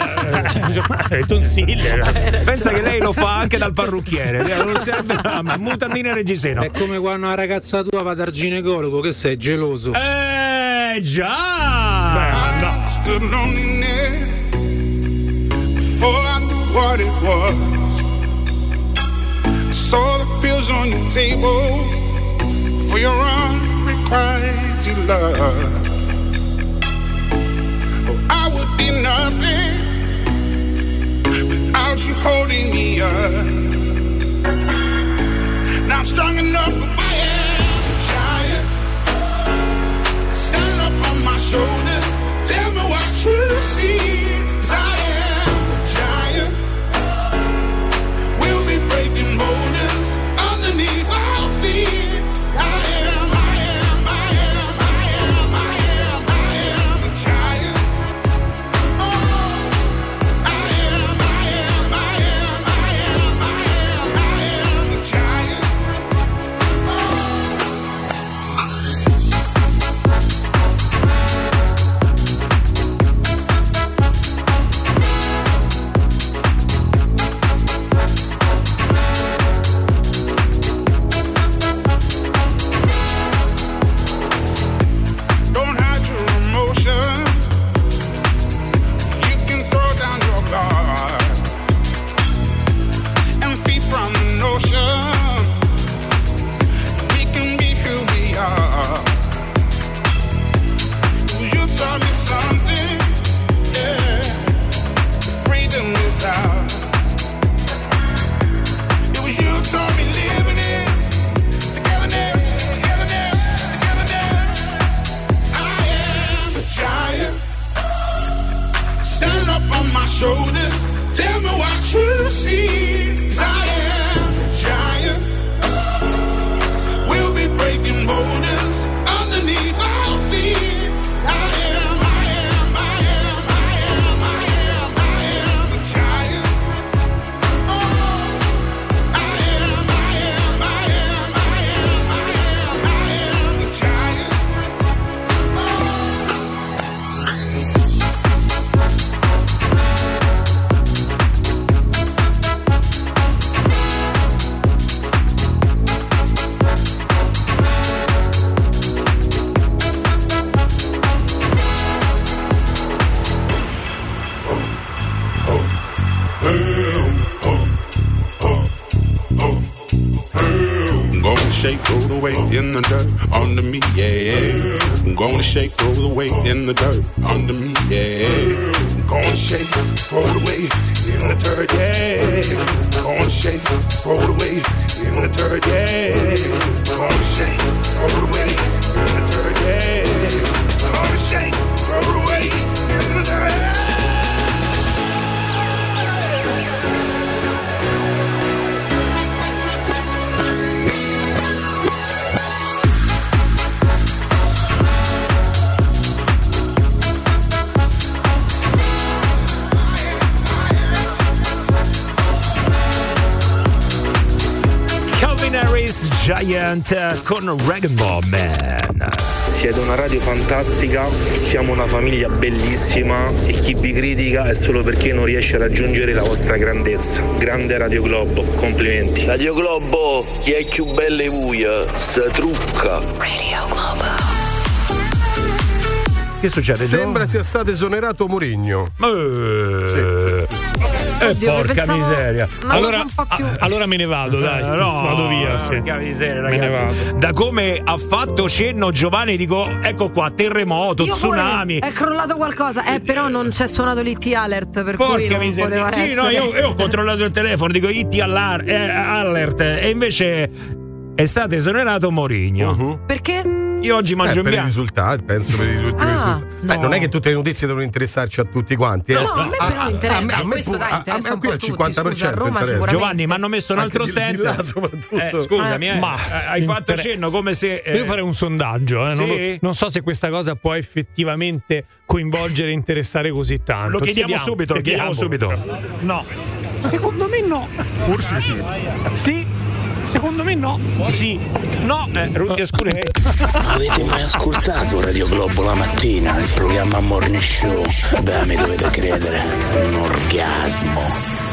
nuda. Le tonsille. Pensa che lei lo fa anche dal parrucchiere, non serve ma mutandine e reggiseno. È come quando una ragazza tua va dal ginecologo, che sei geloso. Eh, Eh già! Stood loneliness before I knew what it was. I saw the pills on your table for your unrequited love. Oh, I would be nothing without you holding me up. Now I'm strong enough for my giant. Stand up on my shoulders. Tell me what you see. 'Cause I am a giant. We'll be breaking boulders underneath our feet. I am, I am, I am, I am, I am, I am a giant. Oh, I am, I am, I am, I am, I am, I am a giant. Don't hide your emotion. You can throw down your guard and feed from the notion. We can be who we are. You taught me something, yeah. Freedom is ours. It was you taught me living is togetherness, togetherness, togetherness. I am a giant. Stand up on my shoulders. Tell me what you see. 'Cause I am a giant. We'll be breaking boulders underneath our feet. I am, I am, I am, I am, I am, I am a giant. Oh, I am, I am, I am, I am, I am, I am a giant. I'm gonna shake, roll the weight in the dirt under me, yeah. I'm gonna shake, roll the weight in the dirt under me, yeah. I'm gonna shake, throw the weight in the dirt, yeah. I'm gonna shake, throw the weight in the dirt, yeah. I'm gonna shake, throw the weight in the dirt, yeah. I'm gonna shake, throw the weight in the dirt. Calvin Harris Giant con Rainbow Man. Siete una radio fantastica, siamo una famiglia bellissima e chi vi critica è solo perché non riesce a raggiungere la vostra grandezza. Grande Radio Globo, complimenti. Radio Globo, chi è più bella e buia, se trucca. Radio Globo. Che succede? Sembra sia stato esonerato Mourinho. Eh, eh, Oddio, porca pensavo miseria. una Allora, cosa un po' più- a- allora me ne vado, dai. Eh, no, vado via. Sì. porca miseria, Me ne ragazzi. vado. Da come ha fatto cenno Giovanni, dico, ecco qua, terremoto, Io pure, tsunami. è crollato qualcosa, eh, però non c'è suonato l'I T alert, per cui Porca non miseria. poteva Sì, essere. no, io, io ho controllato il telefono, dico I T allar- eh, alert, e invece è stato esonerato Mourinho. Uh-huh. Perché? Io oggi mangio Eh, in per i bianco. risultati, penso per i ultimi Ah, risultati. Beh, no. non è che tutte le notizie devono interessarci a tutti quanti. No, eh. no, a me però interessa, a me- a me questo pu- dai, a- interessa a un me po' al tutti, cinquanta per cento scusa, a Roma interessa. sicuramente. Giovanni, mi hanno messo un altro Anche di- di stent. là, soprattutto. Eh, scusami, eh. Ma hai fatto inter- cenno come se. eh, Devo fare un sondaggio, eh. non, Sì? lo- non so se questa cosa può effettivamente coinvolgere e interessare così tanto. Lo chiediamo subito, lo chiediamo subito. No, secondo me no. Forse sì. Sì, secondo me no. Sì, no. Eh, Rutti Scure. Avete mai ascoltato Radio Globo la mattina, il programma Morning Show? Beh, mi dovete credere, un orgasmo.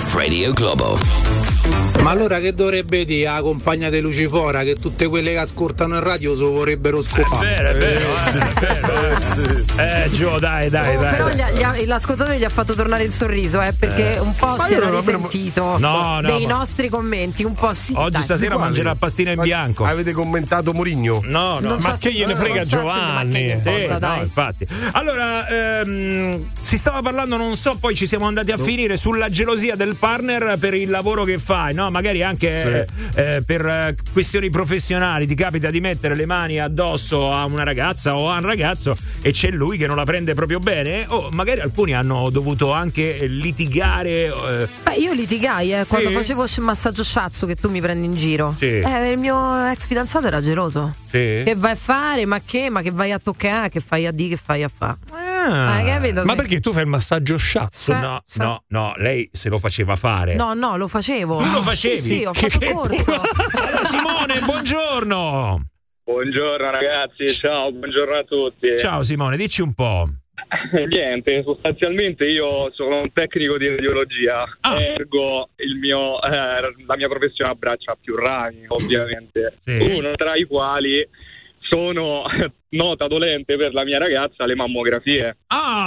Radio Globo. Ma allora che dovrebbe dire la compagna di Lucifora che tutte quelle che ascoltano in radio so vorrebbero scopare? È vero, è vero, eh, è vero. Eh, Gio, dai, dai, Oh, dai. però gli ha- gli ha- l'ascoltatore gli ha fatto tornare il sorriso, eh, perché Eh. un po' Ma si io era non- risentito No, no, dei ma- nostri commenti, un po' sì. Oggi dai. stasera mangerà la pastina in Ma bianco. Avete commentato Mourinho? No, no, Non so ma se- che gliene non frega so se- ma che Giovanni? gli importa, Sì, no, dai. infatti. Allora, ehm, si stava parlando, non so, poi ci siamo andati a finire sulla gelosia del partner per il lavoro che fai, no? Magari anche eh, eh, per eh, questioni professionali ti capita di mettere le mani addosso a una ragazza o a un ragazzo e c'è lui che non la prende proprio bene, o magari alcuni hanno dovuto anche litigare. eh, Beh, io litigai eh, quando Sì? facevo il massaggio shiatsu che tu mi prendi in giro. Sì. Eh, il mio ex fidanzato era geloso. Sì. Che vai a fare? Ma che? Ma che vai a toccare? Che fai a di? Che fai a fare? Ah. Hai capito? Ma Sì. perché tu fai il massaggio shiatsu? Sì. No, no, no, lei se lo faceva fare. No, no, lo facevo. Tu lo facevi? Sì, sì, ho Che- fatto che- corso. Allora, Simone, buongiorno. Buongiorno ragazzi, ciao, buongiorno a tutti. Ciao Simone, dici un po'. Niente, sostanzialmente io sono un tecnico di radiologia, Ah. ergo il mio, eh, la mia professione abbraccia più rami, ovviamente. Sì. Uno tra i quali sono nota dolente per la mia ragazza le mammografie.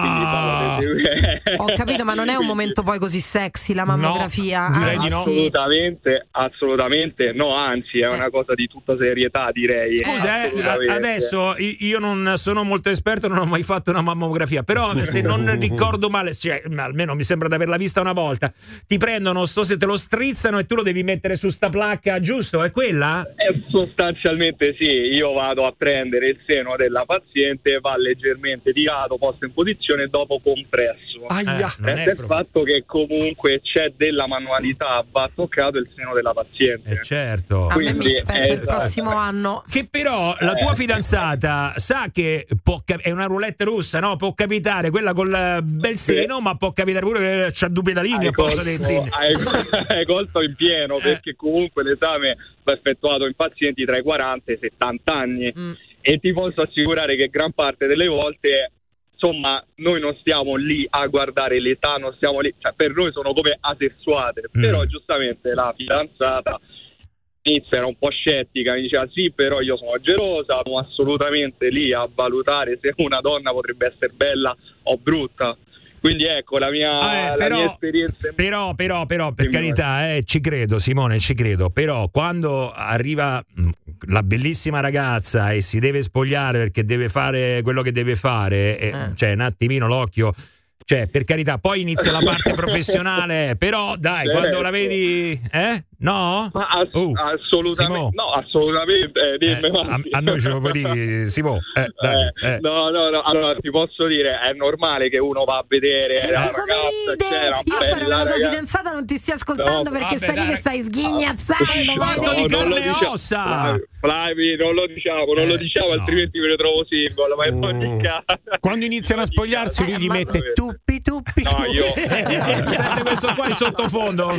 Ah! Ho capito, ma non è un momento poi così sexy la mammografia. No, direi anzi. di no. Assolutamente, assolutamente no, anzi è una cosa di tutta serietà, direi. Scusa, eh, Assolutamente. adesso i- io non sono molto esperto, non ho mai fatto una mammografia, però se non ricordo male, cioè, almeno mi sembra di averla vista una volta, ti prendono sto se te lo strizzano e tu lo devi mettere su sta placca, giusto? È quella? Eh, sostanzialmente sì, io vado a prendere il seno della paziente, va leggermente tirato, posto in posizione e dopo compresso. Aia. Eh, non è Resta il proprio- fatto che comunque c'è della manualità, va toccato il seno della paziente. Eh, certo. A me mi Quindi, spetta eh, il prossimo anno. Che però la tua fidanzata sa che può cap- è una roulette russa, no? Può capitare quella col bel seno, ma può capitare pure che c'ha due pedalini Hai a posto colto, dei segni. hai, hai colto in pieno, perché comunque l'esame va effettuato in pazienti tra i quaranta e i settanta anni e ti posso assicurare che gran parte delle volte, insomma, noi non stiamo lì a guardare l'età, non stiamo lì, cioè per noi sono come asessuate, però giustamente la fidanzata inizia, era un po' scettica, mi diceva sì, però io sono gelosa, sono assolutamente lì a valutare se una donna potrebbe essere bella o brutta. Quindi ecco la mia, Eh, la però, mia esperienza. però, però, però, per Dimmi, carità, eh, ci credo, Simone, ci credo. Però quando arriva mh, la bellissima ragazza e si deve spogliare perché deve fare quello che deve fare, e, cioè un attimino l'occhio. Cioè, per carità, poi inizia la parte professionale, però dai, Certo. quando la vedi, eh? No? Ma ass- Uh, assolutamente, Simo. no, assolutamente. Eh, dimmi, Eh, a, Massi. a noi ce lo puoi dire, Simo. Eh, dai, Eh, eh. No, no, no, allora ti posso dire, è normale che uno va a vedere Senti la come ragazza, ride! c'era Io spero che bella la tua ragazza. fidanzata non ti stia ascoltando No, perché vabbè, stai lì dai. che stai sghignazzando. vai, Quanto vai. di non lo carne e diciamo. ossa! Flavi, Flavi, non lo diciamo, non lo Eh, diciamo, no. altrimenti me ne trovo single, ma in ogni caso. Quando iniziano a spogliarsi, lui gli mette tuppi tuppi No, tuppi. io Sente questo qua in sottofondo?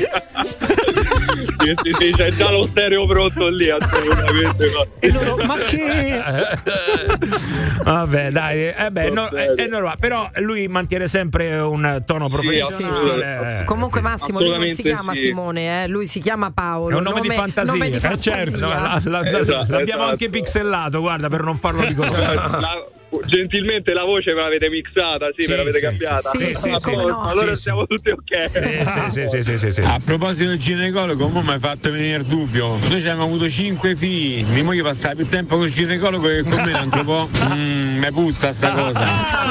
sì, sì, sì, c'è già lo stereo pronto lì, assolutamente. E loro, ma che? Vabbè, dai, eh beh, no, è, è normale, però lui mantiene sempre un tono professionale. eh. Comunque Massimo, lui non si Assolutamente chiama sì. Simone, eh, lui si chiama Paolo. È un nome, di fantasia, nome di eh, fantasia. certo, no, la- la- la- Esatto, l'abbiamo esatto. anche pixellato, guarda, per non farlo riconoscere. La- gentilmente la voce me l'avete mixata, sì, Sì, me l'avete sì, cambiata. sì, sì, Ah, sì. posto, No. allora Sì, siamo tutti ok. Sì, sì, sì, sì, sì, sì. A proposito del ginecologo, mo mi hai fatto venire il dubbio. Noi abbiamo avuto cinque figli, mia moglie passava più tempo col ginecologo che con me, un po'. Mmm, mi puzza sta cosa.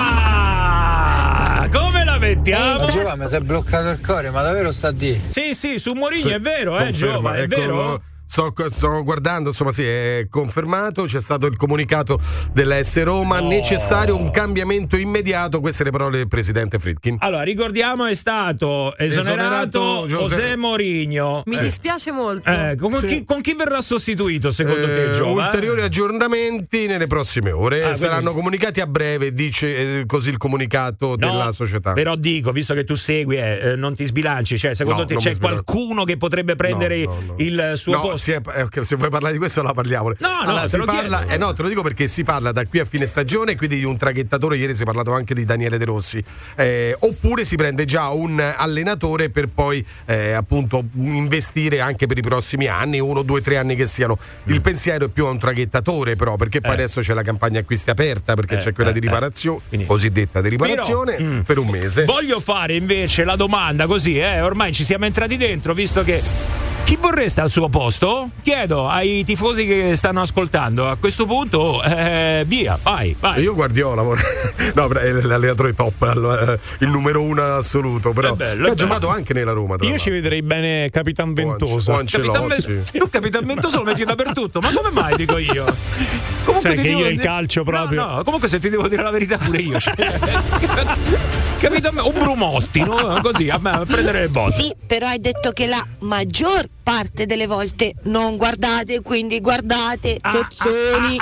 Ah, come la mettiamo? Giovanni, mi si è bloccato il cuore, ma davvero sta di? Sì, sì, su Mourinho Sì, è vero, eh, conferma, Giova, è ecco, vero? Sto, sto guardando, insomma, sì, è confermato. C'è stato il comunicato della S Roma. Necessario un cambiamento immediato. Queste le parole del presidente Friedkin. Allora, ricordiamo, è stato esonerato, Esonerato José José- Mourinho. Mi Eh. dispiace molto. Eh, con, Sì. chi, con chi verrà sostituito secondo te, Eh, Giova? ulteriori aggiornamenti nelle prossime ore. Ah, Saranno quindi- comunicati a breve, dice eh, così il comunicato No, della società. Però dico, visto che tu segui, eh, eh, non ti sbilanci, cioè secondo No, te non c'è mi sbilancio. qualcuno che potrebbe prendere No, no, no. il suo No, posto? Rossi. Si è, eh, se vuoi parlare di questo la parliamo. No, no, allora, te si lo parla, chiedo. eh, no, te lo dico perché si parla da qui a fine stagione, quindi di un traghettatore. Ieri si è parlato anche di Daniele De Rossi. Eh, oppure si prende già un allenatore per poi eh, appunto investire anche per i prossimi anni, uno, due, tre anni che siano. Mm. Il pensiero è più a un traghettatore, però, perché poi Eh. adesso c'è la campagna acquisti aperta, perché Eh, c'è quella eh, di riparazione, eh. cosiddetta di riparazione, Però, mm. per un mese. Voglio fare invece la domanda così, eh, ormai ci siamo entrati dentro, visto che chi vorreste al suo posto? Chiedo ai tifosi che stanno ascoltando. A questo punto, eh, via, vai, vai. Io Guardiola, vorrei- no, è l'allenatore top, allora, il numero uno assoluto, però È bello, che è ha giocato bello. anche nella Roma. tra Io ci vedrei bene Capitan Ventosa. O Ancelotti. Capitan Ven- tu Capitan Ventosa lo metti dappertutto, ma come mai dico io? Comunque Sai ti che devo io il dire- calcio proprio. No, no, comunque se ti devo dire la verità pure io. Cioè, Capitan un Brumotti, no? Così a, me, a prendere le botte. Sì, però hai detto che la maggior parte delle volte non guardate, quindi guardate, zozzoni.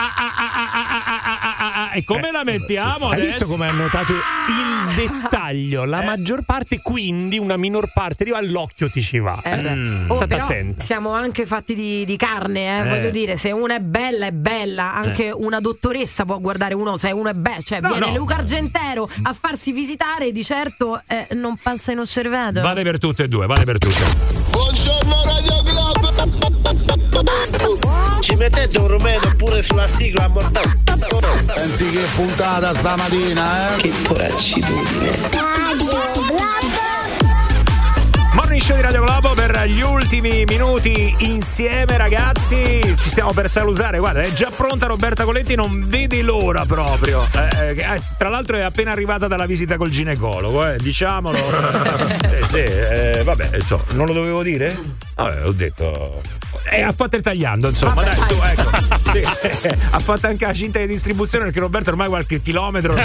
E come la mettiamo Hai adesso? visto come ha notato il dettaglio? La maggior parte, quindi una minor parte arriva all'occhio ti ci va. Eh beh. Mm. Oh, State però attenti. siamo anche fatti di, di carne, eh, Eh. voglio dire, se una è bella è bella, anche Eh. una dottoressa può guardare uno, se uno è bello, cioè No, viene no. Luca Argentero a farsi visitare, di certo eh, non passa inosservato. Vale per tutte e due, vale per tutte. Buongiorno Radio Club. Ci mettete un rumeno pure sulla sigla mortale. Senti che puntata stamattina, eh? Che Morning Show di Radio Globo per gli ultimi minuti insieme, ragazzi. Ci stiamo per salutare. Guarda, è già pronta Roberta Coletti, non vede l'ora proprio. Eh, eh, tra l'altro è appena arrivata dalla visita col ginecologo, eh, diciamolo. eh, sì, eh, vabbè, insomma, non lo dovevo dire? Vabbè, ho detto. Eh, ha fatto il tagliando, insomma, dai, tu, ecco. Sì, eh, ha fatto anche la cinta di distribuzione perché Roberto ormai qualche chilometro.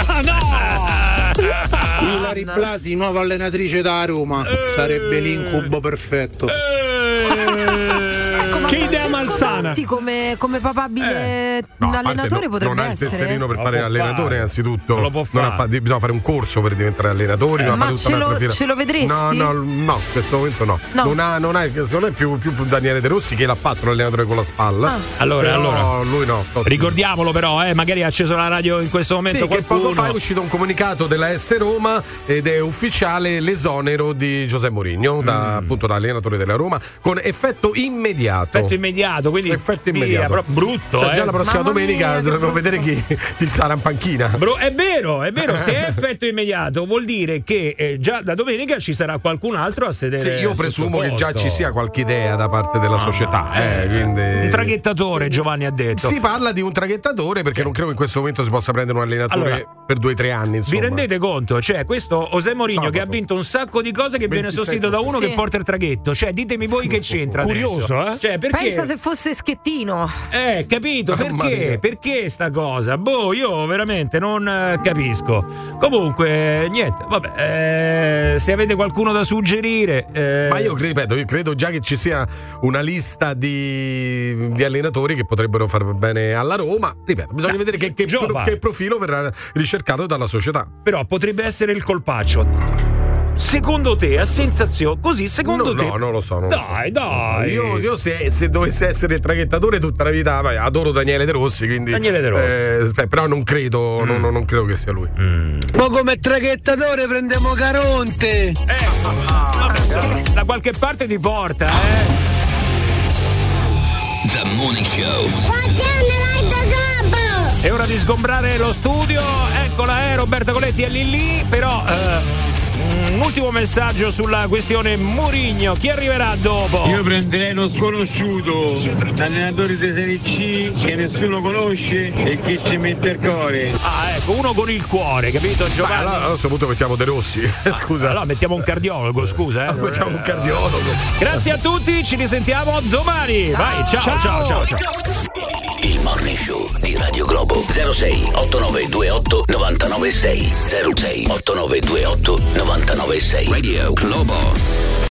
Ilari Blasi, nuova allenatrice da Roma, sarebbe l'incubo perfetto. Ecco, ma Che idea Francesco malsana. Totti come, come papabile No, a parte allenatore no- potrebbe non ha il essere. tesserino per Non fare lo può allenatore, fare. innanzitutto. Non lo può Non ha fare. fa- bisogna fare un corso per diventare allenatori. bisogna Ma fare tutta ce un'altra lo- fila. ce lo vedresti? No, no, no, in questo momento no. No. Non ha, non ha, secondo me è più, più Daniele De Rossi che l'ha fatto l'allenatore con la spalla. Ah. Allora, Però allora. lui no. Totti. Ricordiamolo però, eh, magari ha acceso la radio in questo momento Sì, che qualcuno. poco fa è uscito un comunicato della S Roma ed è ufficiale l'esonero di José Mourinho, da, appunto da allenatore della Roma, con effetto immediato. Effetto immediato, quindi Effetto via, immediato. però brutto, Cioè, eh. già la prossima Mamma domenica mia, che dovremmo brutto. vedere chi, chi sarà in panchina. Bro, è vero, è vero, se è effetto immediato vuol dire che eh, già da domenica ci sarà qualcun altro a sedere. Sì, io sul presumo suo che già posto. ci sia qualche idea da parte della società. eh, quindi... Un traghettatore, Giovanni ha detto. Si parla di un traghettatore perché non credo che in questo momento si possa prendere un allenatore Allora, per due o tre anni. Insomma. Vi rendete conto? Cioè, questo José Mourinho Sabato. che ha vinto un sacco di cose che viene ventisei sostituito da uno Sì. che porta il traghetto. Cioè, ditemi voi che c'entra Curioso, adesso. eh? Cioè, perché? Pensa se fosse Schettino. Eh, capito, Mamma perché? mia. Perché sta cosa? Boh, io veramente non eh, capisco. Comunque, niente, vabbè, eh, se avete qualcuno da suggerire... eh, Ma io ripeto, io credo già che ci sia una lista di, di allenatori che potrebbero far bene alla Roma. Ripeto, bisogna vedere che, che, pro- Giova. che profilo verrà ricercato dalla società. Però potrebbe essere il colpaccio. Secondo te, a sensazione, così, secondo no, te... no, non lo so. Non Dai, lo so. dai. Io, io se, se dovesse essere il traghettatore tutta la vita, vai, adoro Daniele De Rossi. Quindi, Daniele De Rossi. eh, aspetta, però non credo, non, non credo che sia lui. Ma come traghettatore prendiamo Caronte. Eh, vabbè, insomma, da qualche parte ti porta, eh. The Morning Show. È ora di sgombrare lo studio. Eccola, eh, Roberta Coletti è lì lì, però eh, un ultimo messaggio sulla questione Mourinho. Chi arriverà dopo? Io prenderei uno sconosciuto, l'allenatore di Serie C che nessuno conosce e che ci mette il cuore. Ah, ecco, uno con il cuore, capito, Ma Giovanni? allora, a questo punto mettiamo De Rossi. Scusa. Allora mettiamo un cardiologo, scusa, eh. Mettiamo un cardiologo. Grazie a tutti, ci risentiamo domani. Vai, ciao, ciao, ciao, ciao. Il Morning Show di Radio Globo. zero sei otto nove due otto nove nove sei zero sei otto nove due otto nove nove sei Radio Globo.